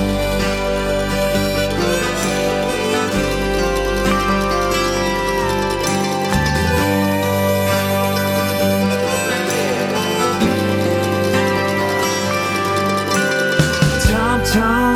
Tom, Tom,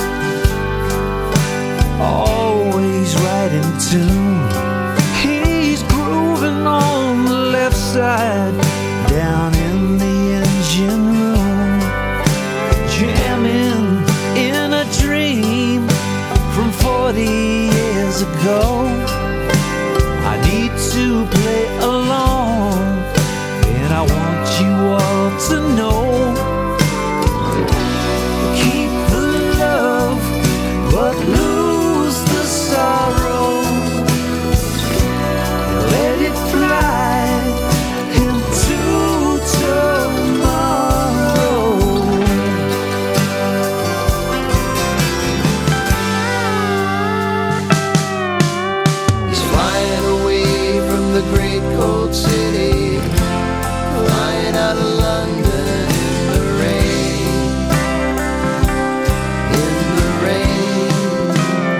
always right in tune. He's grooving on the left side, down in the engine room, jamming in a dream from forty years ago. I need to play along, and I want you all to know. Keep the love, but lose the sorrow. Let it fly into tomorrow. He's flying away from the great cold city, flying out of London in the rain, in the rain.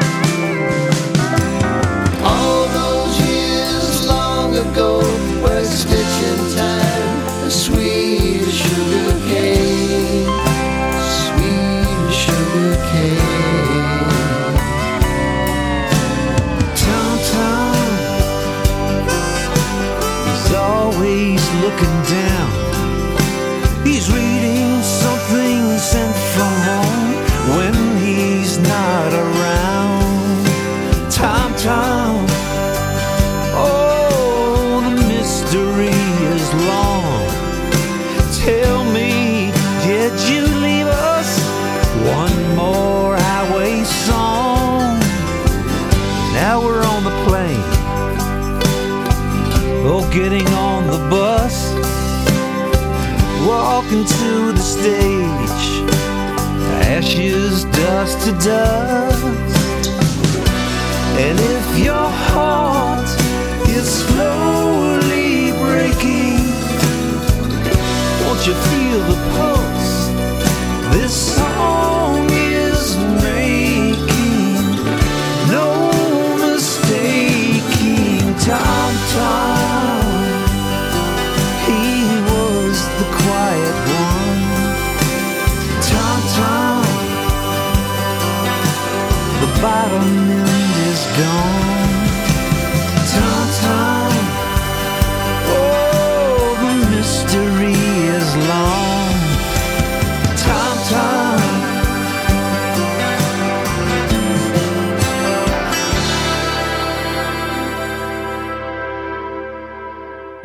All those years long ago were stitching time, a sweet sugar cane, sweet sugar cane. Tom, Tom, he's always looking down. He's reading something sent from home when he's not around. Tom, Tom, oh, the mystery is long. Tell me, did you leave us one more highway song? Now we're on the plane, oh, getting on the bus, walking to the stage, ashes, dust to dust. And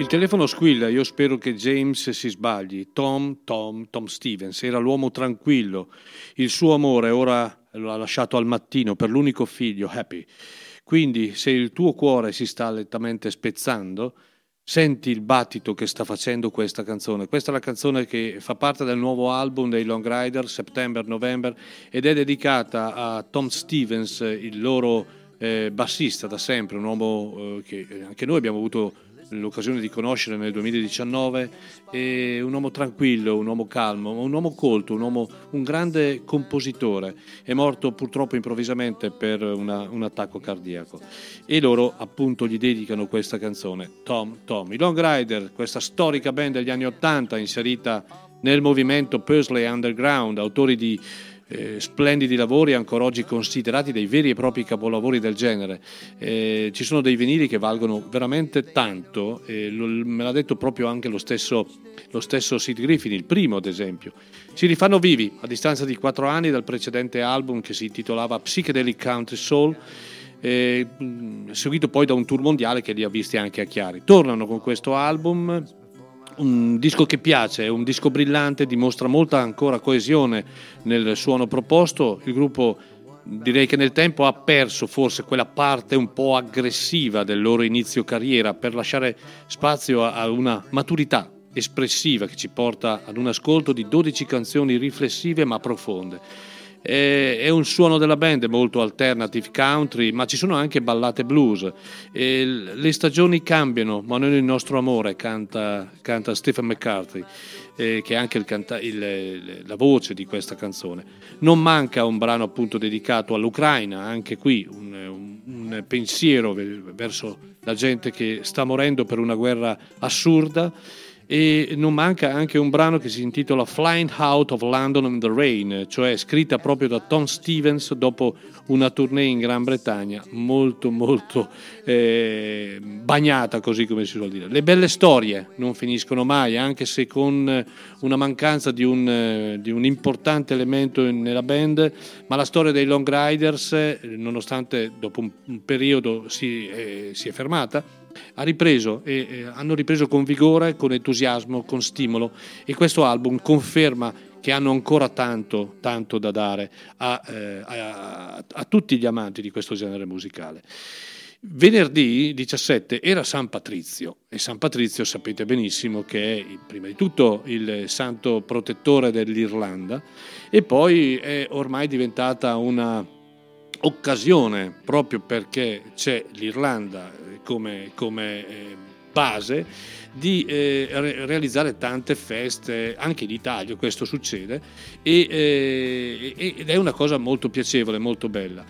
Il telefono squilla, io spero che James si sbagli. Tom, Tom, Tom Stevens era l'uomo tranquillo. Il suo amore ora l'ha lasciato al mattino per l'unico figlio, Happy. Quindi se il tuo cuore si sta lentamente spezzando, senti il battito che sta facendo questa canzone. Questa è la canzone che fa parte del nuovo album dei Long Rider, September November, ed è dedicata a Tom Stevens, il loro eh, bassista da sempre, un uomo eh, che anche noi abbiamo avuto l'occasione di conoscere nel duemiladiciannove, è un uomo tranquillo, un uomo calmo, un uomo colto, un uomo, un grande compositore. È morto purtroppo improvvisamente per una, un attacco cardiaco e loro appunto gli dedicano questa canzone, Tom Tom. I Long Rider, questa storica band degli anni ottanta inserita nel movimento Pursley Underground, autori di Eh, splendidi lavori ancora oggi considerati dei veri e propri capolavori del genere. Eh, ci sono dei vinili che valgono veramente tanto, eh, lo, me l'ha detto proprio anche lo stesso, lo stesso Sid Griffin, il primo ad esempio. Si rifanno vivi a distanza di quattro anni dal precedente album che si intitolava Psychedelic Country Soul, eh, seguito poi da un tour mondiale che li ha visti anche a Chiari. Tornano con questo album, un disco che piace, è un disco brillante, dimostra molta ancora coesione nel suono proposto. Il gruppo direi che nel tempo ha perso forse quella parte un po' aggressiva del loro inizio carriera per lasciare spazio a una maturità espressiva che ci porta ad un ascolto di dodici canzoni riflessive ma profonde. È un suono della band molto alternative country, ma ci sono anche ballate blues. E le stagioni cambiano, ma non il nostro amore, canta, canta Stephen McCarthy, eh, che è anche il canta- il, la voce di questa canzone. Non manca un brano appunto dedicato all'Ucraina, anche qui un, un, un pensiero verso la gente che sta morendo per una guerra assurda. E non manca anche un brano che si intitola Flying Out of London in the Rain, cioè scritta proprio da Tom Stevens dopo una tournée in Gran Bretagna molto molto eh, bagnata, così come si suol dire. Le belle storie non finiscono mai, anche se con una mancanza di un, di un importante elemento nella band, ma la storia dei Long Riders, nonostante dopo un, un periodo si, eh, si è fermata, ha ripreso e eh, hanno ripreso con vigore, con entusiasmo, con stimolo, e questo album conferma che hanno ancora tanto tanto da dare a, eh, a, a tutti gli amanti di questo genere musicale. Venerdì diciassette era San Patrizio, e San Patrizio sapete benissimo che è prima di tutto il santo protettore dell'Irlanda e poi è ormai diventata una occasione, proprio perché c'è l'Irlanda come, come eh, base, di eh, re- realizzare tante feste anche in Italia. Questo succede e, eh, ed è una cosa molto piacevole, molto bella.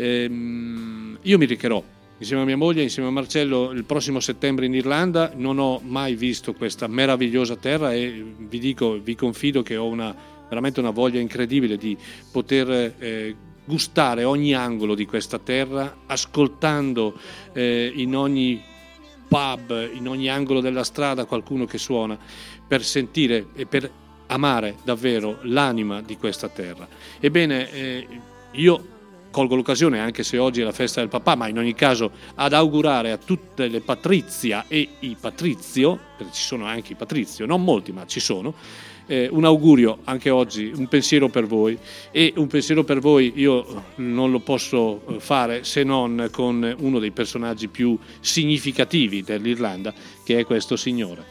Ehm, io mi recherò insieme a mia moglie, insieme a Marcello, il prossimo settembre in Irlanda. Non ho mai visto questa meravigliosa terra e vi dico, vi confido che ho una veramente una voglia incredibile di poter eh, gustare ogni angolo di questa terra, ascoltando eh, in ogni pub, in ogni angolo della strada qualcuno che suona, per sentire e per amare davvero l'anima di questa terra. Ebbene, eh, io colgo l'occasione, anche se oggi è la festa del papà, ma in ogni caso ad augurare a tutte le Patrizia e i Patrizio, perché ci sono anche i Patrizio, non molti ma ci sono, Eh, un augurio anche oggi, un pensiero per voi, e un pensiero per voi io non lo posso fare se non con uno dei personaggi più significativi dell'Irlanda, che è questo signore.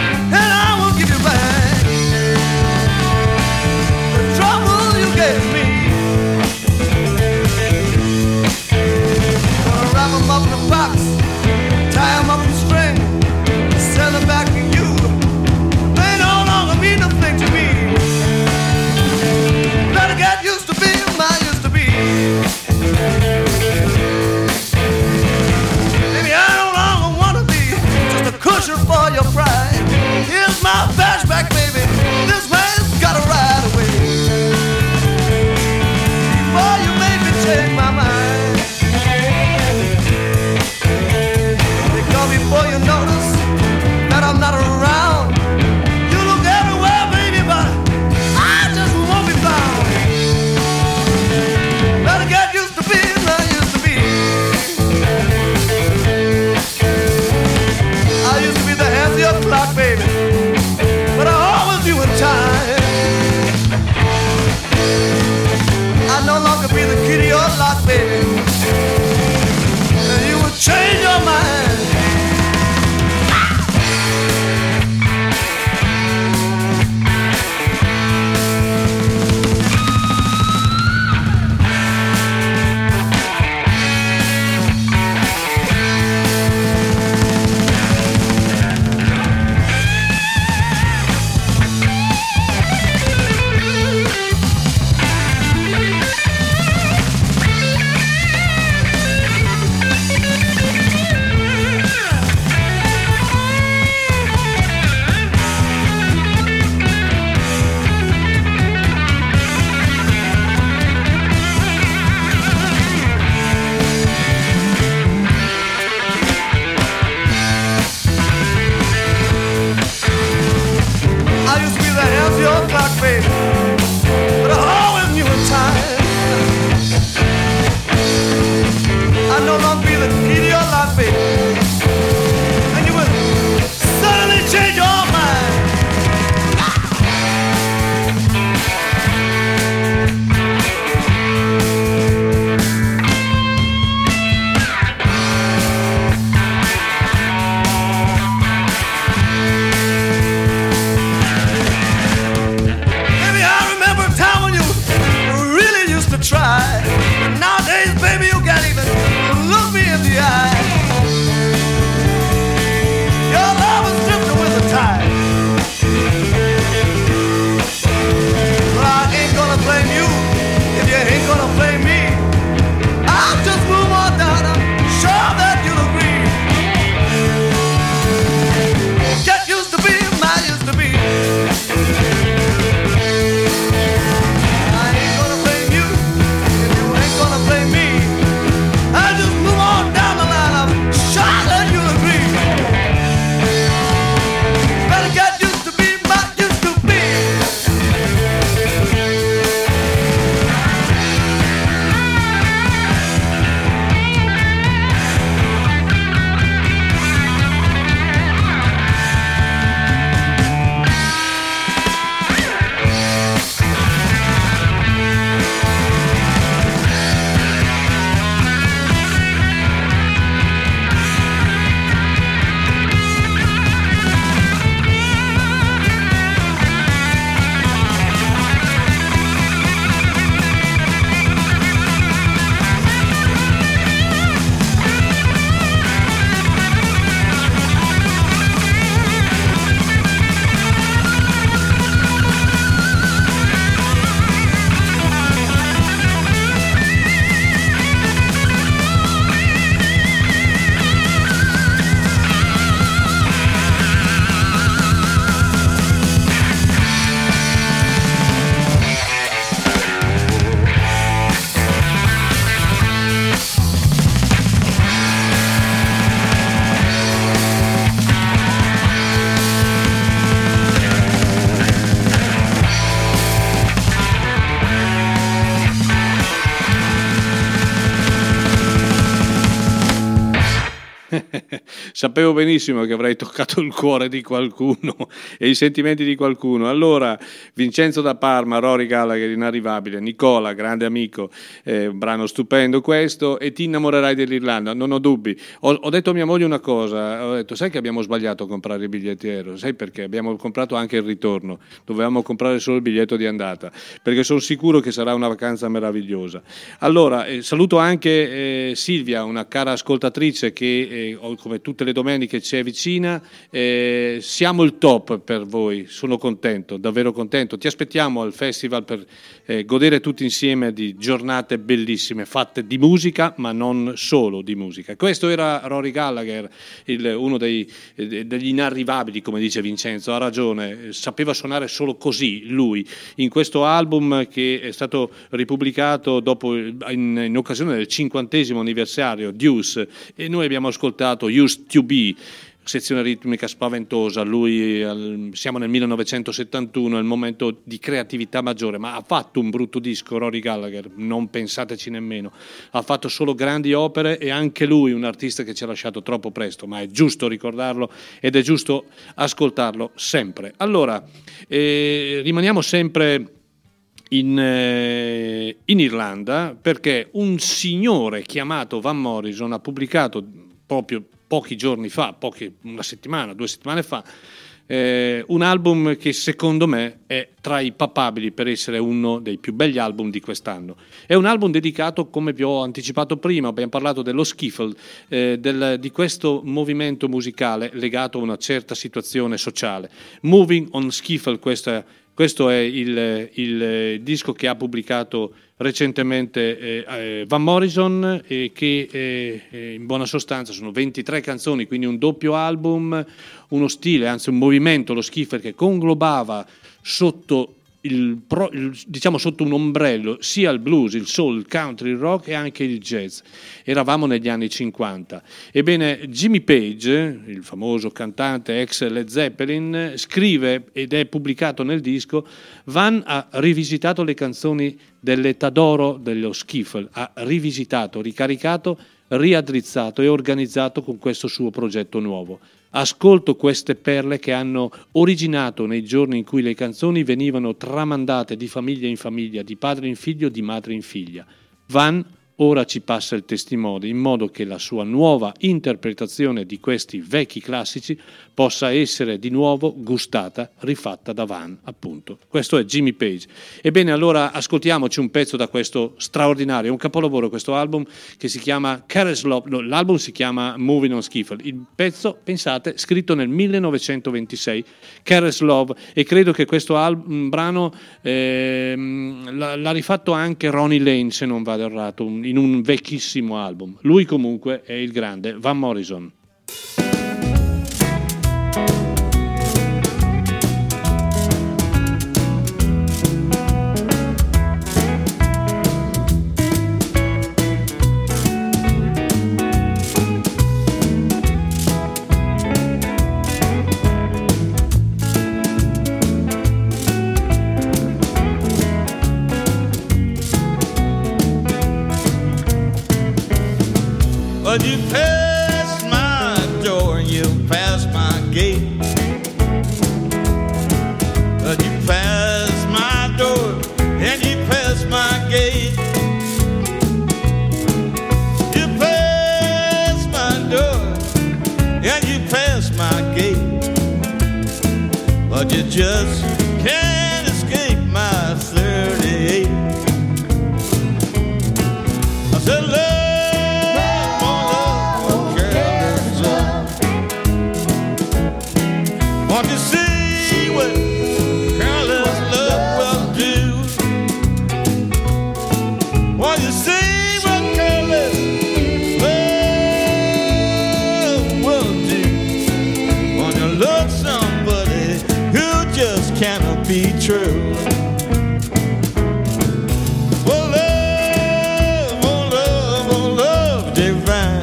Trouble you gave me sapevo benissimo che avrei toccato il cuore di qualcuno e i sentimenti di qualcuno. Allora, Vincenzo da Parma, Rory Gallagher, Inarrivabile, Nicola, grande amico, eh, un brano stupendo questo, e Ti innamorerai dell'Irlanda, non ho dubbi. Ho, ho detto a mia moglie una cosa, ho detto, sai che abbiamo sbagliato a comprare il biglietto aereo? Sai perché? Abbiamo comprato anche il ritorno, dovevamo comprare solo il biglietto di andata, perché sono sicuro che sarà una vacanza meravigliosa. Allora, eh, saluto anche eh, Silvia, una cara ascoltatrice che eh, come tutte le domeniche ci è vicina. Eh, siamo il top per voi, sono contento, davvero contento. Ti aspettiamo al festival per eh, godere tutti insieme di giornate bellissime fatte di musica, ma non solo di musica. Questo era Rory Gallagher, il, uno dei, eh, degli inarrivabili, come dice Vincenzo, ha ragione, sapeva suonare solo così lui, in questo album che è stato ripubblicato dopo in, in occasione del cinquantesimo anniversario Deuce, e noi abbiamo ascoltato Used to Be, sezione ritmica spaventosa. Lui, siamo nel millenovecentosettantuno, è il momento di creatività maggiore, ma ha fatto un brutto disco Rory Gallagher, non pensateci nemmeno, ha fatto solo grandi opere, e anche lui un artista che ci ha lasciato troppo presto, ma è giusto ricordarlo ed è giusto ascoltarlo sempre. Allora, eh, rimaniamo sempre In, eh, in Irlanda, perché un signore chiamato Van Morrison ha pubblicato proprio pochi giorni fa, pochi, una settimana, due settimane fa, eh, un album che secondo me è tra i papabili per essere uno dei più belli album di quest'anno. È un album dedicato, come vi ho anticipato prima, abbiamo parlato dello skiffle, eh, del, di questo movimento musicale legato a una certa situazione sociale. Moving on Skiffle, questa Questo è il, il disco che ha pubblicato recentemente eh, Van Morrison, e che eh, in buona sostanza sono ventitré canzoni, quindi un doppio album, uno stile, anzi un movimento, lo skiffle, che conglobava sotto il, il, diciamo sotto un ombrello sia il blues, il soul, il country, il rock e anche il jazz. Eravamo negli anni cinquanta. Ebbene, Jimmy Page, il famoso cantante ex Led Zeppelin, scrive, ed è pubblicato nel disco, Van ha rivisitato le canzoni dell'età d'oro dello skiffle, ha rivisitato, ricaricato, riaddrizzato e organizzato con questo suo progetto nuovo. Ascolto queste perle che hanno originato nei giorni in cui le canzoni venivano tramandate di famiglia in famiglia, di padre in figlio, di madre in figlia. Van ora ci passa il testimone, in modo che la sua nuova interpretazione di questi vecchi classici possa essere di nuovo gustata, rifatta da Van, appunto. Questo è Jimmy Page. Ebbene, allora ascoltiamoci un pezzo da questo straordinario, un capolavoro, questo album che si chiama Careless Love, no, l'album si chiama Moving on Skiffle, il pezzo, pensate, scritto nel millenovecentoventisei, Careless Love, e credo che questo album, brano eh, l'ha, l'ha rifatto anche Ronnie Lane, se non vado errato, in un vecchissimo album. Lui comunque è il grande Van Morrison. But you passed my door, you passed my gate. But you passed my door, and you passed my gate. You passed my door, and you passed my gate. But you just can't escape my thirty-eight. I said, love. Want to see what careless love will do? Want to see what careless love will do? Want to love somebody who just cannot be true? Oh love, oh love, oh love divine.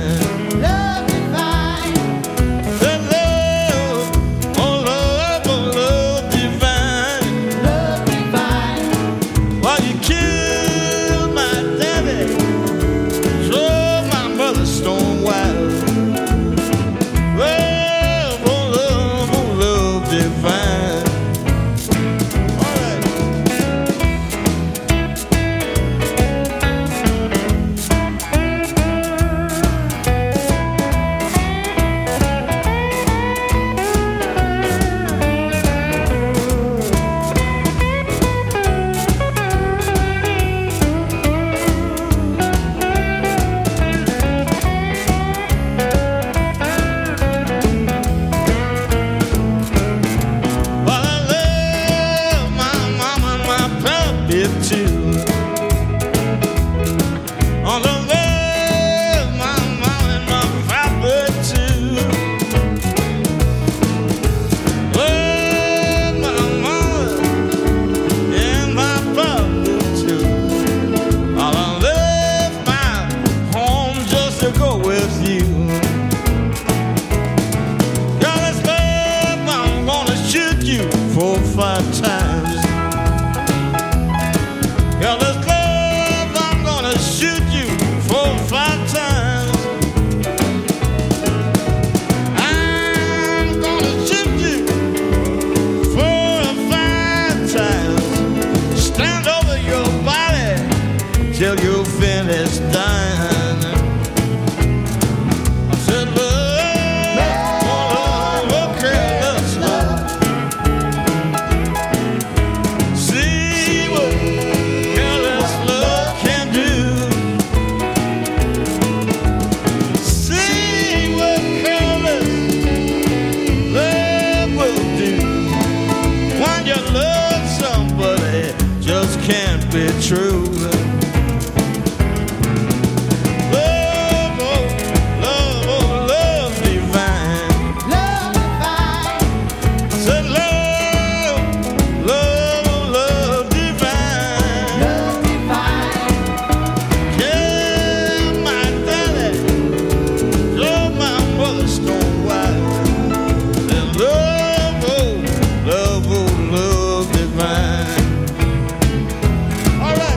four, five times. Careless love, I'm gonna shoot you four, five times. I'm gonna shoot you four or five times. Stand over your body till you finish dying. I said, love, oh, love, oh, careless love. See what careless love can do. See what careless love will do. When you love somebody, just can't be true. Love, oh, love, oh, love divine. Love divine. I said love, love, oh, love divine. Love divine. Yeah, my daddy, you're my mother's stone wife. And love, oh, love, oh, love divine. All right.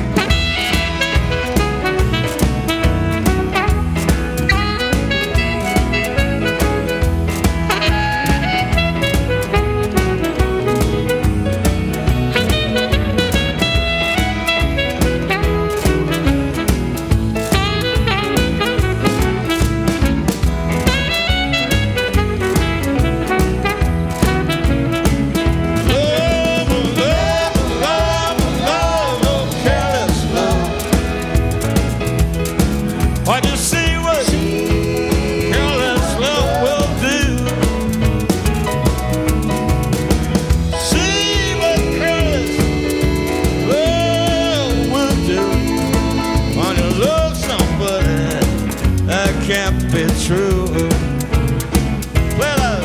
Love, love, love, love, oh, careless love. Why do you see what careless love will do? See what careless love will do. When you love somebody, that can't be true. Play that.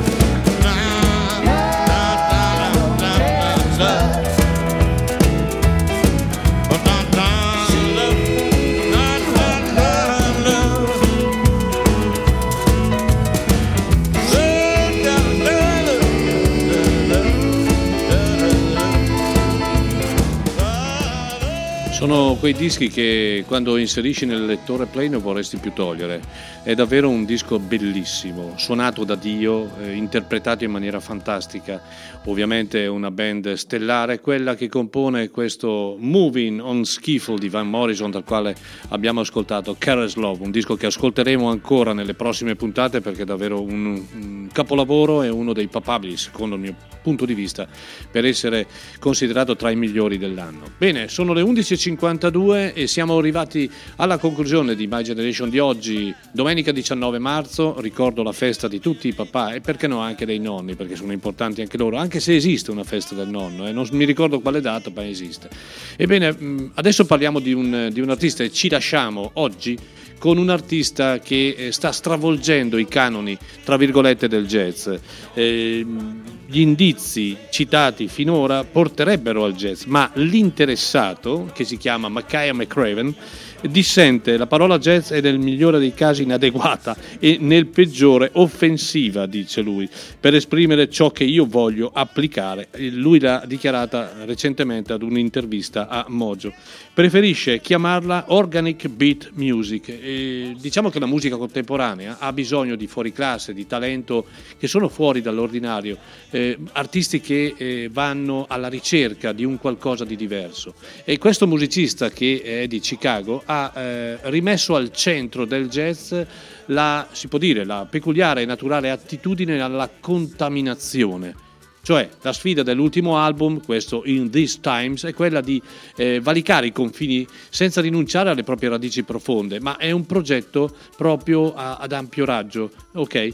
Sono quei dischi che quando inserisci nel lettore play non vorresti più togliere. È davvero un disco bellissimo, suonato da Dio, eh, interpretato in maniera fantastica. Ovviamente è una band stellare, quella che compone questo Moving on Skiffle di Van Morrison, dal quale abbiamo ascoltato Careless Love, un disco che ascolteremo ancora nelle prossime puntate perché è davvero un, un capolavoro e uno dei papabili, secondo il mio punto di vista, per essere considerato tra i migliori dell'anno. Bene, sono le undici e cinquantadue e siamo arrivati alla conclusione di My Generation di oggi, domenica diciannove marzo. Ricordo la festa di tutti i papà e perché no anche dei nonni, perché sono importanti anche loro, anche se esiste una festa del nonno, eh? Non mi ricordo quale data, ma esiste. Ebbene, adesso parliamo di un, di un artista e ci lasciamo oggi con un artista che sta stravolgendo i canoni, tra virgolette, del jazz. Eh, gli indizi citati finora porterebbero al jazz, ma l'interessato, che si chiama Makaya McCraven, dissente la parola jazz è nel migliore dei casi inadeguata e nel peggiore offensiva, dice lui, per esprimere ciò che io voglio applicare. Lui l'ha dichiarata recentemente ad un'intervista a Mojo. Preferisce chiamarla organic beat music. E diciamo che la musica contemporanea ha bisogno di fuoriclasse, di talento che sono fuori dall'ordinario, eh, artisti che eh, vanno alla ricerca di un qualcosa di diverso. E questo musicista, che è di Chicago, ha eh, rimesso al centro del jazz la, si può dire, la peculiare e naturale attitudine alla contaminazione. Cioè, la sfida dell'ultimo album, questo In These Times, è quella di eh, valicare i confini senza rinunciare alle proprie radici profonde, ma è un progetto proprio a, ad ampio raggio, ok? E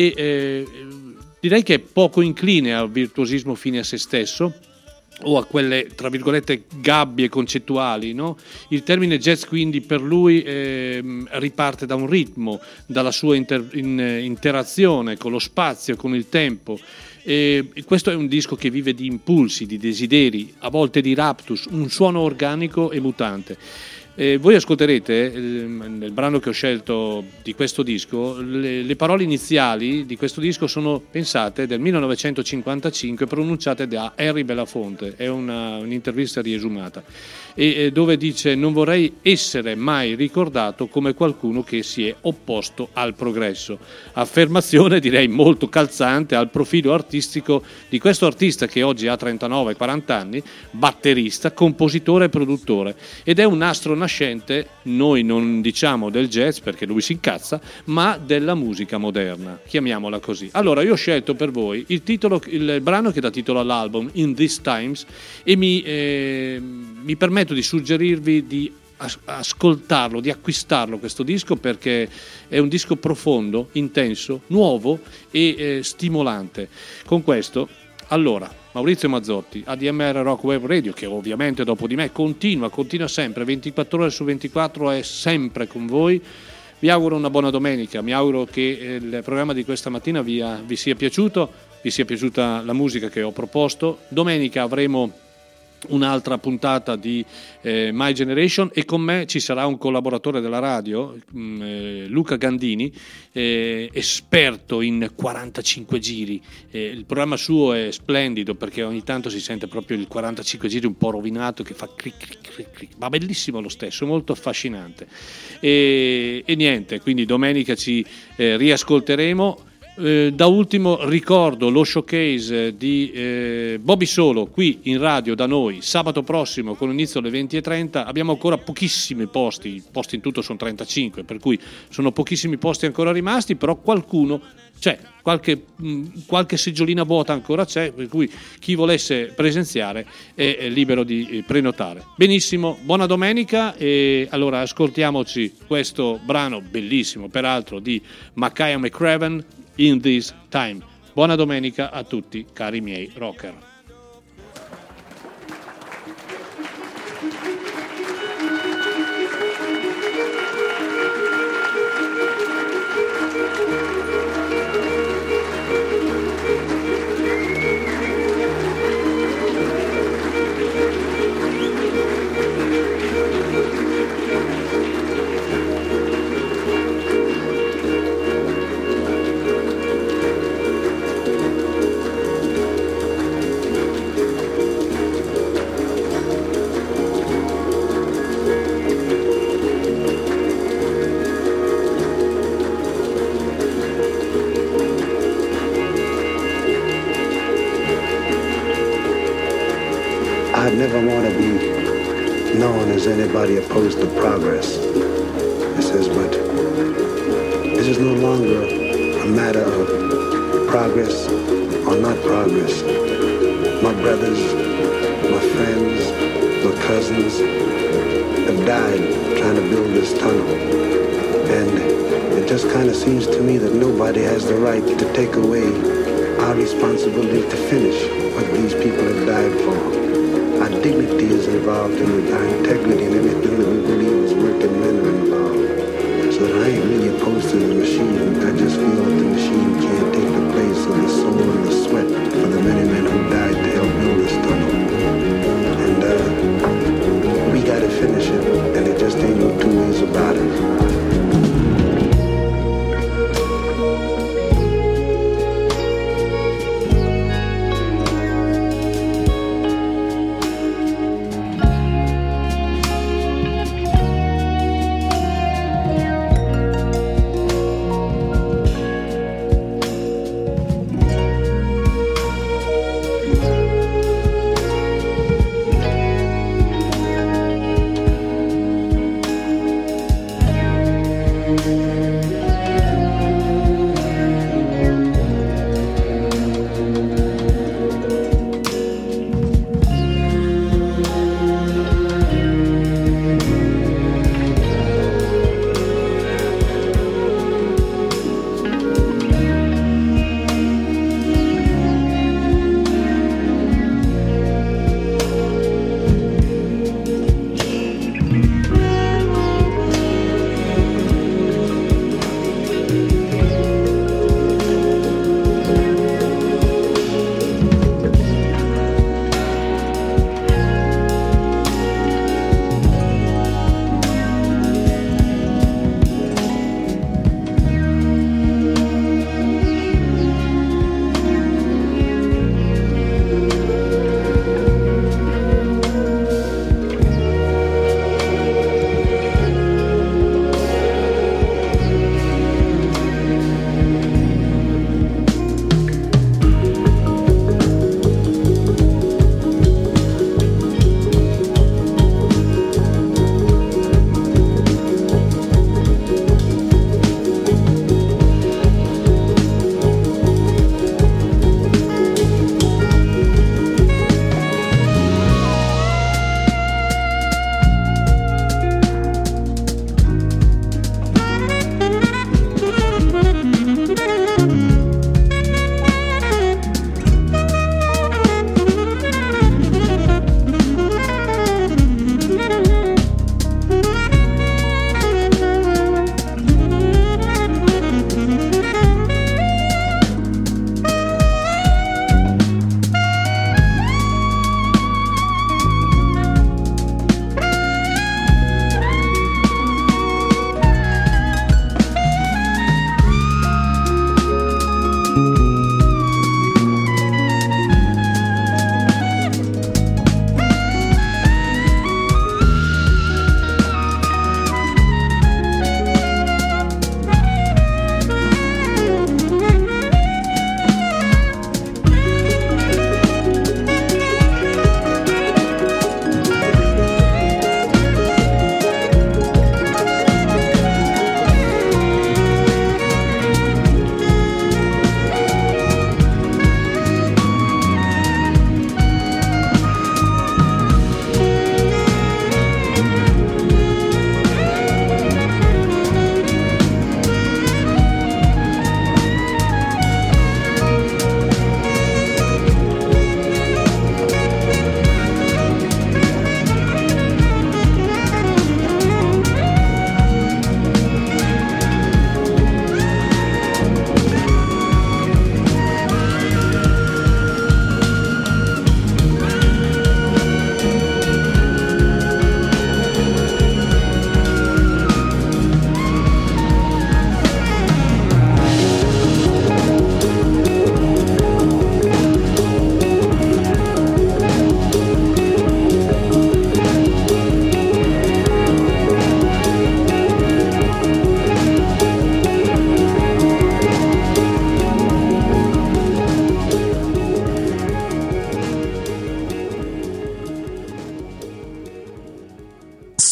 eh, direi che è poco incline al virtuosismo fine a se stesso, o a quelle, tra virgolette, gabbie concettuali, no? Il termine jazz quindi per lui eh, riparte da un ritmo, dalla sua inter- in, interazione con lo spazio, con il tempo. E questo è un disco che vive di impulsi, di desideri, a volte di raptus, un suono organico e mutante. Eh, voi ascolterete eh, nel brano che ho scelto di questo disco, le, le parole iniziali di questo disco sono pensate del millenovecentocinquantacinque, pronunciate da Harry Belafonte, è una, un'intervista riesumata, e, eh, dove dice: non vorrei essere mai ricordato come qualcuno che si è opposto al progresso. Affermazione direi molto calzante al profilo artistico di questo artista che oggi ha trentanove quaranta anni, batterista, compositore e produttore, ed è un astro nascente, noi non diciamo del jazz perché lui si incazza, ma della musica moderna, chiamiamola così. Allora io ho scelto per voi il titolo, il brano che dà titolo all'album, In These Times, e mi, eh, mi permetto di suggerirvi di ascoltarlo, di acquistarlo questo disco, perché è un disco profondo, intenso, nuovo e eh, stimolante. Con questo, allora, Maurizio Mazzotti, A D M R Rock Web Radio, che ovviamente dopo di me continua, continua sempre, ventiquattro ore su ventiquattro, è sempre con voi. Vi auguro una buona domenica, mi auguro che il programma di questa mattina vi, vi sia piaciuto, vi sia piaciuta la musica che ho proposto. Domenica avremo un'altra puntata di eh, My Generation e con me ci sarà un collaboratore della radio, mh, eh, Luca Gandini, eh, esperto in quarantacinque giri. Eh, il programma suo è splendido perché ogni tanto si sente proprio il quarantacinque giri un po' rovinato che fa clic clic clic clic, ma bellissimo lo stesso, molto affascinante. E, e niente, quindi domenica ci eh, riascolteremo. Eh, da ultimo ricordo lo showcase di eh, Bobby Solo qui in radio da noi sabato prossimo con inizio alle venti e trenta. Abbiamo ancora pochissimi posti, i posti in tutto sono trentacinque, per cui sono pochissimi posti ancora rimasti, però qualcuno c'è, qualche, mh, qualche seggiolina vuota ancora c'è, per cui chi volesse presenziare è, è libero di eh, prenotare. Benissimo, buona domenica, e allora ascoltiamoci questo brano bellissimo peraltro di Makaya McCraven, In This Time. Buona domenica a tutti, cari miei rocker. I'd never want to be known as anybody opposed to progress. He says, but this is no longer a matter of progress or not progress. My brothers, my friends, my cousins have died trying to build this tunnel. And it just kind of seems to me that nobody has the right to take away our responsibility to finish what these people have died for. Our dignity is involved in it, our integrity and everything that we believe is working men are involved. So that I ain't really opposed to the machine. I just feel that the machine can't take the place of the soul and the sweat for the many men who died to help build this tunnel. And uh, we gotta finish it, and it just ain't no two ways about it.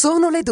Sono le